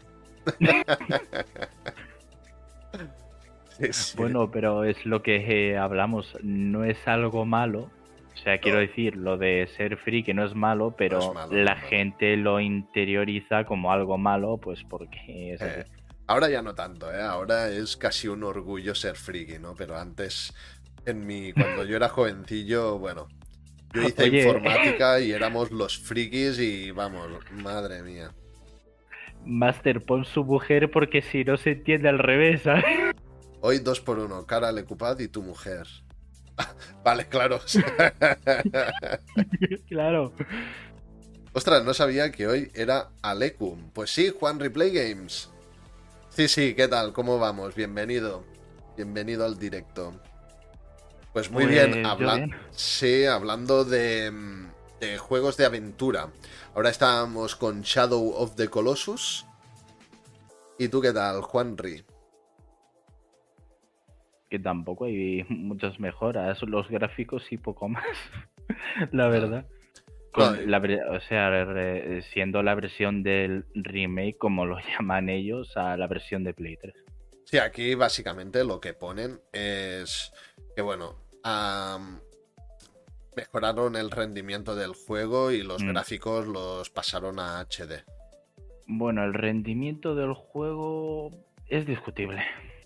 Sí, sí. Bueno, pero es lo que eh, hablamos, no es algo malo. O sea, quiero No, decir, lo de ser friki no es malo, pero no es malo, no la es malo. gente lo interioriza como algo malo, pues porque es así. Eh, ahora ya no tanto, ¿eh? Ahora es casi un orgullo ser friki, ¿no? Pero antes, en mi, cuando yo era jovencillo, bueno, yo hice Oye, informática y éramos los frikis y vamos, madre mía. Master, pon su mujer porque si no se entiende al revés, ¿sabes? Hoy dos por uno, cara Lecupad y tu mujer. Vale, claro. Claro. Ostras, no sabía que hoy era Alecum. Pues sí, Juan Replay Games. Sí, sí, ¿qué tal? ¿Cómo vamos? Bienvenido. Bienvenido al directo. Pues muy bien, Pues yo habla... bien. sí, hablando de, de juegos de aventura. Ahora estamos con Shadow of the Colossus. ¿Y tú qué tal, Juanri? Que tampoco hay muchas mejoras, los gráficos y poco más, la Ah. verdad. No, Con la, o sea, re, siendo la versión del remake, como lo llaman ellos, a la versión de Play tres. sí, aquí básicamente lo que ponen es que, bueno, um, mejoraron el rendimiento del juego y los Mm. gráficos los pasaron a H D. Bueno, el rendimiento del juego es discutible.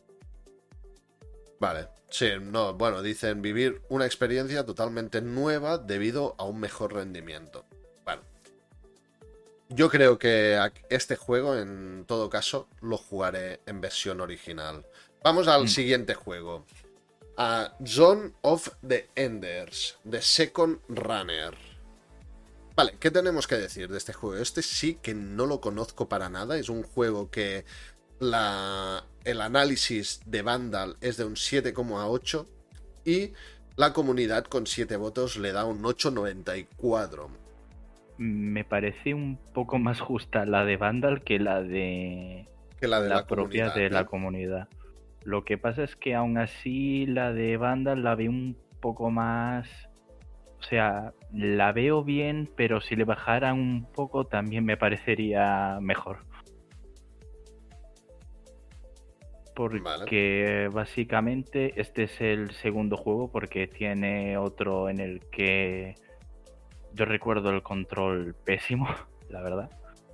Vale, sí, no, bueno, dicen vivir una experiencia totalmente nueva debido a un mejor rendimiento. Bueno, yo creo que este juego, en todo caso, lo jugaré en versión original. Vamos al Mm. siguiente juego. A Zone of the Enders, The Second Runner. Vale, ¿qué tenemos que decir de este juego? Este sí que no lo conozco para nada. Es un juego que la, el análisis de Vandal es de un siete coma ocho y la comunidad con siete votos le da un ocho coma noventa y cuatro. Me parece un poco más justa la de Vandal que la de Que la de la, la propia comunidad, de ¿eh? la comunidad. Lo que pasa es que aún así la de Vandal la veo un poco más... O sea, la veo bien, pero si le bajaran un poco también me parecería mejor. Porque vale. Básicamente este es el segundo juego, porque tiene otro en el que yo recuerdo el control pésimo, la verdad.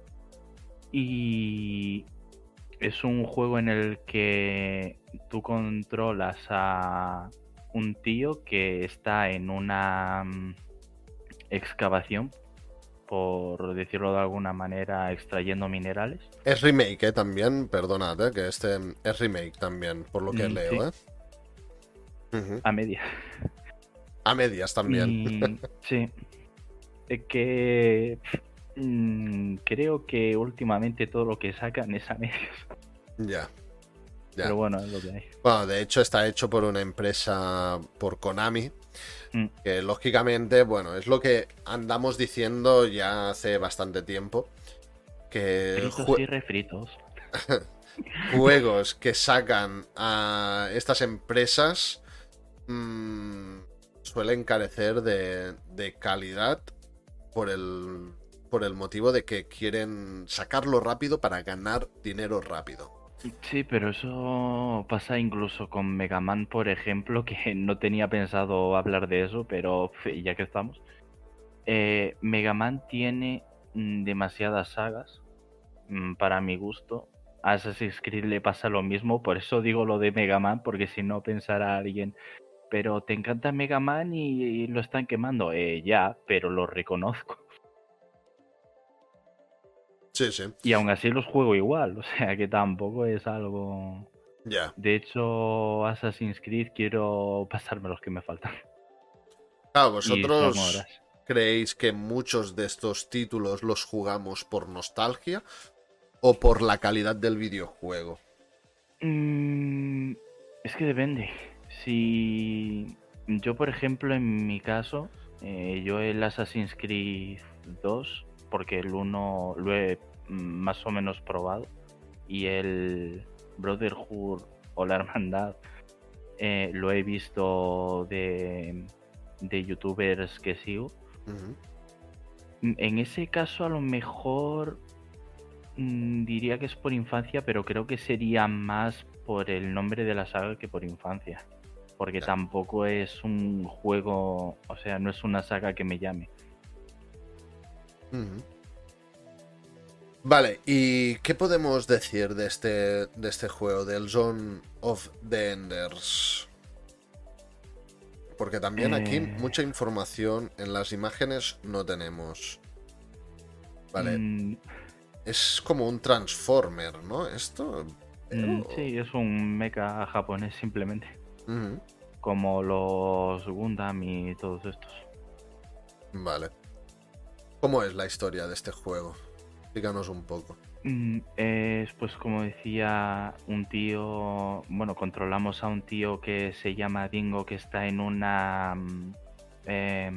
Y es un juego en el que tú controlas a un tío que está en una um, excavación, por decirlo de alguna manera, extrayendo minerales. Es remake, ¿eh? También, perdonad, ¿eh? Que este es remake también, por lo que mm, leo, sí. ¿eh? Uh-huh. A medias. A medias también. Y, sí. Es que mmm, creo que últimamente todo lo que sacan es a medias. Ya. Ya. Pero bueno, es lo que hay. Bueno, de hecho está hecho por una empresa, por Konami, mm. que lógicamente, bueno, es lo que andamos diciendo ya hace bastante tiempo. Que fritos jue- y refritos. Juegos que sacan a estas empresas mmm, suelen carecer de, de calidad por el, por el motivo de que quieren sacarlo rápido para ganar dinero rápido. Sí, pero eso pasa incluso con Mega Man, por ejemplo, que no tenía pensado hablar de eso, pero ya que estamos. Eh, Mega Man tiene mm, demasiadas sagas, mm, para mi gusto. A Assassin's Creed le pasa lo mismo, por eso digo lo de Mega Man, porque si no pensará alguien, pero te encanta Mega Man y, y lo están quemando. Eh, ya, pero lo reconozco. Sí, sí. Y aún así los juego igual, o sea que tampoco es algo... Ya. Yeah. De hecho, Assassin's Creed quiero pasarme los que me faltan. Claro, vosotros creéis que muchos de estos títulos los jugamos por nostalgia o por la calidad del videojuego. Mm, es que depende. Si yo, por ejemplo, en mi caso, eh, yo el Assassin's Creed dos, porque el uno lo he más o menos probado, y el Brotherhood o la Hermandad eh, lo he visto de, de youtubers que sigo. Uh-huh. En ese caso a lo mejor mmm, diría que es por infancia, pero creo que sería más por el nombre de la saga que por infancia, porque yeah. tampoco es un juego, o sea, no es una saga que me llame. Uh-huh. Vale, ¿y qué podemos decir de este, de este juego, del Zone of the Enders? Porque también eh... aquí mucha información en las imágenes no tenemos. Vale. Mm. Es como un Transformer, ¿no? Esto. Mm, sí, es un mecha japonés simplemente. Uh-huh. Como los Gundam y todos estos. Vale. ¿Cómo es la historia de este juego? Explícanos un poco. Mm, es, pues como decía, un tío... Bueno, controlamos a un tío que se llama Dingo, que está en una... Eh,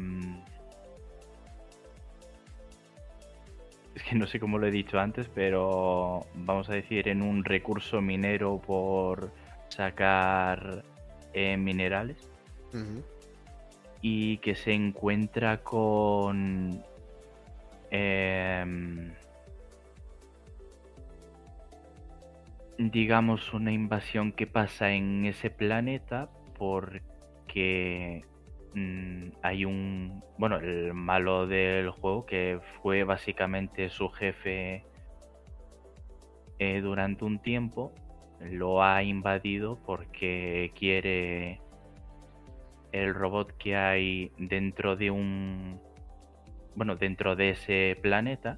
es que no sé cómo lo he dicho antes, pero vamos a decir en un recurso minero por sacar eh, minerales. Uh-huh. Y que se encuentra con... Eh, digamos una invasión que pasa en ese planeta porque mmm, hay un... Bueno, el malo del juego, que fue básicamente su jefe eh, durante un tiempo, lo ha invadido porque quiere el robot que hay dentro de un... Bueno, dentro de ese planeta.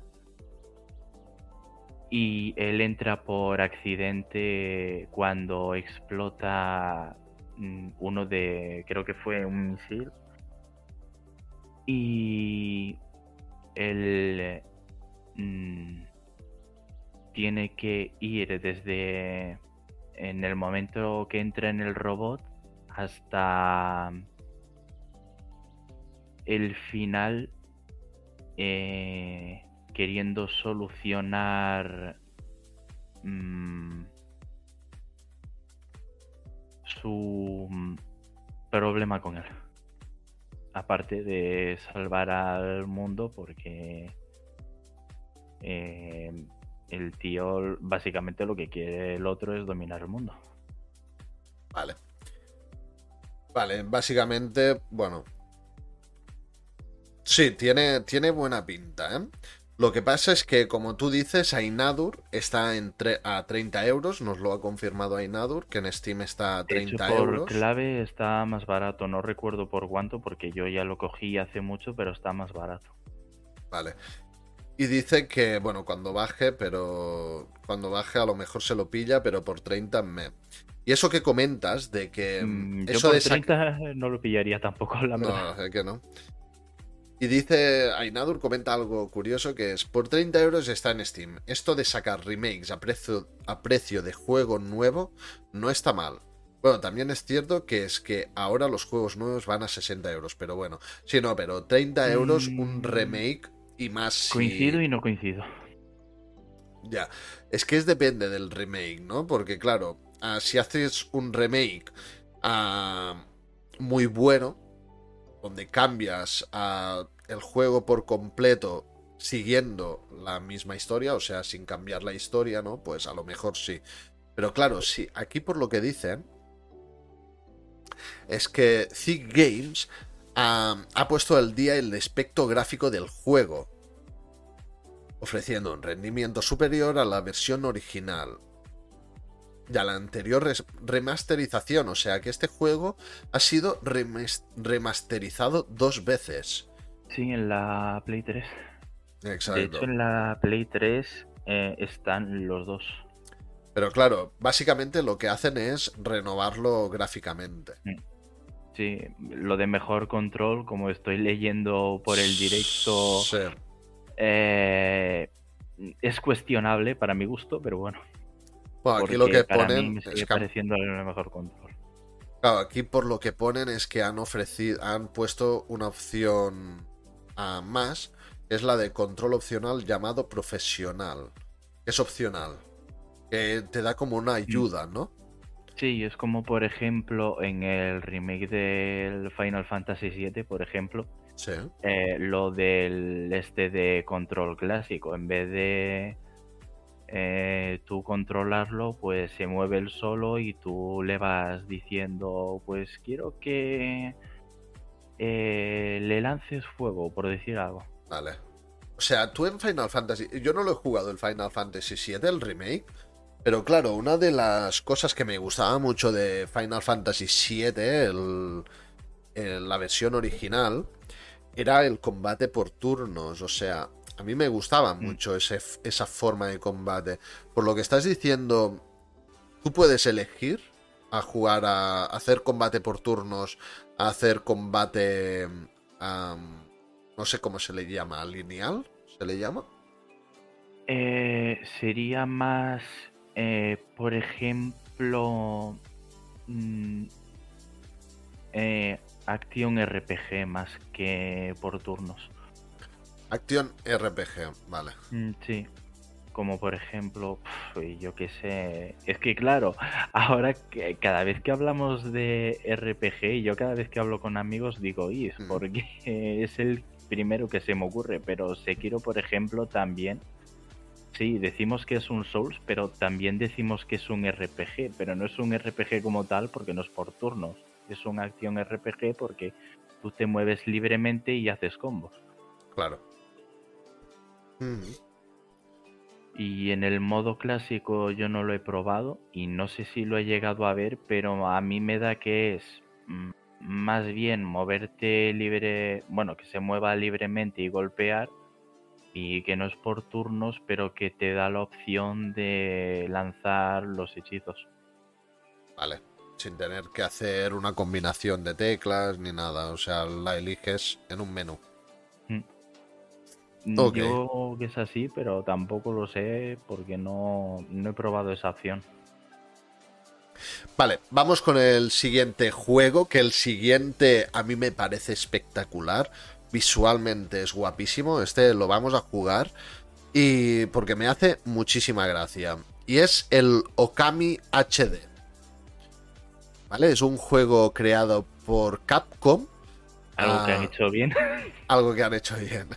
Y él entra por accidente cuando explota uno de, creo que fue un misil. Y él mm, tiene que ir desde en el momento que entra en el robot hasta el final, eh, queriendo solucionar mmm, su problema con él. Aparte de salvar al mundo, porque eh, el tío básicamente lo que quiere el otro es dominar el mundo. Vale. Vale, básicamente, bueno. Sí, tiene, tiene buena pinta, ¿eh? Lo que pasa es que, como tú dices, Ainadur está en tre- a treinta euros, nos lo ha confirmado Ainadur, que en Steam está a treinta De hecho, por euros. clave está más barato, no recuerdo por cuánto, porque yo ya lo cogí hace mucho, pero está más barato. Vale. Y dice que, bueno, cuando baje, pero cuando baje a lo mejor se lo pilla, pero por treinta me... Y eso que comentas de que... Mm, eso yo por de sac- treinta no lo pillaría tampoco, la verdad. No, es que no. Y dice, Ainadur comenta algo curioso que es, por treinta euros está en Steam. Esto de sacar remakes a precio, a precio de juego nuevo no está mal. Bueno, también es cierto que es que ahora los juegos nuevos van a sesenta euros, pero bueno. Sí, no, pero treinta euros un Mm, remake y más si... Coincido y no coincido. Ya, es que es depende del remake, ¿no? Porque claro, ah, si haces un remake ah, muy bueno, donde cambias ah, el juego por completo siguiendo la misma historia, o sea, sin cambiar la historia, ¿no? Pues a lo mejor sí. Pero claro, sí, aquí por lo que dicen es que Zig Games ah, ha puesto al día el aspecto gráfico del juego, ofreciendo un rendimiento superior a la versión original y a la anterior res- remasterización. O sea que este juego ha sido remas- remasterizado dos veces. Sí, en la Play tres. Exacto. De hecho, en la Play tres eh, están los dos. Pero claro, básicamente lo que hacen es renovarlo gráficamente. Sí, lo de mejor control, como estoy leyendo por el directo, Sí. eh, es cuestionable para mi gusto, pero bueno. Bueno, aquí Porque lo que para ponen mí me es sigue que han- pareciendo el mejor control. claro, aquí por lo que ponen es que han ofrecido, han puesto una opción a más, que es la de control opcional llamado profesional. Es opcional. Que te da como una ayuda, ¿no? Sí, es como por ejemplo en el remake del Final Fantasy siete, por ejemplo, Sí. eh, lo del este de control clásico, en vez de eh, tú controlarlo, pues se mueve él solo y tú le vas diciendo, pues quiero que eh, le lances fuego, por decir algo. Vale. O sea, tú en Final Fantasy... Yo no lo he jugado el Final Fantasy siete, el remake. Pero claro, una de las cosas que me gustaba mucho de Final Fantasy siete, el, el- la versión original, era el combate por turnos. O sea, a mí me gustaba mucho ese, esa forma de combate. Por lo que estás diciendo, tú puedes elegir a jugar a, a hacer combate por turnos, a hacer combate... am, no sé cómo se le llama, lineal, ¿se le llama? Eh, sería más, eh, por ejemplo, mm, eh, acción R P G más que por turnos. Acción R P G, vale. Mm, sí, como por ejemplo, pf, yo qué sé, es que claro, ahora que cada vez que hablamos de R P G, yo cada vez que hablo con amigos digo Is, Mm. porque es el primero que se me ocurre, pero Sekiro, por ejemplo, también. Sí, decimos que es un Souls, pero también decimos que es un R P G, pero no es un R P G como tal porque no es por turnos. Es una acción R P G porque tú te mueves libremente y haces combos. Claro. Mm. Y en el modo clásico yo no lo he probado y no sé si lo he llegado a ver, pero a mí me da que es mm, más bien moverte libre, bueno, que se mueva libremente y golpear, y que no es por turnos, pero que te da la opción de lanzar los hechizos. Vale. Sin tener que hacer una combinación de teclas ni nada. O sea, la eliges en un menú. Mm. Ok. Yo que es así, pero tampoco lo sé porque no, no he probado esa opción. Vale, vamos con el siguiente juego, que el siguiente a mí me parece espectacular. Visualmente es guapísimo. Este lo vamos a jugar y porque me hace muchísima gracia. Y es el Okami H D. ¿Vale? Es un juego creado por Capcom. Algo que han Uh, hecho bien. algo que han hecho bien.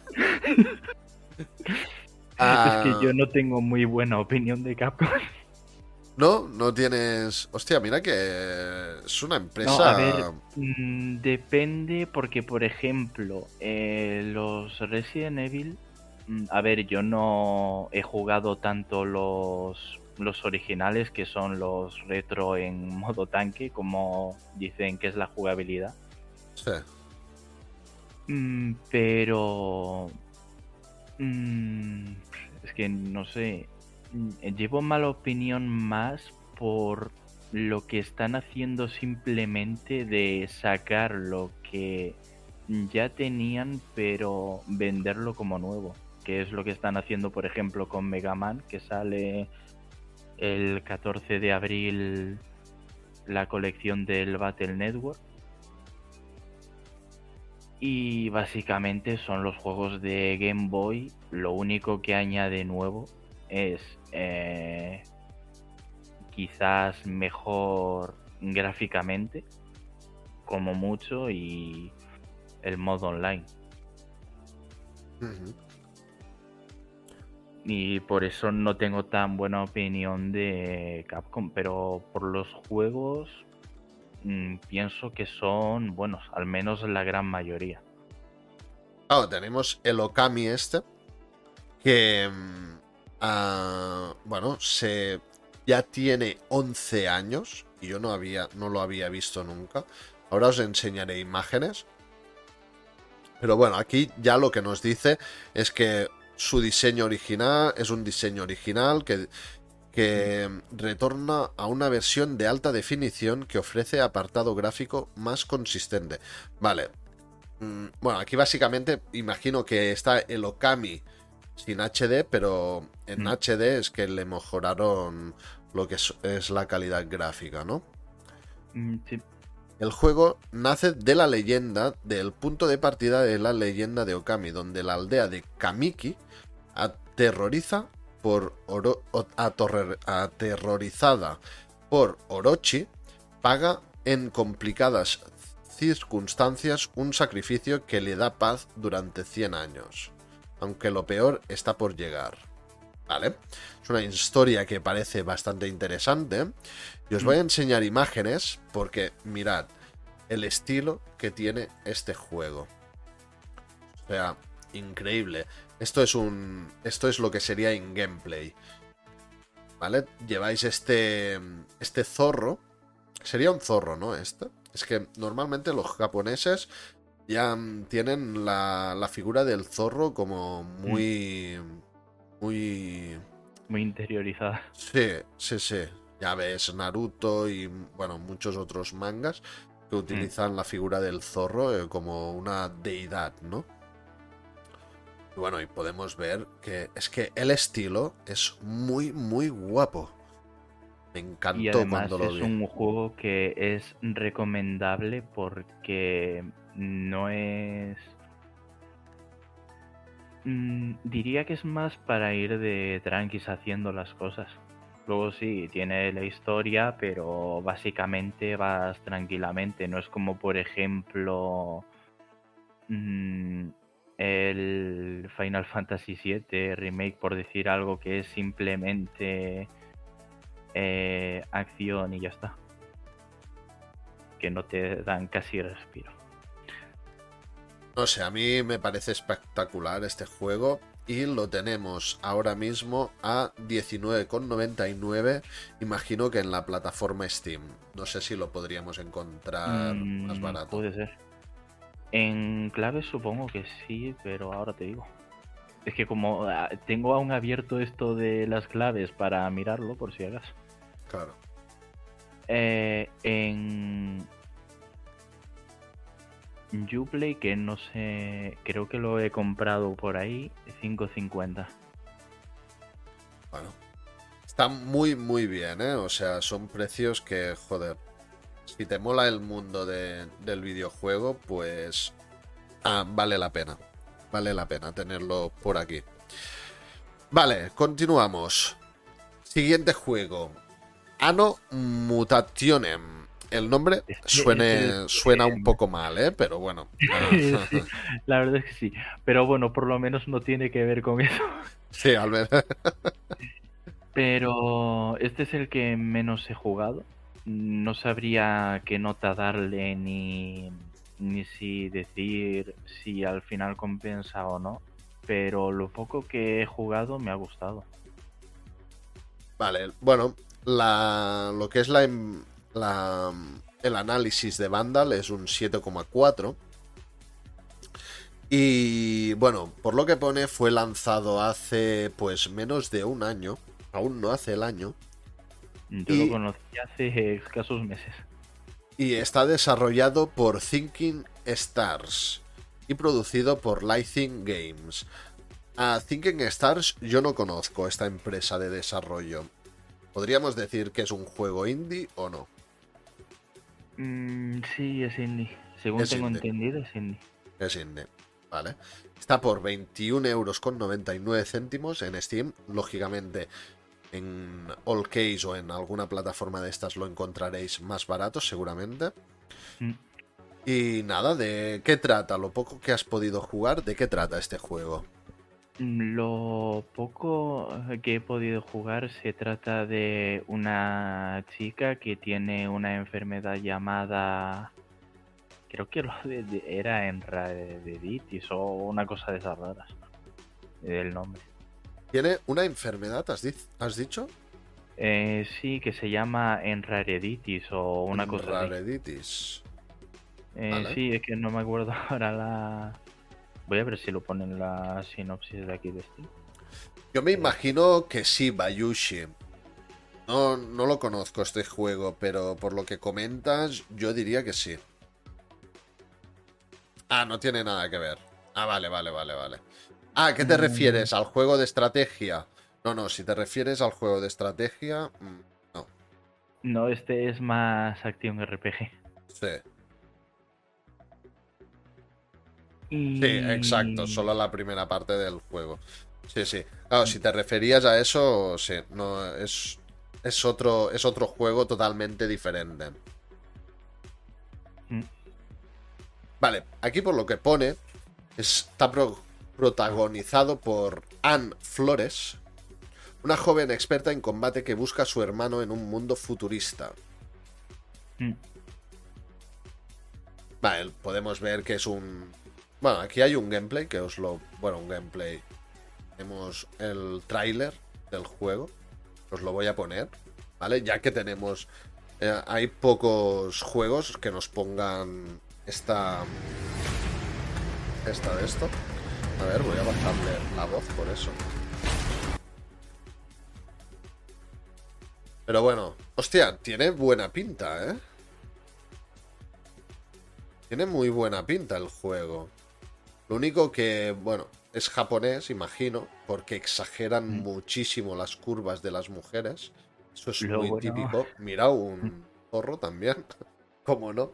Es que uh, yo no tengo muy buena opinión de Capcom. no, no tienes... Hostia, mira que es una No, a ver, empresa... mmm, depende porque, por ejemplo, eh, los Resident Evil, mmm, a ver, yo no he jugado tanto los, los originales, que son los retro en modo tanque, como dicen que es la jugabilidad. Sí. Mm, pero... mm, es que no sé, mm, llevo mala opinión más por lo que están haciendo simplemente de sacar lo que ya tenían pero venderlo como nuevo, que es lo que están haciendo por ejemplo con Mega Man, que sale el catorce de abril la colección del Battle Network. Y básicamente son los juegos de Game Boy. Lo único que añade nuevo es eh, quizás mejor gráficamente, como mucho, y el modo online. Uh-huh. Y por eso no tengo tan buena opinión de Capcom, pero por los juegos mmm, pienso que son buenos, al menos la gran mayoría. Claro, tenemos el Okami este, que, uh, bueno, se ya tiene once años y yo no, había, no lo había visto nunca. Ahora os enseñaré imágenes. Pero bueno, aquí ya lo que nos dice es que su diseño original es un diseño original que, que retorna a una versión de alta definición que ofrece apartado gráfico más consistente. Vale. Bueno, aquí básicamente imagino que está el Okami sin H D, pero en Mm. H D es que le mejoraron lo que es, es la calidad gráfica, ¿no? Mm, sí. El juego nace de la leyenda, del punto de partida de la leyenda de Okami, donde la aldea de Kamiki aterroriza por Oro, atorre, aterrorizada por Orochi, paga en complicadas circunstancias un sacrificio que le da paz durante cien años, aunque lo peor está por llegar. ¿Vale? Es una historia que parece bastante interesante y os voy a enseñar imágenes porque mirad el estilo que tiene este juego. O sea, increíble. Esto es un esto es lo que sería en gameplay. ¿Vale? Lleváis este este zorro. Sería un zorro, ¿no? Este. Es que normalmente los japoneses ya tienen la, la figura del zorro como muy... Muy... Muy interiorizada. Sí, sí, sí. Ya ves Naruto y, bueno, muchos otros mangas que utilizan mm. la figura del zorro eh, como una deidad, ¿no? Y bueno, y podemos ver que es que el estilo es muy, muy guapo. Me encantó y además cuando lo vi. Es un juego que es recomendable porque no es... Mm, diría que es más para ir de tranquis haciendo las cosas. Luego sí, tiene la historia, pero básicamente vas tranquilamente. No es como, por ejemplo, mmm, el Final Fantasy siete Remake, por decir algo, que es simplemente... Eh, acción y ya está, que no te dan casi respiro. No sé, a mí me parece espectacular este juego y lo tenemos ahora mismo a diecinueve con noventa y nueve. Imagino que en la plataforma Steam. No sé si lo podríamos encontrar mm, más barato. Puede ser. En clave supongo que sí, pero ahora te digo. Es que como tengo aún abierto esto de las claves para mirarlo por si acaso. Claro. Eh, en Uplay, que no sé, creo que lo he comprado por ahí, cinco cincuenta. Bueno, está muy, muy bien, ¿eh? O sea, son precios que, joder, si te mola el mundo de, del videojuego, pues ah, vale la pena. Vale la pena tenerlo por aquí. Vale, continuamos. Siguiente juego. Anno Mutationem. El nombre Este es el suene, suena un que... poco mal, ¿eh? Pero bueno. Sí, la verdad es que sí. Pero bueno, por lo menos no tiene que ver con eso. Sí, al menos. Pero este es el que menos he jugado. No sabría qué nota darle ni, ni si decir si al final compensa o no. Pero lo poco que he jugado me ha gustado. Vale, bueno, la, lo que es la, em- la, el análisis de Vandal es un siete coma cuatro. Y bueno, por lo que pone, fue lanzado hace pues menos de un año. Aún no hace el año. Yo lo Y, conocí hace escasos meses. y está desarrollado por Thinking Stars y producido por Lightning Games. A Thinking Stars yo no conozco esta empresa de desarrollo. ¿Podríamos decir que es un juego indie o no? Mm, sí, es indie. Según Es tengo indie. entendido, es indie. Es indie. Vale. Está por veintiún euros con noventa y nueve céntimos en Steam. Lógicamente, en Allcase o en alguna plataforma de estas lo encontraréis más barato, seguramente. Mm. Y nada, ¿de qué trata? Lo poco que has podido jugar, ¿de qué trata este juego? Lo poco que he podido jugar se trata de una chica que tiene una enfermedad llamada, creo que lo de, de- era enrareditis o una cosa de esas raras, el nombre. ¿Tiene una enfermedad, has, di- has dicho? Eh, sí, que se llama enrareditis o una cosa así. Rareditis. Eh, Vale. sí, es que no me acuerdo ahora la... Voy a ver si lo pone en la sinopsis de aquí de Steam. Yo me Eh, imagino que sí, Bayushi. No, no lo conozco este juego, pero por lo que comentas, yo diría que sí. Ah, no tiene nada que ver. Ah, vale, vale, vale, vale. Ah, ¿a qué te mm, refieres? ¿Al juego de estrategia? No, no, si te refieres al juego de estrategia, mm, no. no, este es más acción R P G. Sí, sí, exacto, Y... solo la primera parte del juego. Sí, sí. Claro, si te referías a eso, sí, no, es, es otro, es otro juego totalmente diferente. mm, Vale, aquí por lo que pone, está pro- protagonizado por Anne Flores, una joven experta en combate que busca a su hermano en un mundo futurista. mm. Vale, podemos ver que es un... Bueno, aquí hay un gameplay que os lo... Bueno, un gameplay. Tenemos el tráiler del juego. Os lo voy a poner, ¿vale? Ya que tenemos... eh, hay pocos juegos que nos pongan esta... Esta de esto. A ver, voy a bajarle la voz por eso. Pero bueno, hostia, tiene buena pinta, ¿eh? Tiene muy buena pinta el juego. Lo único que, bueno, es japonés, imagino, porque exageran Mm. muchísimo las curvas de las mujeres. Eso es Lo muy bueno... típico. Mira, mm. un zorro también. ¿Cómo no?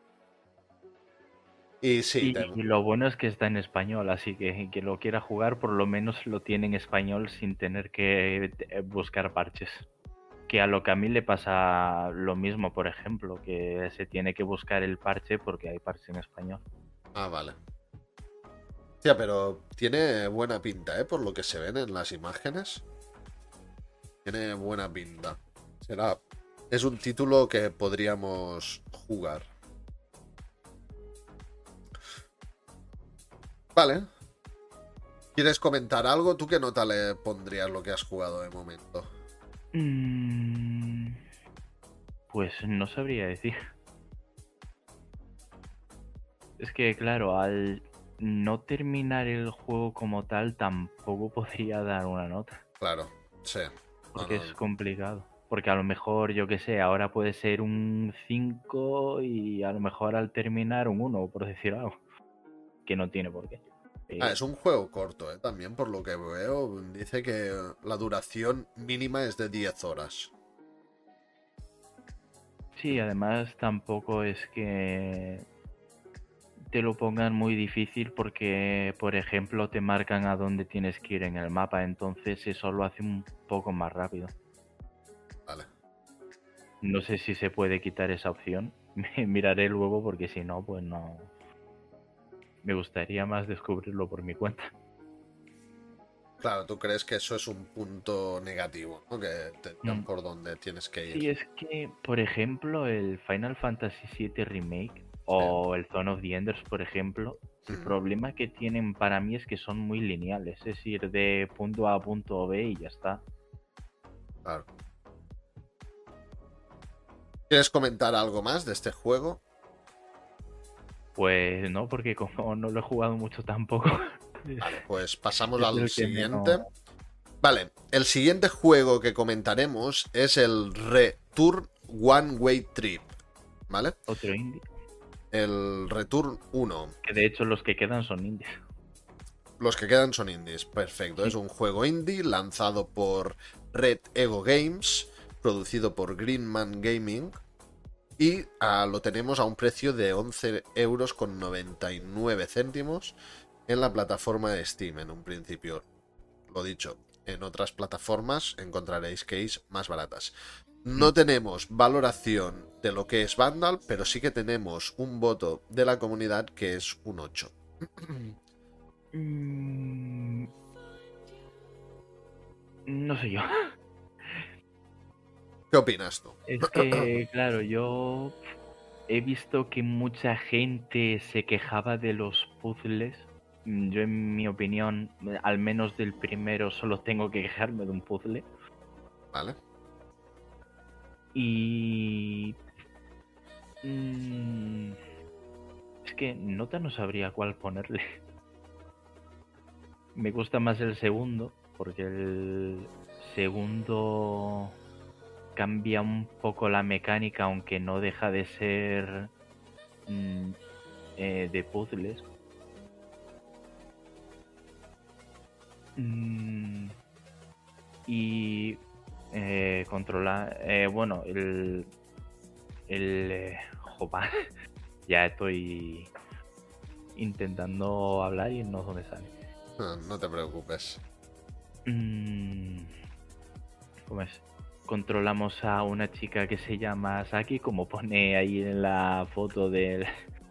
Y sí, Y, te- y lo bueno es que está en español, así que quien lo quiera jugar por lo menos lo tiene en español sin tener que eh, buscar parches. Que a lo que a mí le pasa lo mismo, por ejemplo, que se tiene que buscar el parche porque hay parche en español. Ah, vale. Tía, pero tiene buena pinta, ¿eh? Por lo que se ven en las imágenes. Tiene buena pinta. Será... Es un título que podríamos jugar. Vale. ¿Quieres comentar algo? ¿Tú qué nota le pondrías lo que has jugado de momento? Mm, pues no sabría decir. Es que, claro, al no terminar el juego como tal, tampoco podría dar una nota, Claro, sí. No, porque no. es complicado. Porque a lo mejor, yo qué sé, ahora puede ser un cinco y a lo mejor al terminar un uno, por decir algo. Que no tiene por qué. Ah, Eh, es un juego corto, ¿eh? También por lo que veo, dice que la duración mínima es de diez horas. sí, además tampoco es que te lo pongan muy difícil porque, por ejemplo, te marcan a dónde tienes que ir en el mapa, entonces eso lo hace un poco más rápido. Vale. No sé si se puede quitar esa opción. Miraré luego porque si no, pues no. Me gustaría más descubrirlo por mi cuenta. Claro, tú crees que eso es un punto negativo, ¿no? Que te digan Mm. por dónde tienes que ir. Sí, es que, por ejemplo, el Final Fantasy siete Remake Sí. o el Zone of the Enders, por ejemplo, el Mm, problema que tienen para mí es que son muy lineales, es ir de punto A a punto B y ya está. claro. ¿Quieres comentar algo más de este juego? Pues no, porque como no lo he jugado mucho tampoco, es, Vale, pues pasamos es al el que siguiente. menos... Vale, el siguiente juego que comentaremos es el Return One Way Trip, ¿vale? Otro indie. El Return uno. Que de hecho los que quedan son indies. Los que quedan son indies, perfecto. Sí. Es un juego indie lanzado por Red Ego Games, producido por Greenman Gaming. Y ah, lo tenemos a un precio de once euros con noventa y nueve céntimos en la plataforma de Steam en un principio. Lo dicho, en otras plataformas encontraréis keys más baratas. No Mm. tenemos valoración de lo que es Vandal, pero sí que tenemos un voto de la comunidad que es un ocho. Mm, no sé yo. ¿Qué opinas tú? Es que, claro, yo he visto que mucha gente se quejaba de los puzzles. Mm, Yo, en mi opinión, eh, al menos del primero, solo tengo que quejarme de un puzzle. Vale. Y... mm, es que nota no sabría cuál ponerle. Me gusta más el segundo, porque el segundo cambia un poco la mecánica, aunque no deja de ser mm, eh, de puzzles. Mm, y eh, controlar, eh, bueno, el, el eh, joder, ya estoy intentando hablar y no sé dónde sale. No, no te preocupes. Mm, ¿cómo es? Controlamos a una chica que se llama Saki, como pone ahí en la foto de,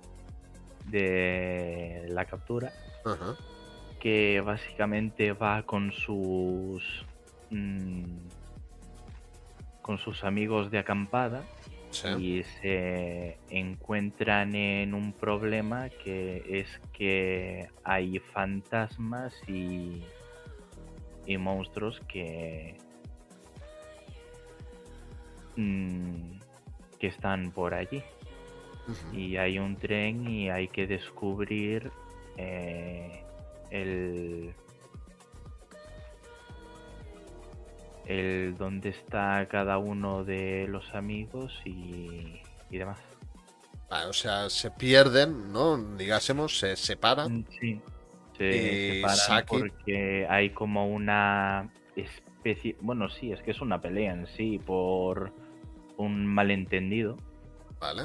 de la captura, Ajá. que básicamente va con sus mm, con sus amigos de acampada Sí. y se encuentran en un problema que es que hay fantasmas y, y monstruos que mm, que están por allí. Ujú. Y hay un tren y hay que descubrir eh, el el dónde está cada uno de los amigos y, y demás. Vale, o sea, se pierden, ¿no? Digásemos, se separan. Mm, Sí, se Y separan Saki, porque hay como una especie, bueno, sí, es que es una pelea en sí por un malentendido. vale.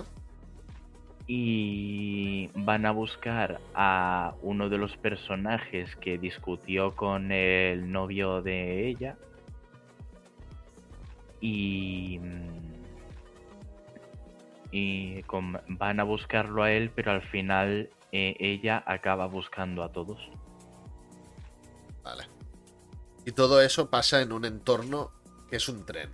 Y van a buscar a uno de los personajes que discutió con el novio de ella y y con- van a buscarlo a él, pero al final eh, ella acaba buscando a todos. Vale. Y todo eso pasa en un entorno que es un tren.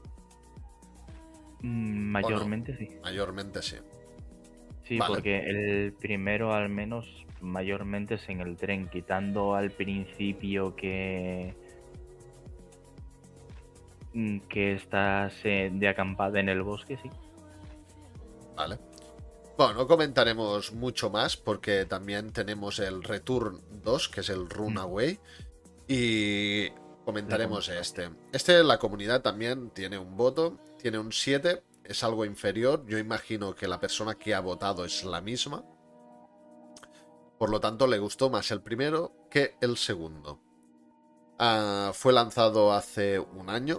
Mm, Mayormente sí. Mayormente sí. Sí, Vale. porque el primero al menos mayormente es en el tren, quitando al principio que mm, que estás eh, de acampada en el bosque, sí. Vale. Bueno, no comentaremos mucho más porque también tenemos el Return dos, que es el Mm. Runaway. Y comentaremos este. Este, la comunidad también tiene un voto, tiene un siete, es algo inferior. Yo imagino que la persona que ha votado es la misma. Por lo tanto, le gustó más el primero que el segundo. Uh, fue lanzado hace un año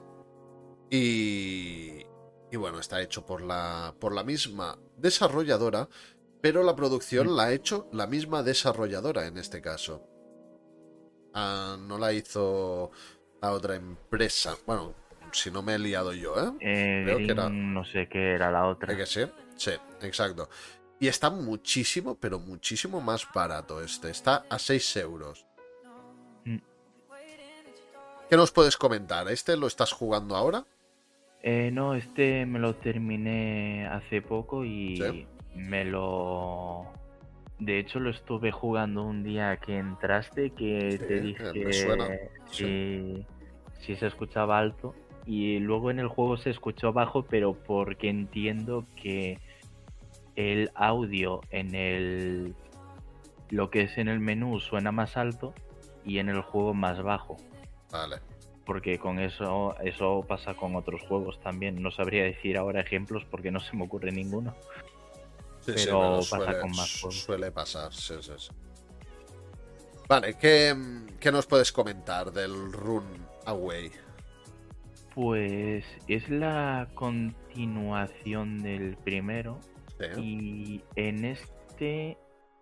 y, y bueno, está hecho por la, por la misma desarrolladora, pero la producción la ha hecho la misma desarrolladora en este caso. Uh, no la hizo la otra empresa. Bueno, si no me he liado yo, ¿eh? eh Creo Green, que era... no sé qué era la otra. ¿Es que sí? Sí, exacto. Y está muchísimo, pero muchísimo más barato este. Está a seis euros. Mm. ¿Qué nos puedes comentar? ¿Este lo estás jugando ahora? Eh, no, este me lo terminé hace poco y ¿sí? me lo... De hecho, lo estuve jugando un día que entraste, que sí, te dije me suena. Si, sí. si se escuchaba alto. Y luego en el juego se escuchó bajo, pero porque entiendo que el audio en el... lo que es en el menú suena más alto y en el juego más bajo. Vale. Porque con eso eso pasa con otros juegos también. No sabría decir ahora ejemplos porque no se me ocurre ninguno. Sí, pero sí, pasa suele, con más juegos. Suele pasar, sí, sí, sí. Vale, ¿qué, ¿qué nos puedes comentar del Runaway? Pues es la continuación del primero. Sí. Y en este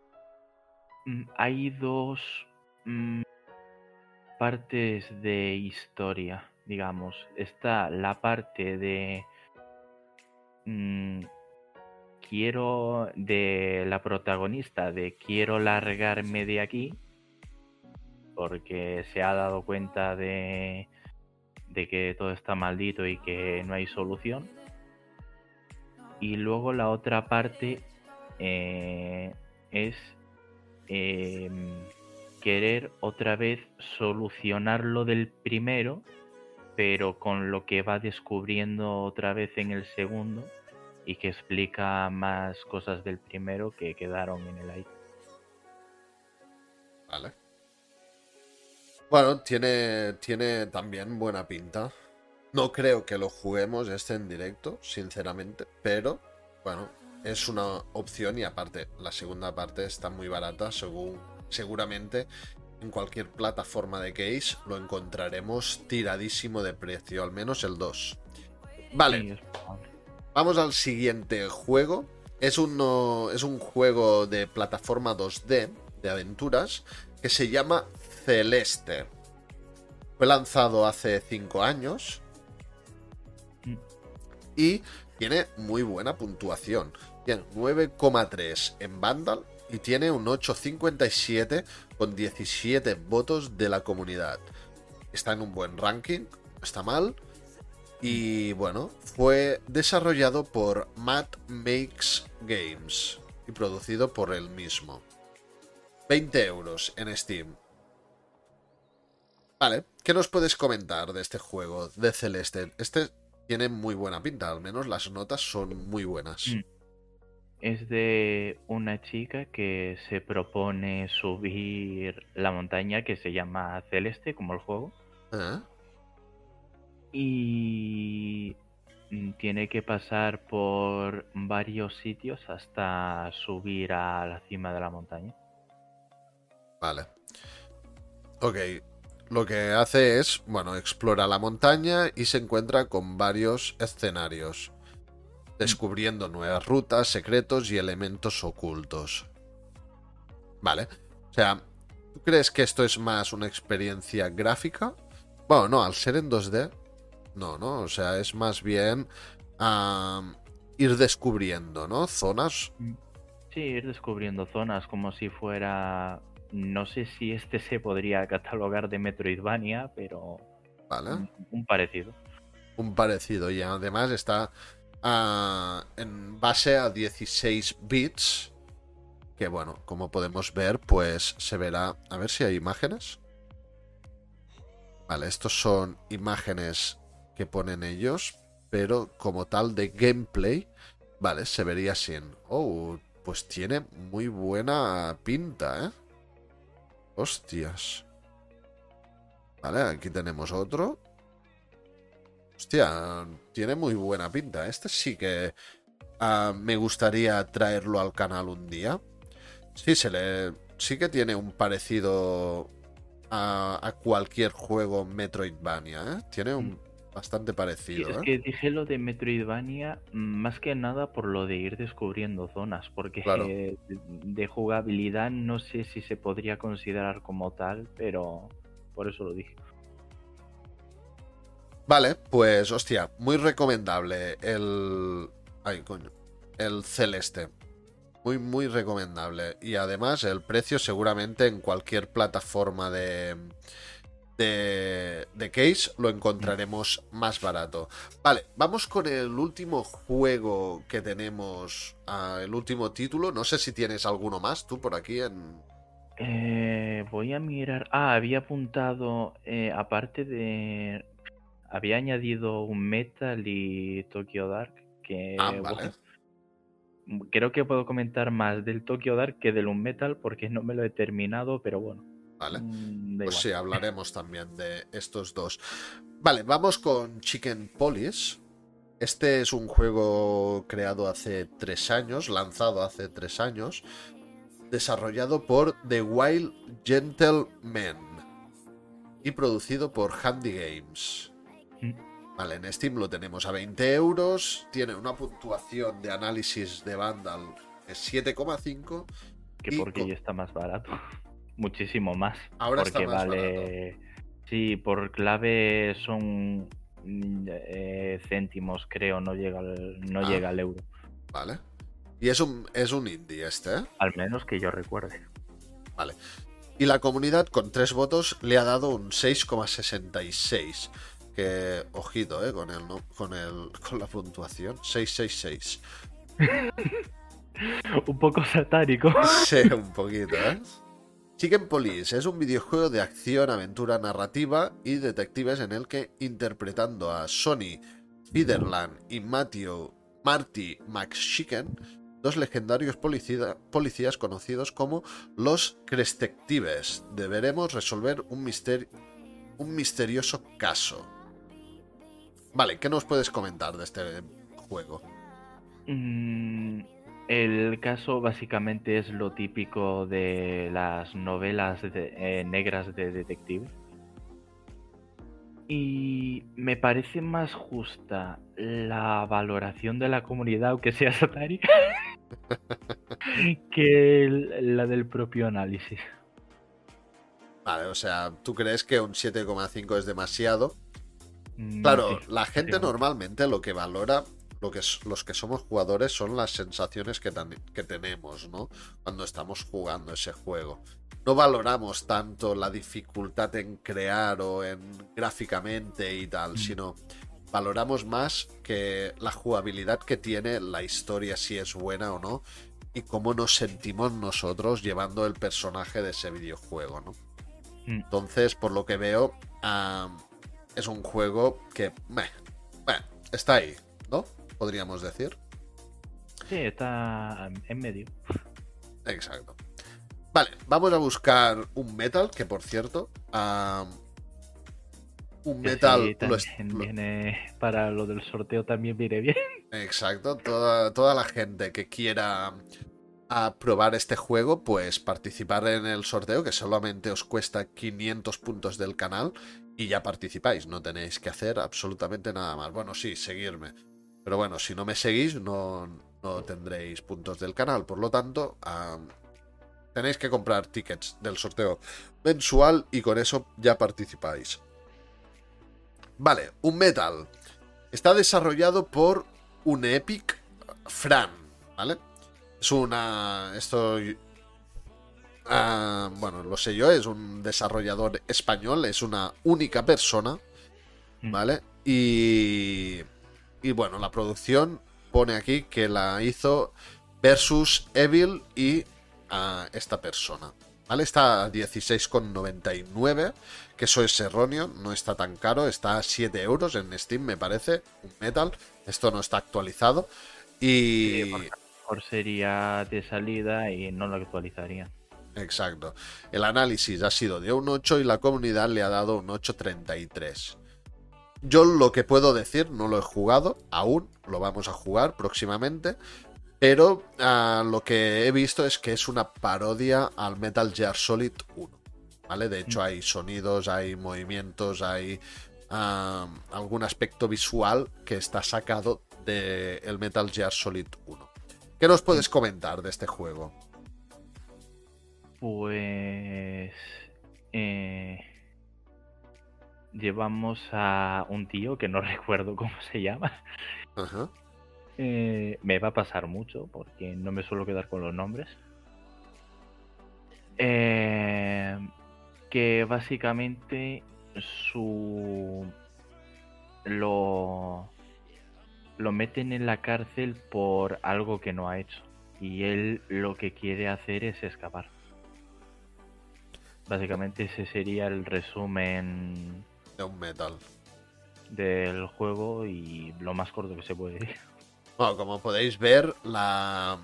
hay dos mmm, partes de historia, digamos. Está la parte de mmm, quiero de la protagonista de quiero largarme de aquí porque se ha dado cuenta de, de que todo está maldito y que no hay solución. Y luego la otra parte eh, es eh, querer otra vez solucionar lo del primero, pero con lo que va descubriendo otra vez en el segundo y que explica más cosas del primero que quedaron en el aire. Vale. Bueno, tiene, tiene también buena pinta. No creo que lo juguemos este en directo, sinceramente, pero bueno, es una opción y aparte la segunda parte está muy barata, según seguramente en cualquier plataforma de case lo encontraremos tiradísimo de precio, al menos el dos. Vale, sí, vamos al siguiente juego. Es un, es un juego de plataforma dos D, de aventuras, que se llama Celeste. Fue lanzado hace cinco años y tiene muy buena puntuación. Tiene nueve coma tres en Vandal y tiene un ocho coma cincuenta y siete con diecisiete votos de la comunidad. Está en un buen ranking, no está mal. Y bueno, fue desarrollado por Matt Makes Games y producido por él mismo. veinte euros en Steam. Vale, ¿qué nos puedes comentar de este juego, de Celeste? Este tiene muy buena pinta, al menos las notas son muy buenas. Es de una chica que se propone subir la montaña que se llama Celeste, como el juego. ¿Eh? Y tiene que pasar por varios sitios hasta subir a la cima de la montaña. Vale. Ok. Lo que hace es, bueno, explora la montaña y se encuentra con varios escenarios, descubriendo nuevas rutas, secretos y elementos ocultos. Vale. O sea, ¿tú crees que esto es más una experiencia gráfica? Bueno, no, al ser en dos D, no, ¿no? O sea, es más bien uh, ir descubriendo, ¿no? Zonas. Sí, ir descubriendo zonas como si fuera... No sé si este se podría catalogar de Metroidvania, pero vale. un, un parecido. Un parecido, y además está uh, en base a dieciséis bits, que bueno, como podemos ver, pues se verá... A ver si hay imágenes. Vale, estos son imágenes que ponen ellos, pero como tal de gameplay, vale, se vería así. Oh, pues tiene muy buena pinta, ¿eh? Hostias. Vale, aquí tenemos otro. Hostia, tiene muy buena pinta. Este sí que uh, me gustaría traerlo al canal un día. Sí, se le, sí que tiene un parecido a, a cualquier juego Metroidvania, ¿eh? Tiene un bastante parecido, Sí, es ¿eh? que dije lo de Metroidvania más que nada por lo de ir descubriendo zonas, porque Claro. de, de jugabilidad no sé si se podría considerar como tal, pero por eso lo dije. Vale, pues hostia, muy recomendable el... Ay, coño. El Celeste. Muy, muy recomendable. Y además el precio seguramente en cualquier plataforma de... De, de case lo encontraremos más barato. Vale, vamos con el último juego que tenemos, uh, el último título. No sé si tienes alguno más tú por aquí en... Eh, voy a mirar. Ah, había apuntado, eh, aparte de... Había añadido un Metal y Tokyo Dark, Ah, que vale. bueno, creo que puedo comentar más del Tokyo Dark que del Unmetal porque no me lo he terminado, pero bueno. Vale. Mm, da Pues igual. sí, hablaremos también de estos dos. Vale, vamos con Chicken Police. Este es un juego creado hace tres años, lanzado hace tres años, desarrollado por The Wild Gentlemen y producido por Handy Games. Mm. Vale, en Steam lo tenemos a veinte euros, tiene una puntuación de análisis de Vandal de siete coma cinco. Que porque con... ya está más barato. Muchísimo más. Ahora porque está más vale... barato. Sí, por clave son eh, céntimos, creo, no llega al, no ah, llega al euro. Vale. Y es un, es un indie este, ¿eh? Al menos que yo recuerde. Vale. Y la comunidad con tres votos le ha dado un seis coma sesenta y seis. Que, ojito, ¿eh? Con, el, ¿no? con, el, con la puntuación. seiscientos sesenta y seis. Un poco satánico. Sí, un poquito, ¿eh? Chicken Police es un videojuego de acción, aventura narrativa y detectives en el que, interpretando a Sonny Fiderland y Matthew Marty McChicken, dos legendarios policía, policías conocidos como los Crestetectives, deberemos resolver un, mister, un misterioso caso. Vale, ¿qué nos puedes comentar de este juego? Mm, el caso básicamente es lo típico de las novelas de, eh, negras de detective. Y me parece más justa la valoración de la comunidad, aunque sea satánica, que el, la del propio análisis. Vale, o sea, ¿tú crees que un siete coma cinco es demasiado? Mm, claro, sí, la gente normalmente lo que valora, lo que es, los que somos jugadores, son las sensaciones que, tan, que tenemos, ¿no? Cuando estamos jugando ese juego. No valoramos tanto la dificultad en crear o en gráficamente y tal, mm. sino valoramos más que la jugabilidad que tiene, la historia, si es buena o no, y cómo nos sentimos nosotros llevando el personaje de ese videojuego, ¿no? Mm. Entonces, por lo que veo, uh, es un juego que meh, meh, está ahí, ¿no? Podríamos decir. Sí, está en medio. Exacto. Vale, vamos a buscar un metal, que por cierto, uh, un que metal... Sí, también lo, viene lo... para lo del sorteo también viene bien. Exacto, toda, toda la gente que quiera a probar este juego, pues participar en el sorteo, que solamente os cuesta quinientos puntos del canal y ya participáis, no tenéis que hacer absolutamente nada más. Bueno, sí, seguirme, pero bueno, si no me seguís no, no tendréis puntos del canal, por lo tanto um, tenéis que comprar tickets del sorteo mensual y con eso ya participáis. Vale, un metal está desarrollado por un Epic Fran, ¿vale? Es una... Esto... Uh, bueno, lo sé yo, es un desarrollador español, es una única persona, ¿vale? Y... Y bueno, la producción pone aquí que la hizo Versus Evil y uh, esta persona, ¿vale? Está a dieciséis con noventa y nueve, que eso es erróneo, no está tan caro, está a siete euros en Steam, me parece, un metal. Esto no está actualizado. Y... Sí, por sería de salida y no lo actualizaría. Exacto. El análisis ha sido de un ocho y la comunidad le ha dado un ocho coma treinta y tres. Yo lo que puedo decir, no lo he jugado aún, lo vamos a jugar próximamente, pero uh, lo que he visto es que es una parodia al Metal Gear Solid uno, ¿vale? De hecho hay sonidos, hay movimientos, hay uh, algún aspecto visual que está sacado del Metal Gear Solid uno. ¿Qué nos puedes comentar de este juego? Pues... Eh... Llevamos a un tío que no recuerdo cómo se llama. Ajá. Eh, me va a pasar mucho porque no me suelo quedar con los nombres. Eh, que básicamente su lo lo meten en la cárcel por algo que no ha hecho y él lo que quiere hacer es escapar. Básicamente ese sería el resumen de un metal del juego y lo más corto que se puede ir. Bueno, como podéis ver, la,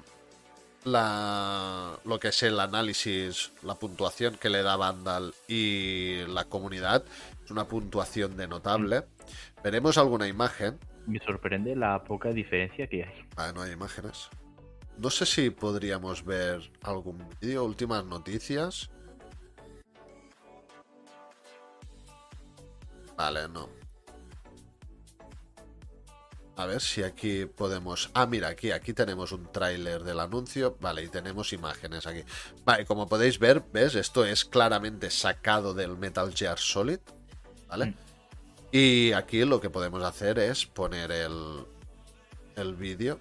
la lo que es el análisis, la puntuación que le da Vandal y la comunidad es una puntuación de notable. Veremos alguna imagen. Me sorprende la poca diferencia que hay. Ah, no hay imágenes. No sé si podríamos ver algún vídeo, últimas noticias. Vale, no. A ver si aquí podemos... Ah, mira, aquí, aquí tenemos un tráiler del anuncio. Vale, y tenemos imágenes aquí. Vale, como podéis ver, ¿ves? Esto es claramente sacado del Metal Gear Solid. ¿Vale? Mm. Y aquí lo que podemos hacer es poner el, el vídeo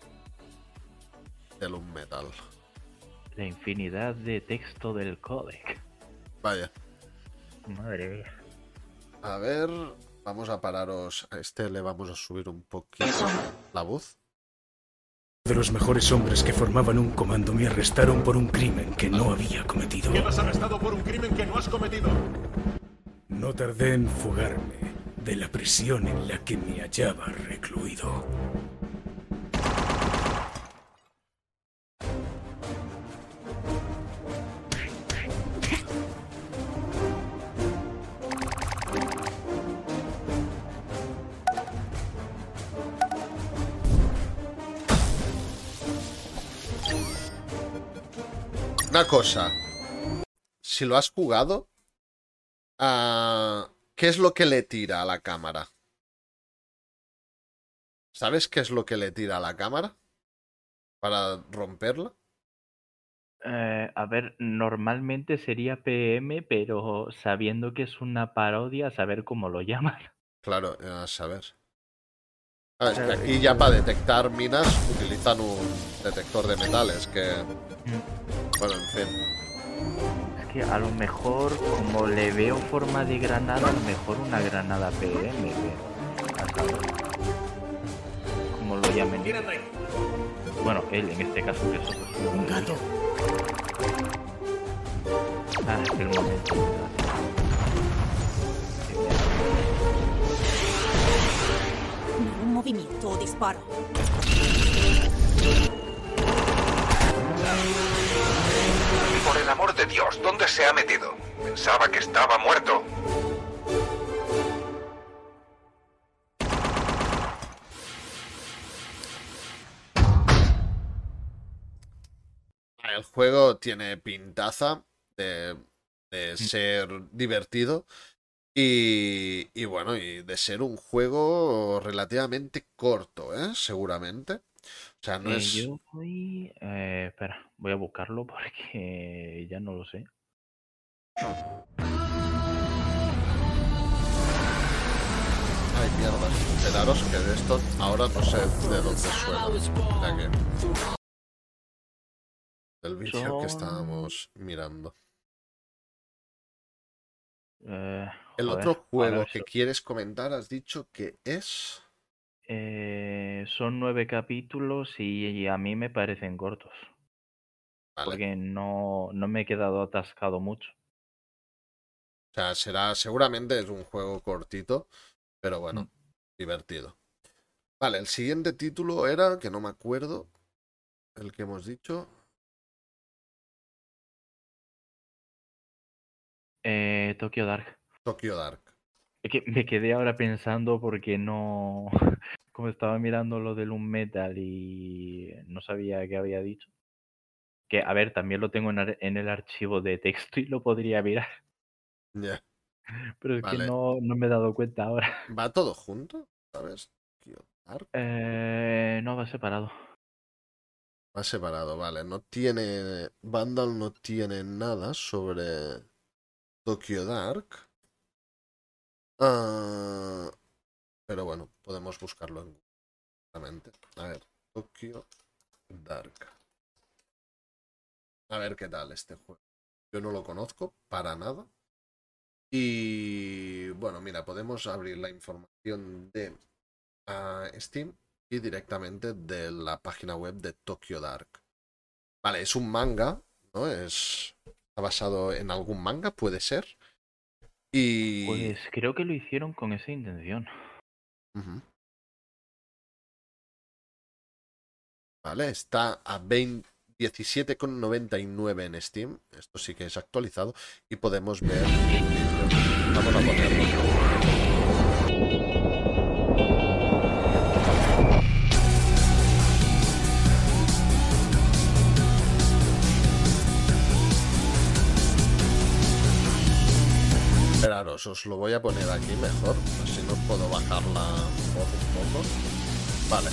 del Unmetal. La infinidad de texto del códec. Vaya. Madre mía. A ver... Vamos a pararos. A este le vamos a subir un poquito la voz. De los mejores hombres que formaban un comando me arrestaron por un crimen que no había cometido. Quedas arrestado por un crimen que no has cometido. No tardé en fugarme de la prisión en la que me hallaba recluido. Una cosa, si lo has jugado, uh, ¿qué es lo que le tira a la cámara? ¿Sabes qué es lo que le tira a la cámara para romperla? Eh, a ver, normalmente sería P M, pero sabiendo que es una parodia, a saber cómo lo llaman. Claro, a saber. Ah, es que aquí ya para detectar minas utilizan un detector de metales que... Bueno, en fin. Es que a lo mejor, como le veo forma de granada, a lo mejor una granada P M, pero... A saber. Como lo llamen. Bueno, él en este caso que es un gato. Ah, es el momento. Un movimiento o disparo. Por el amor de Dios, ¿dónde se ha metido? Pensaba que estaba muerto. El juego tiene pintaza de, de ser divertido y, y bueno, y de ser un juego relativamente corto, ¿eh? Seguramente. O sea, no eh, es... Yo voy... Eh, espera, voy a buscarlo porque ya no lo sé. Ay, mierda. Esperaros que de esto ahora no sé de dónde suena. Ya que... El vídeo Son... que estábamos mirando. Eh, El joder, otro juego bueno, que eso... quieres comentar has dicho que es... Eh, son nueve capítulos y, y a mí me parecen cortos. Vale. Porque no, no me he quedado atascado mucho. O sea, será... Seguramente es un juego cortito, pero bueno, mm. divertido. Vale, el siguiente título era, que no me acuerdo, el que hemos dicho... Eh, Tokyo Dark. Tokyo Dark. Es que me quedé ahora pensando porque no... Como estaba mirando lo del Unmetal y no sabía qué había dicho. Que, a ver, también lo tengo en, ar- en el archivo de texto y lo podría mirar. Ya. Pero es que Vale. no, no me he dado cuenta ahora. ¿Va todo junto? ¿Sabes? Tokyo Dark. Eh, no va separado. Va separado, vale. No tiene. Vandal no tiene nada sobre Tokyo Dark. Ah, pero bueno, podemos buscarlo en Google, realmente. A ver, Tokyo Dark. A ver qué tal este juego. Yo no lo conozco para nada. Y bueno, mira, podemos abrir la información de ah, Steam y directamente de la página web de Tokyo Dark. Vale, es un manga, ¿no? Es, está basado en algún manga, puede ser. Y... Pues creo que lo hicieron con esa intención. Ujú. Vale, está a veinte diecisiete con noventa y nueve en Steam. Esto sí que es actualizado. Y podemos ver un vídeo. Vamos a ponerlo. Esperaros, os lo voy a poner aquí mejor. Así no puedo bajar la voz un poco. Vale.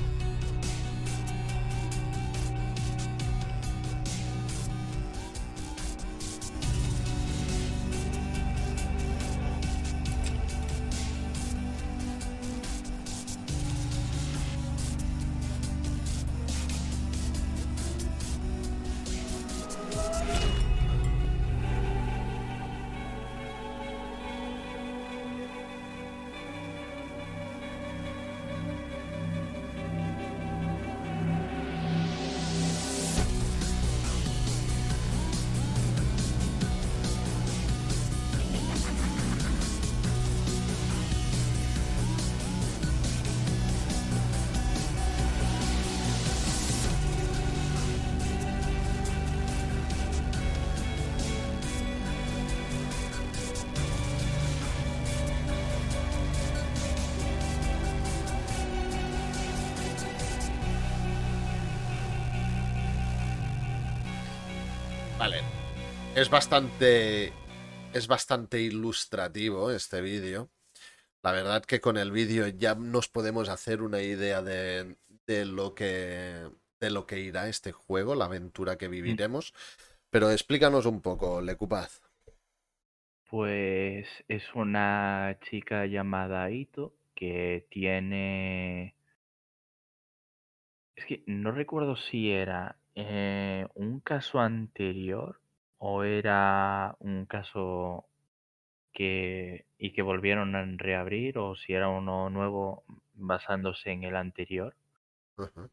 Vale. Es bastante. Es bastante ilustrativo este vídeo. La verdad que con el vídeo ya nos podemos hacer una idea de, de lo que. De lo que irá este juego, la aventura que Mm, viviremos. Pero explícanos un poco, Lecupaz. Pues es una chica llamada Ito que tiene... Es que no recuerdo si era eh, un caso anterior o era un caso que y que volvieron a reabrir o si era uno nuevo basándose en el anterior. Ujú.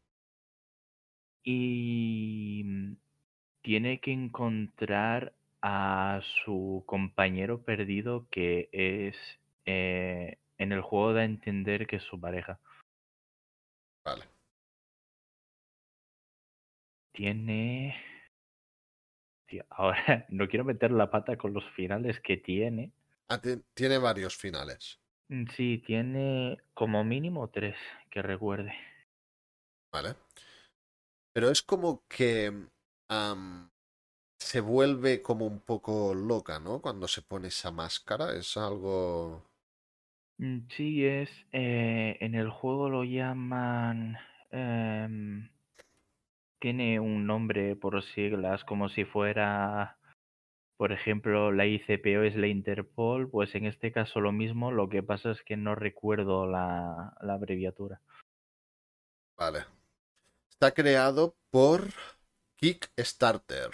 Y mm, tiene que encontrar a su compañero perdido que es eh, en el juego da a entender que es su pareja. Vale. Tiene... Tío, ahora no quiero meter la pata con los finales que tiene. Ah, ti- tiene varios finales. Mm, Sí, tiene como mínimo tres que recuerde. Vale. Pero es como que. am, se vuelve como un poco loca, ¿no? Cuando se pone esa máscara. Es algo. Mm, Sí, es... eh, en el juego lo llaman... em, tiene un nombre por siglas, como si fuera, por ejemplo, la I C P O es la Interpol, pues en este caso lo mismo, lo que pasa es que no recuerdo la, la abreviatura. Vale. Está creado por Kickstarter.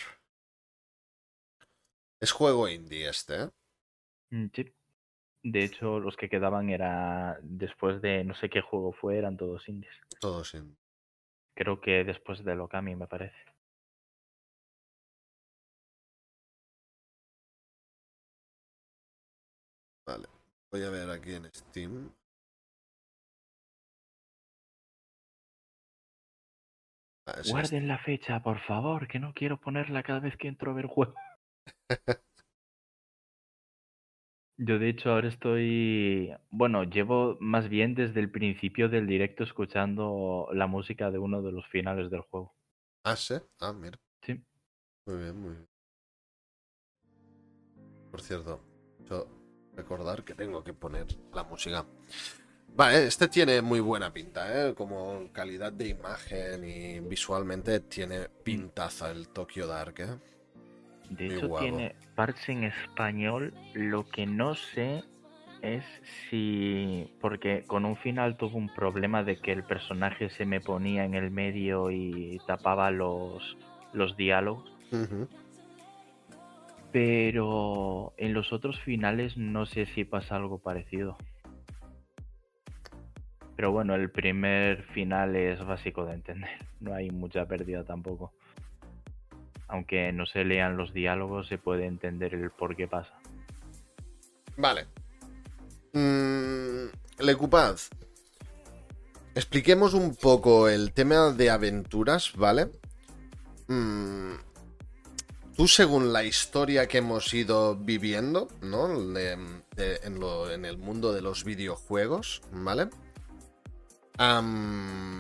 Es juego indie este, ¿eh? Mm, Sí. De hecho, los que quedaban era después de no sé qué juego fue, eran todos indies. Todos indie. Creo que después de Okami, me parece. Vale. Voy a ver aquí en Steam. Ah, es este. Guarden la fecha, por favor, que no quiero ponerla cada vez que entro a ver juego. Yo de hecho ahora estoy, bueno, llevo más bien desde el principio del directo escuchando la música de uno de los finales del juego. Ah, sí. Ah, mira. Sí. Muy bien, muy bien. Por cierto, yo recordar que tengo que poner la música. Vale, este tiene muy buena pinta, ¿eh? Como calidad de imagen y visualmente tiene pintaza el Tokyo Dark, ¿eh? De Muy hecho guapo. tiene parche en español, lo que no sé es si, porque con un final tuvo un problema de que el personaje se me ponía en el medio y tapaba los, los diálogos, Ujú. pero en los otros finales no sé si pasa algo parecido. Pero bueno, el primer final es básico de entender, no hay mucha pérdida tampoco. Aunque no se lean los diálogos, se puede entender el por qué pasa. Vale. Mm, Lecupaz. Expliquemos un poco el tema de aventuras, ¿vale? Mm, Tú, según la historia que hemos ido viviendo, ¿no? De- de- en, lo- en el mundo de los videojuegos, ¿vale? Am,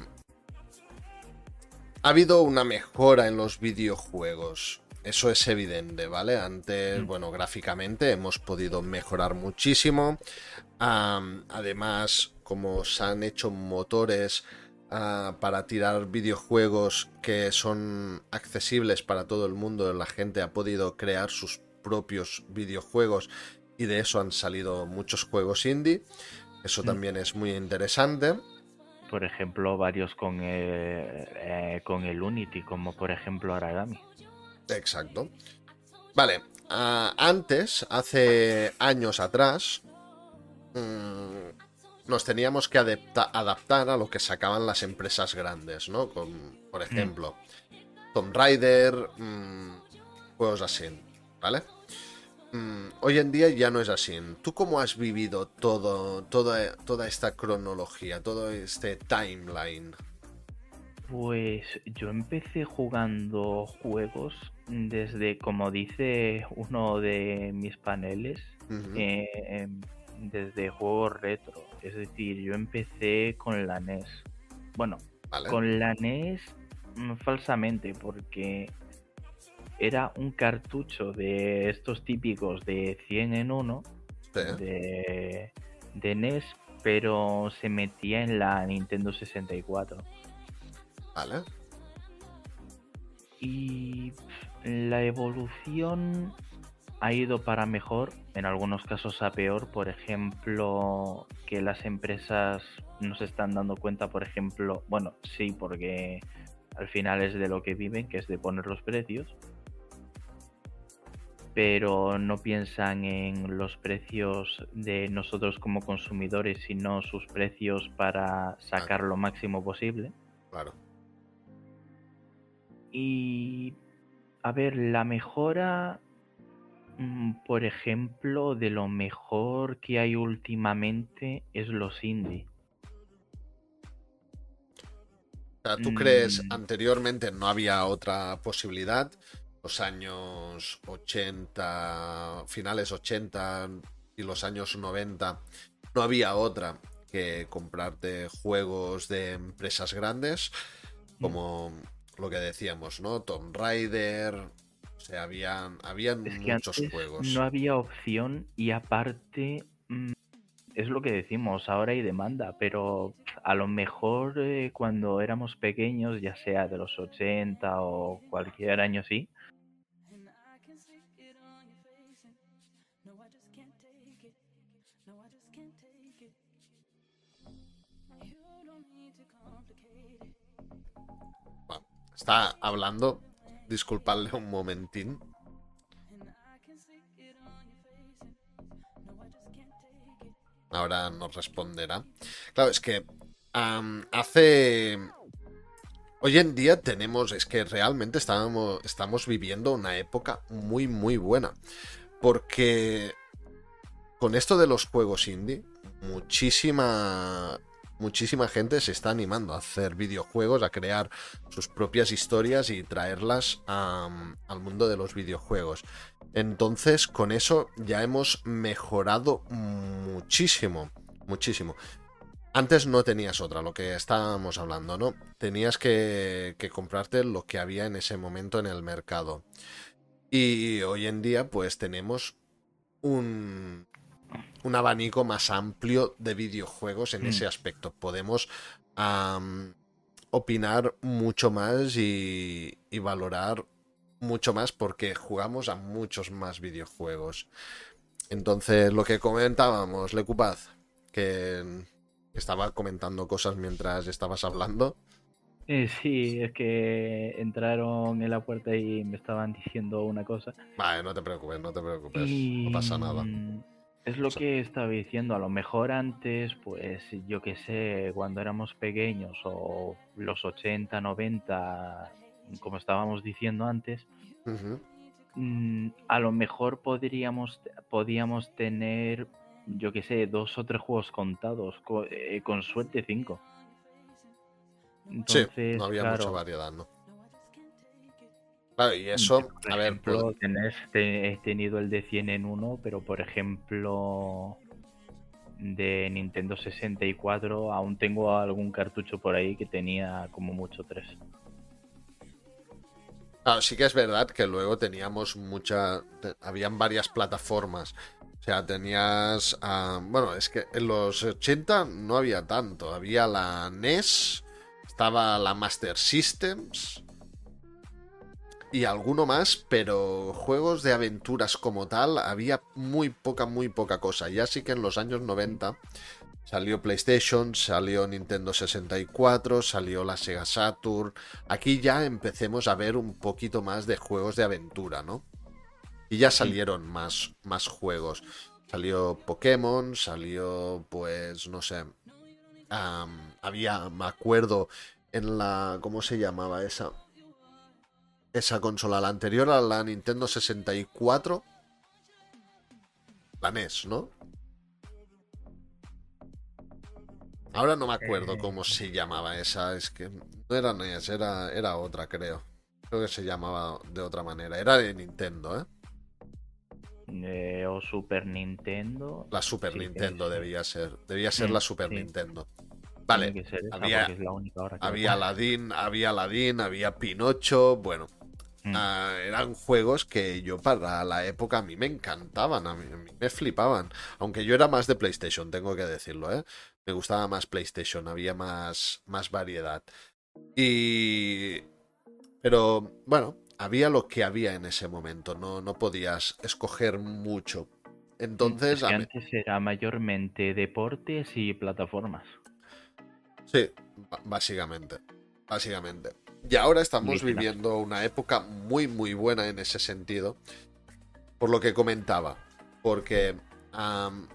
ha habido una mejora en los videojuegos. Eso es evidente, ¿vale? Antes, Mm. bueno, gráficamente hemos podido mejorar muchísimo. Am, además, como se han hecho motores ah, para tirar videojuegos que son accesibles para todo el mundo, la gente ha podido crear sus propios videojuegos y de eso han salido muchos juegos indie. Eso Mm. también es muy interesante. Por ejemplo, varios con el, eh, con el Unity, como por ejemplo Aragami. Exacto. Vale, ah, antes, hace años atrás, mmm, nos teníamos que adapta- adaptar a lo que sacaban las empresas grandes, ¿no? Con, por ejemplo, Tomb Raider, mmm, juegos así, ¿vale? Mm, hoy en día ya no es así. ¿Tú cómo has vivido todo, toda, toda esta cronología, todo este timeline? Pues yo empecé jugando juegos desde, como dice uno de mis paneles, Ujú. eh, em, desde juegos retro. Es decir, yo empecé con la N E S. Bueno, Vale, con la N E S mm, falsamente, porque era un cartucho de estos típicos de cien en uno sí, de, de N E S, pero se metía en la Nintendo sesenta y cuatro. vale. Y pf, la evolución ha ido para mejor, en algunos casos a peor. Por ejemplo, que las empresas no se están dando cuenta, por ejemplo, bueno, sí, porque al final es de lo que viven, que es de poner los precios, pero no piensan en los precios de nosotros como consumidores, sino sus precios para sacar lo máximo posible. Claro. Y a ver, la mejora, mm, por ejemplo, de lo mejor que hay últimamente es los indie. O sea, ¿tú crees Mm, anteriormente no había otra posibilidad? Los años ochenta, finales ochenta y los años noventa, no había otra que comprarte juegos de empresas grandes, como lo que decíamos, ¿no? Tomb Raider, o sea, habían, habían es que muchos antes juegos. no había opción y aparte, mm, es lo que decimos, ahora hay demanda, pero pf, a lo mejor eh, cuando éramos pequeños, ya sea de los ochenta o cualquier año así, Bueno, está hablando, disculpadle un momentín. Ahora nos responderá. Claro, es que um, hace... Hoy en día tenemos, es que realmente estamos, estamos viviendo una época muy, muy buena. Porque con esto de los juegos indie, muchísima muchísima gente se está animando a hacer videojuegos, a crear sus propias historias y traerlas a, al mundo de los videojuegos. Entonces, con eso ya hemos mejorado muchísimo, muchísimo. Antes no tenías otra, lo que estábamos hablando, ¿no? Tenías que, que comprarte lo que había en ese momento en el mercado. Y hoy en día, pues tenemos un, un abanico más amplio de videojuegos en mm. ese aspecto. Podemos um, opinar mucho más y, y valorar mucho más porque jugamos a muchos más videojuegos. Entonces, lo que comentábamos, Lecupaz, que estaba comentando cosas mientras estabas hablando. Eh, sí, es que entraron en la puerta y me estaban diciendo una cosa. Vale, no te preocupes, no te preocupes, y... no pasa nada. Es lo o sea... que estaba diciendo, a lo mejor antes, pues yo que sé, cuando éramos pequeños o los ochenta, noventa, como estábamos diciendo antes, uh-huh. mmm, a lo mejor podríamos, podíamos tener, yo que sé, dos o tres juegos contados, con, eh, con suerte cinco. Entonces, sí, no había claro, mucha variedad, ¿no? Claro, y eso, por a ver... ejemplo, pues... tenés, te, he tenido el de cien en uno, pero por ejemplo, de Nintendo sesenta y cuatro, aún tengo algún cartucho por ahí que tenía como mucho tres. Claro, sí que es verdad que luego teníamos mucha... Habían varias plataformas. O sea, tenías... Uh, bueno, es que en los ochenta no había tanto. Había la N E S... Estaba la Master Systems y alguno más, pero juegos de aventuras como tal había muy poca, muy poca cosa. Ya sí que en los años noventa salió PlayStation, salió Nintendo sesenta y cuatro, salió la Sega Saturn. Aquí ya empecemos a ver un poquito más de juegos de aventura, ¿no? Y ya salieron más, más juegos. Salió Pokémon, salió, pues, no sé... Um, había, me acuerdo, en la... ¿Cómo se llamaba esa? Esa consola, la anterior a la Nintendo sesenta y cuatro. La N E S, ¿no? Ahora no me acuerdo cómo se llamaba esa. Es que no era N E S, era, era otra, creo. Creo que se llamaba de otra manera. Era de Nintendo, ¿eh? Eh, o Super Nintendo. La Super sí, Nintendo sí. debía ser. Debía ser mm, la Super sí. Nintendo. Vale. Tiene que ser esa, había es la única ahora que había Aladdin, había Aladdin, había Pinocho. Bueno, mm. uh, eran juegos que yo para la época a mí me encantaban, a mí, a mí me flipaban. Aunque yo era más de PlayStation, tengo que decirlo, ¿eh? Me gustaba más PlayStation, había más, más variedad. Y... Pero, bueno... Había lo que había en ese momento, no, no podías escoger mucho. Entonces... Es que antes era mayormente deportes y plataformas. Sí, básicamente. Básicamente. Y ahora estamos viviendo una época muy, muy buena en ese sentido. Por lo que comentaba. Porque um,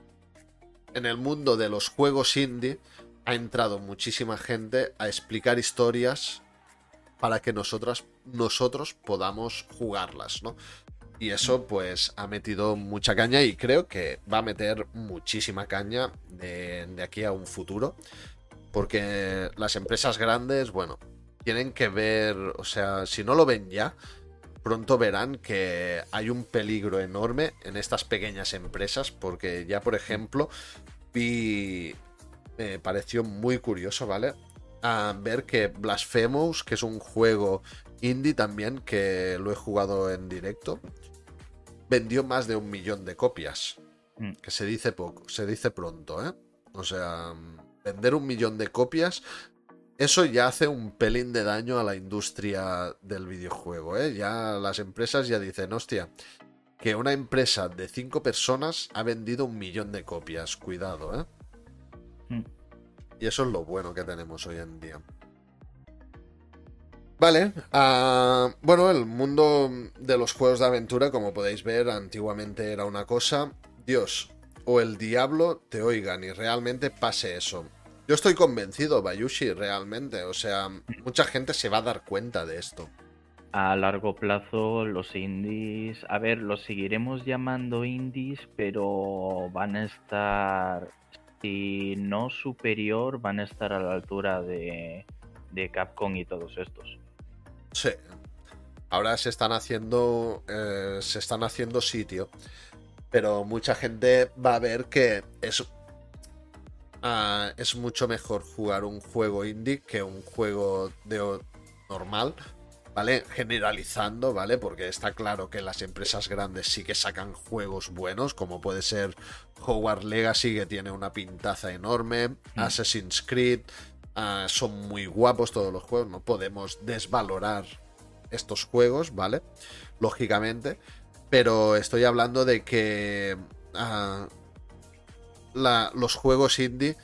en el mundo de los juegos indie ha entrado muchísima gente a explicar historias para que nosotras, nosotros podamos jugarlas, ¿no? Y eso pues ha metido mucha caña y creo que va a meter muchísima caña de, de aquí a un futuro. Porque las empresas grandes, bueno, tienen que ver, o sea, si no lo ven ya, pronto verán que hay un peligro enorme en estas pequeñas empresas. Porque ya, por ejemplo, vi, me pareció muy curioso, ¿vale? A ver que Blasphemous, que es un juego indie también, que lo he jugado en directo, vendió más de un millón de copias. Mm. Que se dice poco, se dice pronto, ¿eh? O sea, vender un millón de copias, eso ya hace un pelín de daño a la industria del videojuego, ¿eh? Ya las empresas ya dicen, hostia, que una empresa de cinco personas ha vendido un millón de copias, cuidado, ¿eh? Mm. Y eso es lo bueno que tenemos hoy en día. Vale, uh, bueno, el mundo de los juegos de aventura, como podéis ver, antiguamente era una cosa. Dios o el diablo te oigan y realmente pase eso. Yo estoy convencido, Bayushi, realmente. O sea, mucha gente se va a dar cuenta de esto. A largo plazo, los indies... A ver, los seguiremos llamando indies, pero van a estar... si no superior, van a estar a la altura de, de Capcom y todos estos. Sí. Ahora se están haciendo eh, se están haciendo sitio, pero mucha gente va a ver que es uh, es mucho mejor jugar un juego indie que un juego de normal, ¿vale? Generalizando, ¿vale? Porque está claro que las empresas grandes sí que sacan juegos buenos, como puede ser Hogwarts Legacy, que tiene una pintaza enorme, mm. Assassin's Creed, uh, son muy guapos todos los juegos, no podemos desvalorar estos juegos, ¿vale? Lógicamente, pero estoy hablando de que uh, la, los juegos indie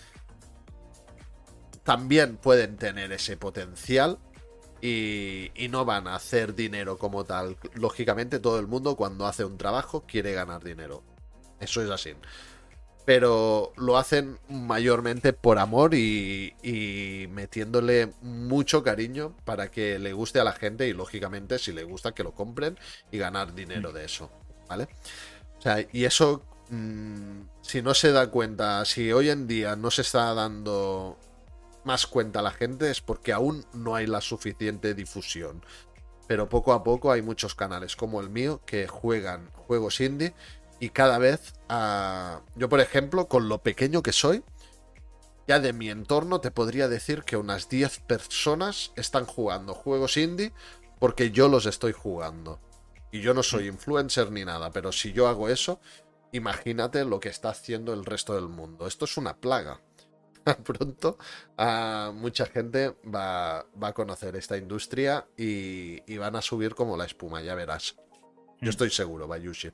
también pueden tener ese potencial y, y no van a hacer dinero como tal. Lógicamente, todo el mundo cuando hace un trabajo quiere ganar dinero. Eso es así. Pero lo hacen mayormente por amor y, y metiéndole mucho cariño para que le guste a la gente y lógicamente si le gusta que lo compren y ganar dinero de eso, ¿vale? O sea, y eso, mmm, si no se da cuenta, si hoy en día no se está dando más cuenta a la gente es porque aún no hay la suficiente difusión. Pero poco a poco hay muchos canales como el mío que juegan juegos indie. Y cada vez, uh, yo por ejemplo, con lo pequeño que soy, ya de mi entorno te podría decir que unas diez personas están jugando juegos indie porque yo los estoy jugando. Y yo no soy influencer ni nada, pero si yo hago eso, imagínate lo que está haciendo el resto del mundo. Esto es una plaga. Pronto uh, mucha gente va, va a conocer esta industria y, y van a subir como la espuma, ya verás. Yo estoy seguro, Bayushi.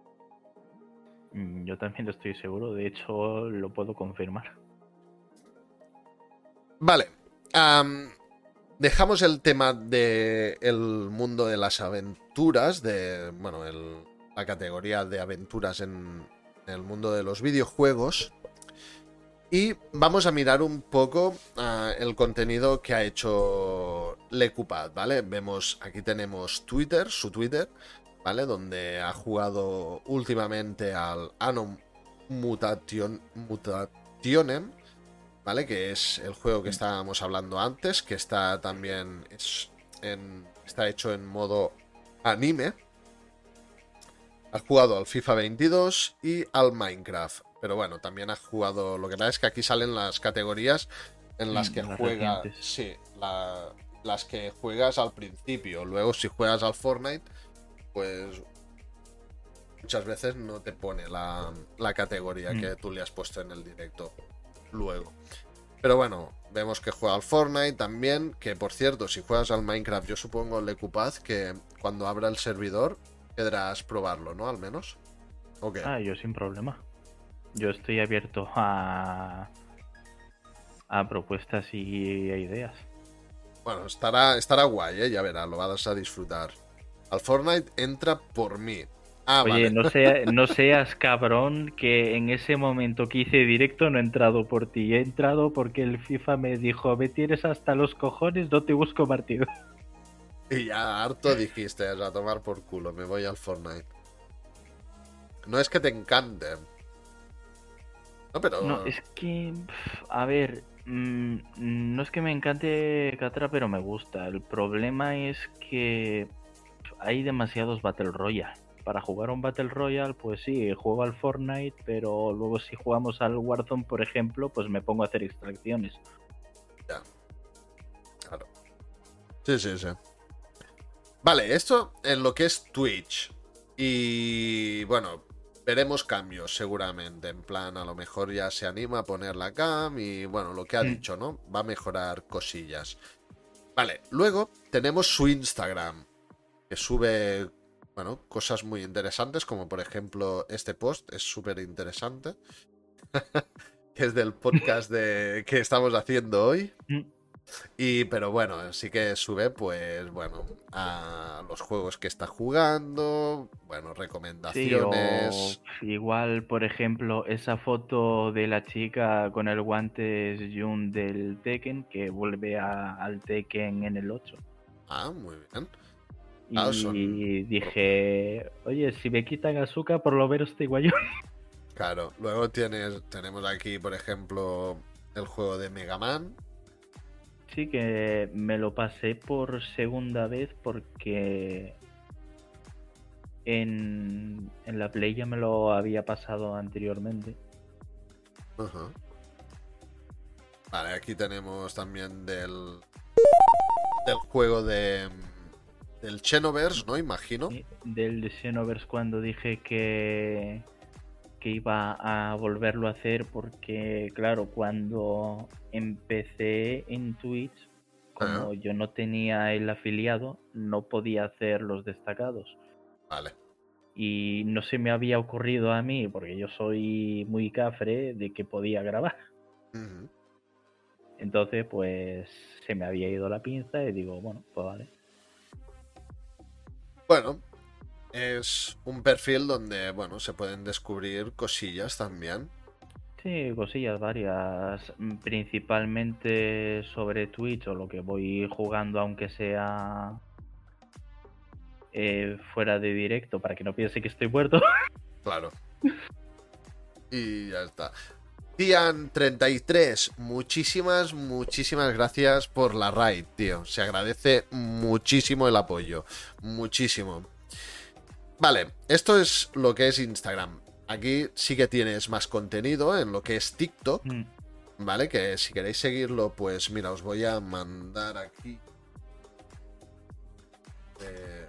Yo también estoy seguro, de hecho lo puedo confirmar. Vale, um, dejamos el tema del mundo de las aventuras, de bueno, el, la categoría de aventuras en, en el mundo de los videojuegos y vamos a mirar un poco uh, el contenido que ha hecho Lecupad, ¿vale? Vemos, aquí tenemos Twitter, su Twitter, ¿vale? Donde ha jugado últimamente al Anno Mutation, Mutationem, ¿vale? Que es el juego que estábamos hablando antes, que está también es en, está hecho en modo anime. Ha jugado al FIFA veintidós y al Minecraft. Pero bueno, también ha jugado... Lo que pasa es que aquí salen las categorías en las que juegas... Sí, la, las que juegas al principio. Luego si juegas al Fortnite... pues muchas veces no te pone la, la categoría mm. que tú le has puesto en el directo luego. Pero bueno, vemos que juega al Fortnite también, que por cierto, si juegas al Minecraft, yo supongo, Lecupad, que cuando abra el servidor podrás probarlo, ¿no? Al menos. ¿O qué? Ah, yo sin problema. Yo estoy abierto a, a propuestas y a ideas. Bueno, estará, estará guay, ¿eh? Ya verás, lo vas a disfrutar. Al Fortnite entra por mí. Ah, Oye, vale. no, sea, no seas cabrón que en ese momento que hice directo no he entrado por ti. He entrado porque el FIFA me dijo, me tienes hasta los cojones, no te busco partido. Y ya harto dijiste, a tomar por culo, me voy al Fortnite. No es que te encante. No, pero... No, es que... A ver... Mmm, no es que me encante Catra, pero me gusta. El problema es que... hay demasiados Battle Royale. Para jugar un Battle Royale, pues sí, juego al Fortnite, pero luego si jugamos al Warzone, por ejemplo, pues me pongo a hacer extracciones. Ya. Claro. Sí, sí, sí. Vale, esto en lo que es Twitch. Y bueno, veremos cambios seguramente. En plan, a lo mejor ya se anima a poner la cam y bueno, lo que ha mm. dicho, ¿no? Va a mejorar cosillas. Vale, luego tenemos su Instagram, que sube, bueno, cosas muy interesantes, como por ejemplo este post, es súper interesante, que es del podcast de, que estamos haciendo hoy. Y, pero bueno, sí que sube, pues, bueno, a los juegos que está jugando, bueno, recomendaciones. Sí, o igual, por ejemplo, esa foto de la chica con el guante Jun del Tekken, que vuelve a, al Tekken en el ocho. Ah, muy bien. Y ah, son... dije, oye, si me quitan azúcar, por lo menos tengo yo. Claro, luego tienes, tenemos aquí, por ejemplo, el juego de Mega Man. Sí, que me lo pasé por segunda vez porque en, en la Play ya me lo había pasado anteriormente. Uh-huh. Vale, aquí tenemos también del del juego de del Xenoverse, ¿no? Imagino. Sí, del Xenoverse, cuando dije que que iba a volverlo a hacer porque, claro, cuando empecé en Twitch, como Ah, yo no tenía el afiliado, no podía hacer los destacados. vale. Y no se me había ocurrido a mí, porque yo soy muy cafre, de que podía grabar. Uh-huh. Entonces, pues se me había ido la pinza y digo, bueno, pues vale. Bueno, es un perfil donde, bueno, se pueden descubrir cosillas también. Sí, cosillas varias, mm, principalmente sobre Twitch o lo que voy jugando, aunque sea eh, fuera de directo, para que no piense que estoy muerto. Claro. Y ya está. Tian treinta y tres, muchísimas, muchísimas gracias por la raid, tío. Se agradece muchísimo el apoyo. Muchísimo. Vale, esto es lo que es Instagram. Aquí sí que tienes más contenido en lo que es TikTok. Mm. Vale, que si queréis seguirlo, pues mira, os voy a mandar aquí de,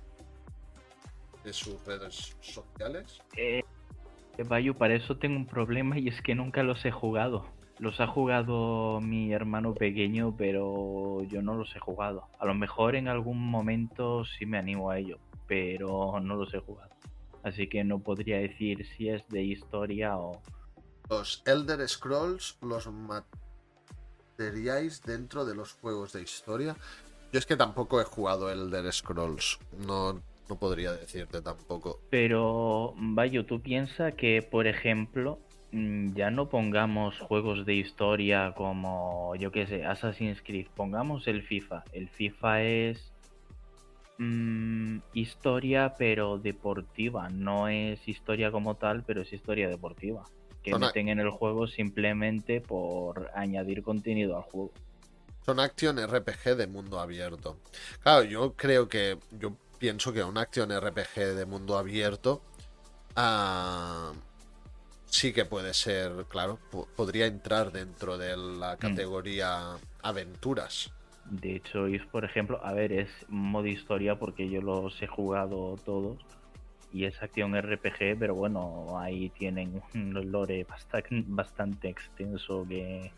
de sus redes sociales. Eh, Bayu, para eso tengo un problema y es que nunca los he jugado. Los ha jugado mi hermano pequeño, pero yo no los he jugado. A lo mejor en algún momento sí me animo a ello, pero no los he jugado. Así que no podría decir si es de historia o... Los Elder Scrolls los materiáis dentro de los juegos de historia. Yo es que tampoco he jugado Elder Scrolls. No, no podría decirte tampoco. Pero, Bayo, tú piensas que, por ejemplo, mm, ya no pongamos juegos de historia como, yo qué sé, Assassin's Creed. Pongamos el FIFA. El FIFA es mm, historia, pero deportiva. No es historia como tal, pero es historia deportiva. Que Son, a- meten en el juego simplemente por añadir contenido al juego. son Action R P G de mundo abierto. Claro, yo creo que. Yo pienso que un Action R P G de mundo abierto. ah, sí que puede ser, claro, po- podría entrar dentro de la categoría aventuras. De hecho, es, por ejemplo, a ver, es modo historia porque yo los he jugado todos y es acción R P G, pero bueno, ahí tienen un lore bastante, bastante extenso que,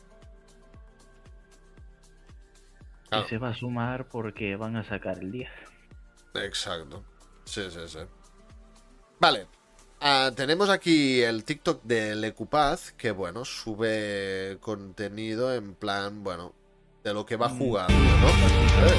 que Claro. se va a sumar porque van a sacar el diez. Exacto. Sí, sí, sí. Vale. Ah, tenemos aquí el TikTok de Lecupaz, que bueno, sube contenido en plan, bueno, de lo que va jugando, ¿no? Eh.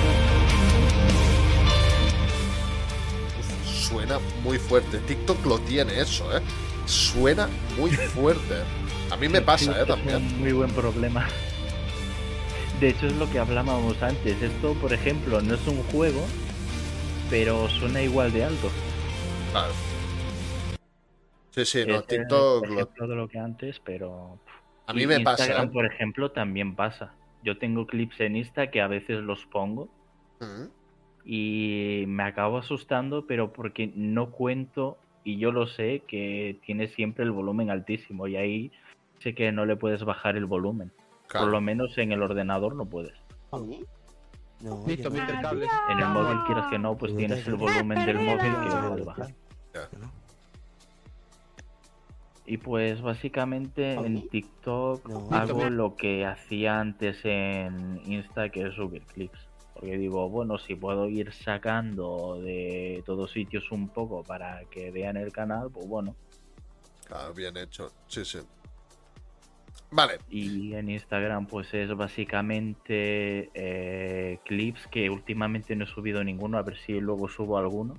Uf, suena muy fuerte. TikTok lo tiene eso, ¿eh? Suena muy fuerte. A mí me pasa, ¿eh? Es También. un muy buen problema. De hecho, es lo que hablábamos antes. Esto, por ejemplo, no es un juego, pero suena igual de alto. Claro. Sí, sí, no, Es el TikTok lo... ejemplo de lo que antes, pero... A mí Y me pasa, Instagram, ¿eh? por ejemplo, también pasa. Yo tengo clips en Insta que a veces los pongo Mm. y me acabo asustando, pero porque no cuento, y yo lo sé, que tiene siempre el volumen altísimo y ahí sé que no le puedes bajar el volumen. Claro. Por lo menos en el ordenador no puedes. No, Listo, yo no. mister Cables. En el Ya móvil, voy. quieras que no, pues No tienes te- el volumen del móvil que Ah, lo puedes bajar. Ya. que no. Y pues básicamente en TikTok No. hago lo que hacía antes en Insta, que es subir clips. Porque digo, bueno, si puedo ir sacando de todos sitios un poco para que vean el canal, pues bueno. Claro, bien hecho. Sí, sí. Vale. Y en Instagram pues es básicamente eh, clips que últimamente no he subido ninguno, a ver si luego subo alguno.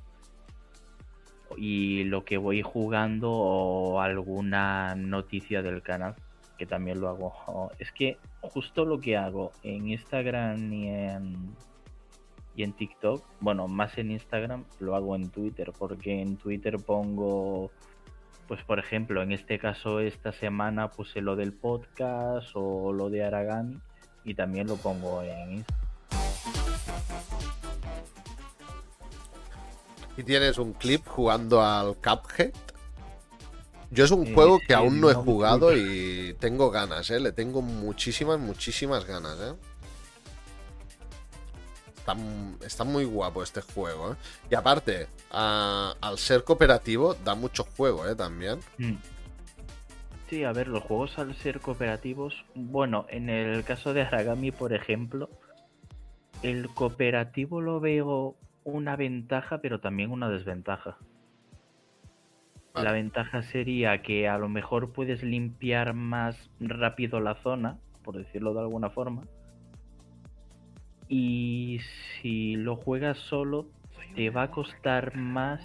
Y lo que voy jugando o alguna noticia del canal, que también lo hago. Oh, es que justo lo que hago en Instagram y en, y en TikTok, bueno, más en Instagram, lo hago en Twitter, porque en Twitter pongo Pues por ejemplo, en este caso esta semana puse lo del podcast o lo de Aragami y también lo pongo en Instagram. Y tienes un clip jugando al Cuphead. Yo es un Eh, juego que sí, aún no he no, jugado no. y tengo ganas, ¿eh? Le tengo muchísimas, muchísimas ganas, ¿eh? Está, está muy guapo este juego, ¿eh? Y aparte, a- al ser cooperativo, da mucho juego, ¿eh? También. Mm. Sí, a ver, los juegos al ser cooperativos, bueno, en el caso de Aragami, por ejemplo, el cooperativo lo veo una ventaja, pero también una desventaja. Vale. La ventaja sería que a lo mejor puedes limpiar más rápido la zona, por decirlo de alguna forma. Y si lo juegas solo, te va a costar más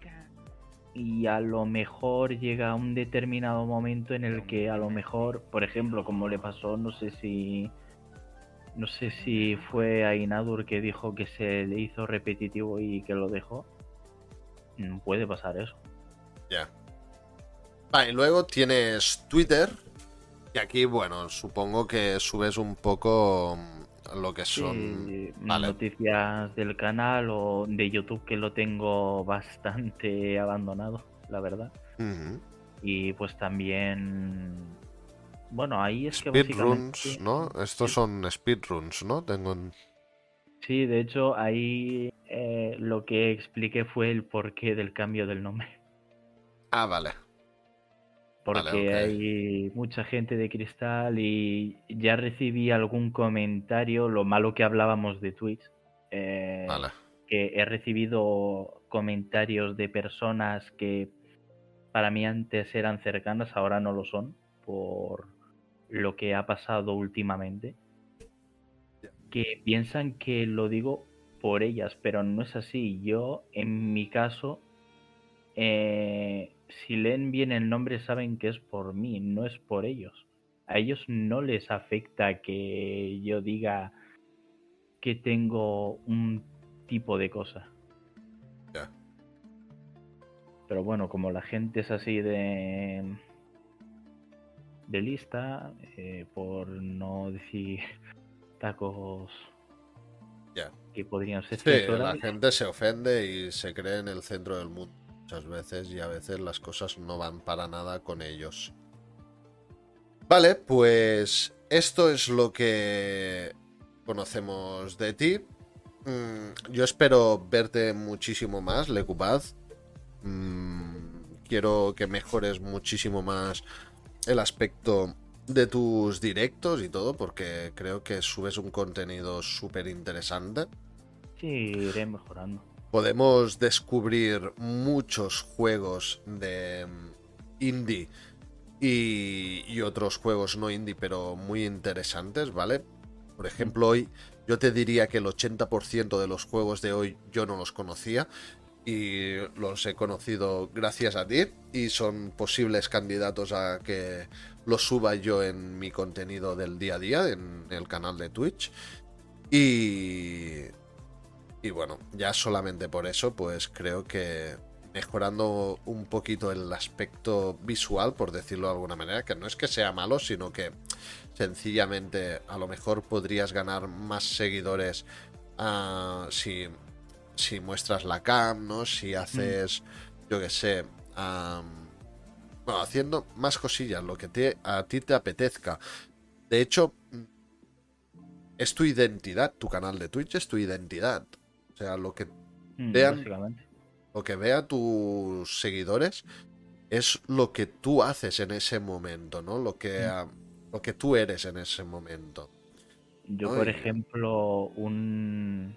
y a lo mejor llega un determinado momento en el que a lo mejor, por ejemplo, como le pasó, no sé si no sé si fue a Inadur que dijo que se le hizo repetitivo y que lo dejó. Mm, Puede pasar eso. Ya. Vale, y luego tienes Twitter. Y aquí, bueno, supongo que subes un poco mm, lo que son. Sí, Vale. noticias del canal o de YouTube, que lo tengo bastante abandonado, la verdad. Ujú. Y pues también, bueno, ahí es que Speedruns, básicamente, ¿no? Estos sí. son speedruns, ¿no? Tengo en... Sí, de hecho ahí eh, lo que expliqué fue el porqué del cambio del nombre. Ah, vale. Porque Vale, ok. hay mucha gente de Cristal y ya recibí algún comentario, lo malo que hablábamos de Twitch, eh, Vale. que he recibido comentarios de personas que para mí antes eran cercanas, ahora no lo son, por lo que ha pasado últimamente, que piensan que lo digo por ellas, pero no es así. Yo, en mi caso, eh, si leen bien el nombre saben que es por mí, no es por ellos. A ellos no les afecta que yo diga que tengo un tipo de cosa. Ya. Pero bueno, como la gente es así de de lista, eh, por no decir tacos Ya. que podrían ser Sí, la censurables. gente se ofende y se cree en el centro del mundo muchas veces y a veces las cosas no van para nada con ellos. Vale, pues esto es lo que conocemos de ti. Mm, yo espero verte muchísimo más, Lecupaz. Mm, quiero que mejores muchísimo más el aspecto de tus directos y todo, porque creo que subes un contenido súper interesante. Sí, iré mejorando. Podemos descubrir muchos juegos de indie y, y otros juegos no indie, pero muy interesantes, ¿vale? Por ejemplo, hoy yo te diría que el ochenta por ciento de los juegos de hoy yo no los conocía y los he conocido gracias a ti y son posibles candidatos a que los suba yo en mi contenido del día a día en el canal de Twitch. Y... Y bueno, ya solamente por eso, pues creo que mejorando un poquito el aspecto visual, por decirlo de alguna manera, que no es que sea malo, sino que sencillamente a lo mejor podrías ganar más seguidores uh, si, si muestras la cam, ¿no? Si haces, mm. yo qué sé, um, bueno, haciendo más cosillas, lo que te, a ti te apetezca. De hecho, es tu identidad, tu canal de Twitch es tu identidad. O sea, lo que Mm, vean, básicamente. lo que vean tus seguidores es lo que tú haces en ese momento, ¿no? Lo que, Mm. uh, lo que tú eres en ese momento. Yo, ¿no? por Y... ejemplo, un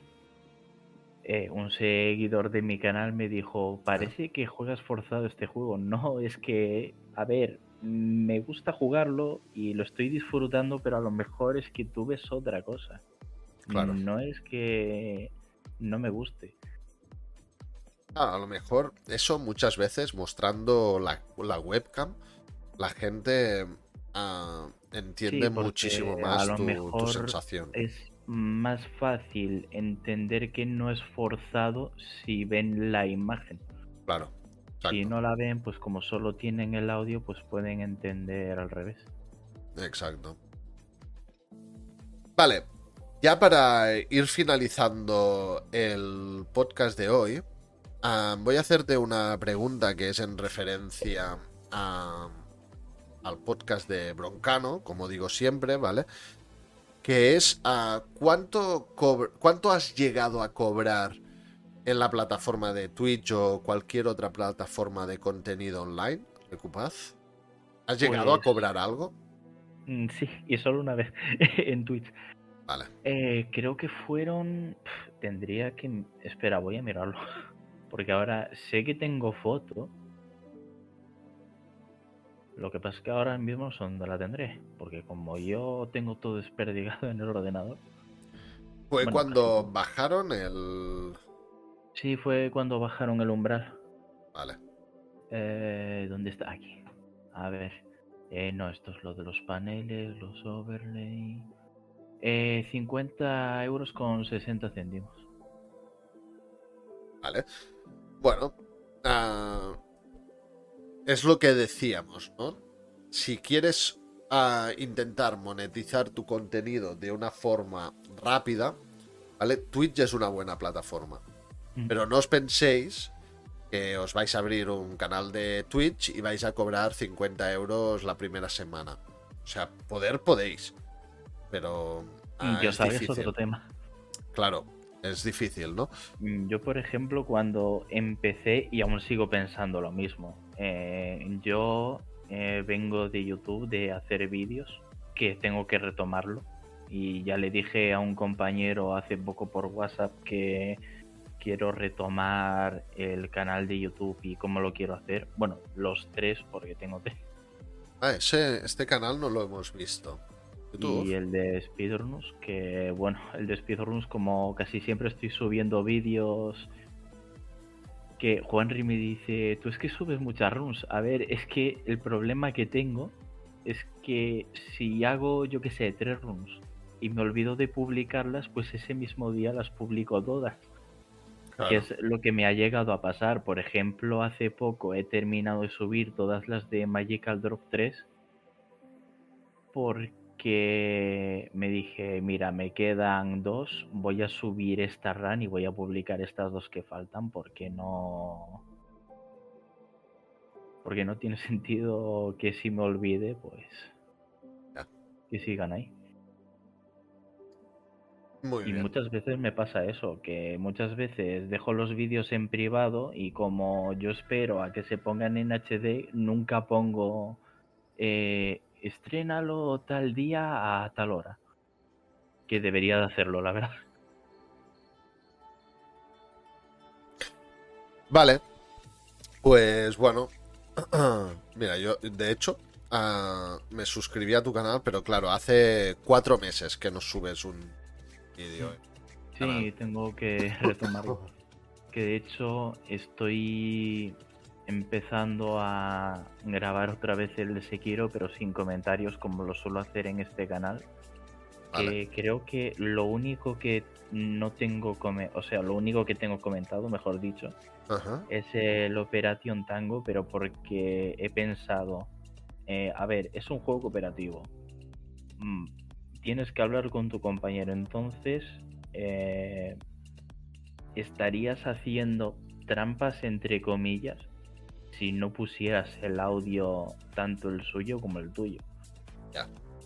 eh, un seguidor de mi canal me dijo, parece ¿Eh? que juegas forzado este juego. No, es que, a ver, me gusta jugarlo y lo estoy disfrutando, pero a lo mejor es que tú ves otra cosa. Claro. No es que no me guste. Ah, a lo mejor eso muchas veces mostrando la, la webcam, la gente uh, entiende sí, muchísimo más a lo tu, mejor tu sensación. Es más fácil entender que no es forzado si ven la imagen. Claro. Exacto. Si no la ven, pues como solo tienen el audio, pues pueden entender al revés. Exacto. Vale, ya para ir finalizando el podcast de hoy, uh, voy a hacerte una pregunta que es en referencia a, al podcast de Broncano, como digo siempre, ¿vale? Que es uh, ¿cuánto, ¿cuánto has llegado a cobrar en la plataforma de Twitch o cualquier otra plataforma de contenido online? ¿Recupaz? ¿Has llegado Pues... a cobrar algo? Sí, y solo una vez en Twitch. Vale. Eh, creo que fueron... Tendría que... Espera, voy a mirarlo. Porque ahora sé que tengo foto. Lo que pasa es que ahora mismo no sé dónde la tendré. Porque como yo tengo todo desperdigado en el ordenador. Fue bueno, cuando casi... bajaron el... Sí, fue cuando bajaron el umbral. Vale. Eh, ¿Dónde está? Aquí. A ver. Eh, no, esto es lo de los paneles, los overlay... Eh, cincuenta euros con sesenta céntimos. Vale. Bueno, uh, es lo que decíamos, ¿no? Si quieres uh, intentar monetizar tu contenido de una forma rápida, ¿vale? Twitch es una buena plataforma. Mm. Pero no os penséis que os vais a abrir un canal de Twitch y vais a cobrar cincuenta euros la primera semana. O sea, poder podéis. Pero ah, yo es sabes difícil. Otro tema. Claro, es difícil, ¿no? Yo, por ejemplo, cuando empecé, y aún sigo pensando lo mismo, eh, yo eh, vengo de YouTube de hacer vídeos, que tengo que retomarlo, y ya le dije a un compañero hace poco por WhatsApp que quiero retomar el canal de YouTube y cómo lo quiero hacer. Bueno, los tres, porque tengo tres. Ah, ese, este canal no lo hemos visto. YouTube. Y el de Speedruns, que bueno, el de Speedruns, como casi siempre estoy subiendo vídeos, que Juanri me dice, tú es que subes muchas runs. A ver, es que el problema que tengo es que si hago, yo qué sé, tres runs y me olvido de publicarlas, pues ese mismo día las publico todas. Claro. Que es lo que me ha llegado a pasar. Por ejemplo, hace poco he terminado de subir todas las de Magical Drop tres porque que me dije, mira, me quedan dos, voy a subir esta run y voy a publicar estas dos que faltan porque no... Porque no tiene sentido que si me olvide, pues... Ya. Que sigan ahí. Muy y bien. muchas veces me pasa eso, que muchas veces dejo los vídeos en privado y como yo espero a que se pongan en H D, nunca pongo... Eh, estrénalo tal día a tal hora. Que debería de hacerlo, la verdad. Vale. Pues bueno. Mira, yo de hecho uh, me suscribí a tu canal, pero claro, hace cuatro meses que no subes un vídeo. Sí, canal. Tengo que retomarlo. Que de hecho estoy empezando a grabar otra vez el de Sekiro, pero sin comentarios como lo suelo hacer en este canal. Vale. Que creo que lo único que no tengo come o sea, lo único que tengo comentado, mejor dicho, uh-huh. es el Operation Tango, pero porque he pensado, eh, a ver, es un juego cooperativo. Mm, tienes que hablar con tu compañero, entonces eh, estarías haciendo trampas entre comillas si no pusieras el audio, tanto el suyo como el tuyo. Ya.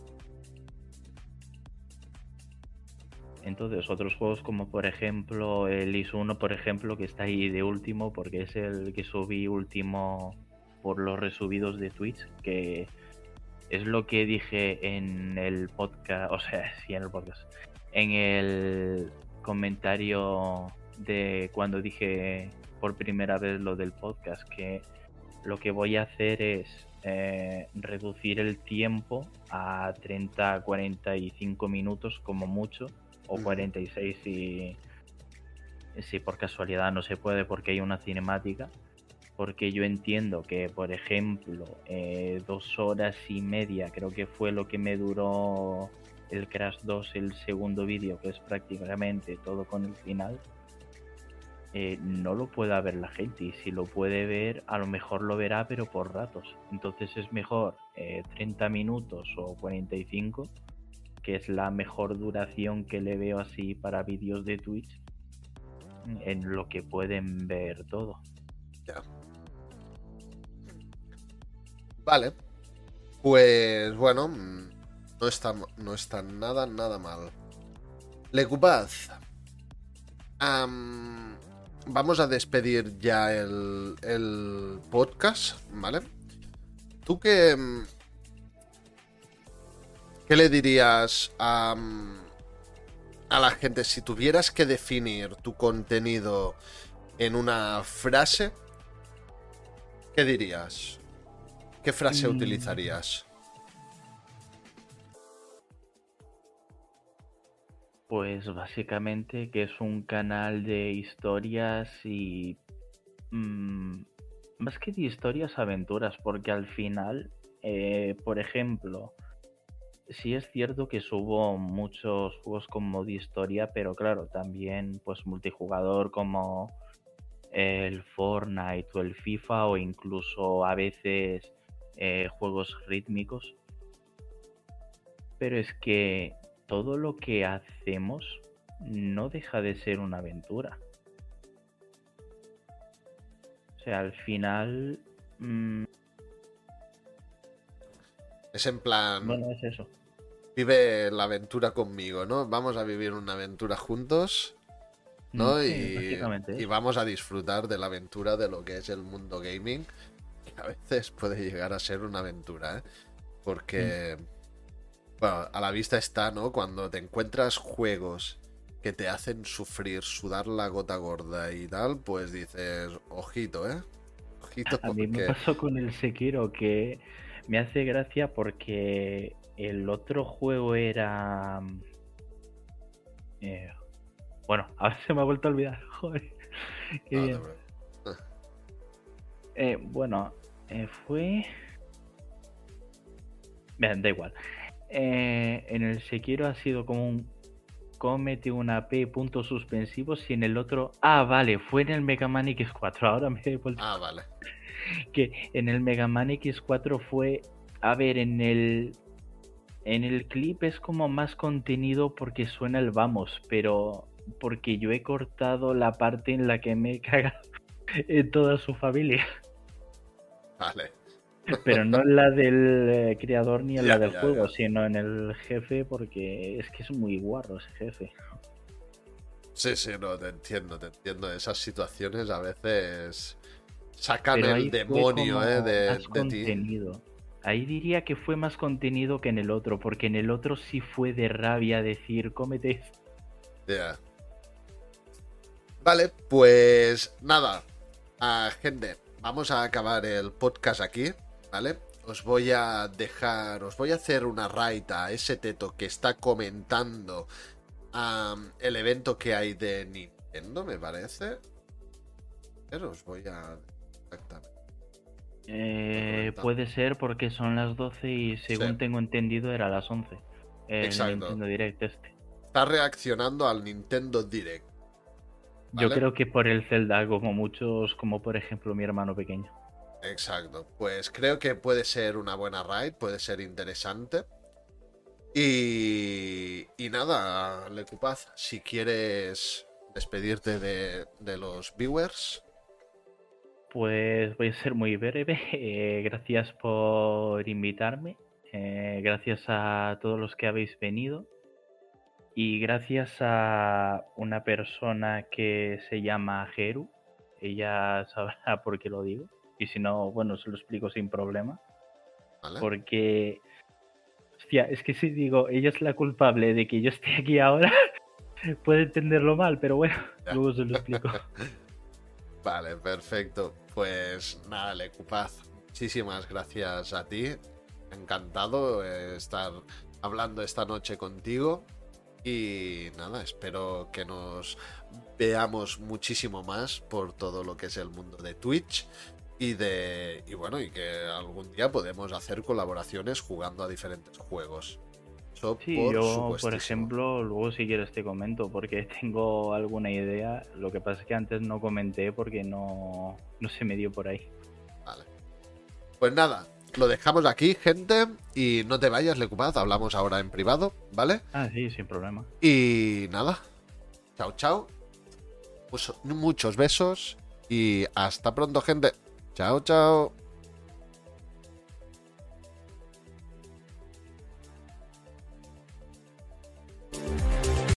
Entonces, otros juegos como por ejemplo el I S uno, por ejemplo, que está ahí de último, porque es el que subí último por los resubidos de Twitch, que es lo que dije en el podcast, o sea, sí, en el podcast, en el comentario de cuando dije por primera vez lo del podcast, que lo que voy a hacer es eh, reducir el tiempo a treinta a cuarenta y cinco minutos como mucho, o cuarenta y seis si, si por casualidad no se puede porque hay una cinemática, porque yo entiendo que, por ejemplo, eh, dos horas y media creo que fue lo que me duró el Crash dos, el segundo vídeo, que es prácticamente todo con el final, eh, no lo pueda ver la gente, y si lo puede ver, a lo mejor lo verá, pero por ratos. Entonces es mejor eh, treinta minutos o cuarenta y cinco, que es la mejor duración que le veo así para vídeos de Twitch, en lo que pueden ver todo. Ya. Vale. Pues bueno, no está, no está nada, nada mal. Lecupaz. Um, vamos a despedir ya el, el podcast, ¿vale? ¿Tú qué, qué le dirías a, a la gente si tuvieras que definir tu contenido en una frase? ¿Qué dirías? ¿Qué frase mm. utilizarías? Pues básicamente que es un canal de historias y... Mmm, más que de historias, aventuras, porque al final, eh, por ejemplo, sí es cierto que subo muchos juegos con modo historia, pero claro, también pues multijugador como el Fortnite o el FIFA, o incluso a veces eh, juegos rítmicos. Pero es que todo lo que hacemos no deja de ser una aventura. O sea, al final... Mmm... Es en plan... Bueno, es eso. Vive la aventura conmigo, ¿no? Vamos a vivir una aventura juntos, ¿no? Sí, y, y vamos a disfrutar de la aventura de lo que es el mundo gaming. Que a veces puede llegar a ser una aventura, ¿eh? Porque... Sí. Bueno, a la vista está, ¿no? Cuando te encuentras juegos que te hacen sufrir, sudar la gota gorda y tal, pues dices, ojito, ¿eh? Ojito porque... A mí me pasó con el Sekiro, que me hace gracia porque el otro juego era... Eh... Bueno, ahora se me ha vuelto a olvidar, joder. Qué no, bien. Eh, bueno, eh, fue... Vean, da igual. Eh, en el Sekiro ha sido como un cómete una P, puntos suspensivos, y en el otro... Ah, vale, fue en el Mega Man X cuatro, ahora me he vuelto... Ah, vale. Que en el Mega Man X cuatro fue... A ver, en el... En el clip es como más contenido porque suena el vamos, pero porque yo he cortado la parte en la que me he cagado en toda su familia. Vale. Pero no en la del eh, creador ni en ya, la del ya, juego, ya. sino en el jefe, porque es que es muy guarro ese jefe. Sí, sí, no, te entiendo, te entiendo. Esas situaciones a veces sacan Pero el demonio eh, de, más de contenido. ti. Ahí diría que fue más contenido que en el otro, porque en el otro sí fue de rabia decir, cómete esto. Ya. Yeah. Vale, pues nada, uh, gente, vamos a acabar el podcast aquí, ¿vale? Os voy a dejar, os voy a hacer una raid a ese teto que está comentando um, el evento que hay de Nintendo, me parece. Pero os voy a... Exactamente. Eh, puede ser porque son las doce y según sí. tengo entendido era las once. El Exacto. Nintendo Direct este. Está reaccionando al Nintendo Direct. ¿Vale? Yo creo que por el Zelda, como muchos, como por ejemplo mi hermano pequeño. Exacto. Pues creo que puede ser una buena raid, puede ser interesante. Y, y nada, Lecupaz, si quieres despedirte de, de los viewers. Pues voy a ser muy breve. Eh, gracias por invitarme. Eh, gracias a todos los que habéis venido. Y gracias a una persona que se llama Geru. Ella sabrá por qué lo digo. Y si no, bueno, se lo explico sin problema. ¿Vale? Porque... Hostia, es que si digo, ella es la culpable de que yo esté aquí ahora, puede entenderlo mal, pero bueno, ya. Luego se lo explico. Vale, perfecto. Pues nada, Lecupaz, muchísimas gracias a ti. Encantado de estar hablando esta noche contigo. Y nada, espero que nos veamos muchísimo más por todo lo que es el mundo de Twitch. Y de y bueno, y que algún día podemos hacer colaboraciones jugando a diferentes juegos. Eso Sí, por yo, por supuestísimo. ejemplo, luego si quieres te comento, porque tengo alguna idea. Lo que pasa es que antes no comenté porque no, no se me dio por ahí. Vale. Pues nada, lo dejamos aquí, gente, y no te vayas, Lecumaz, hablamos ahora en privado, ¿vale? Ah, sí, sin problema. Y nada, chao, chao. Pues muchos besos y hasta pronto, gente. Chao, chao.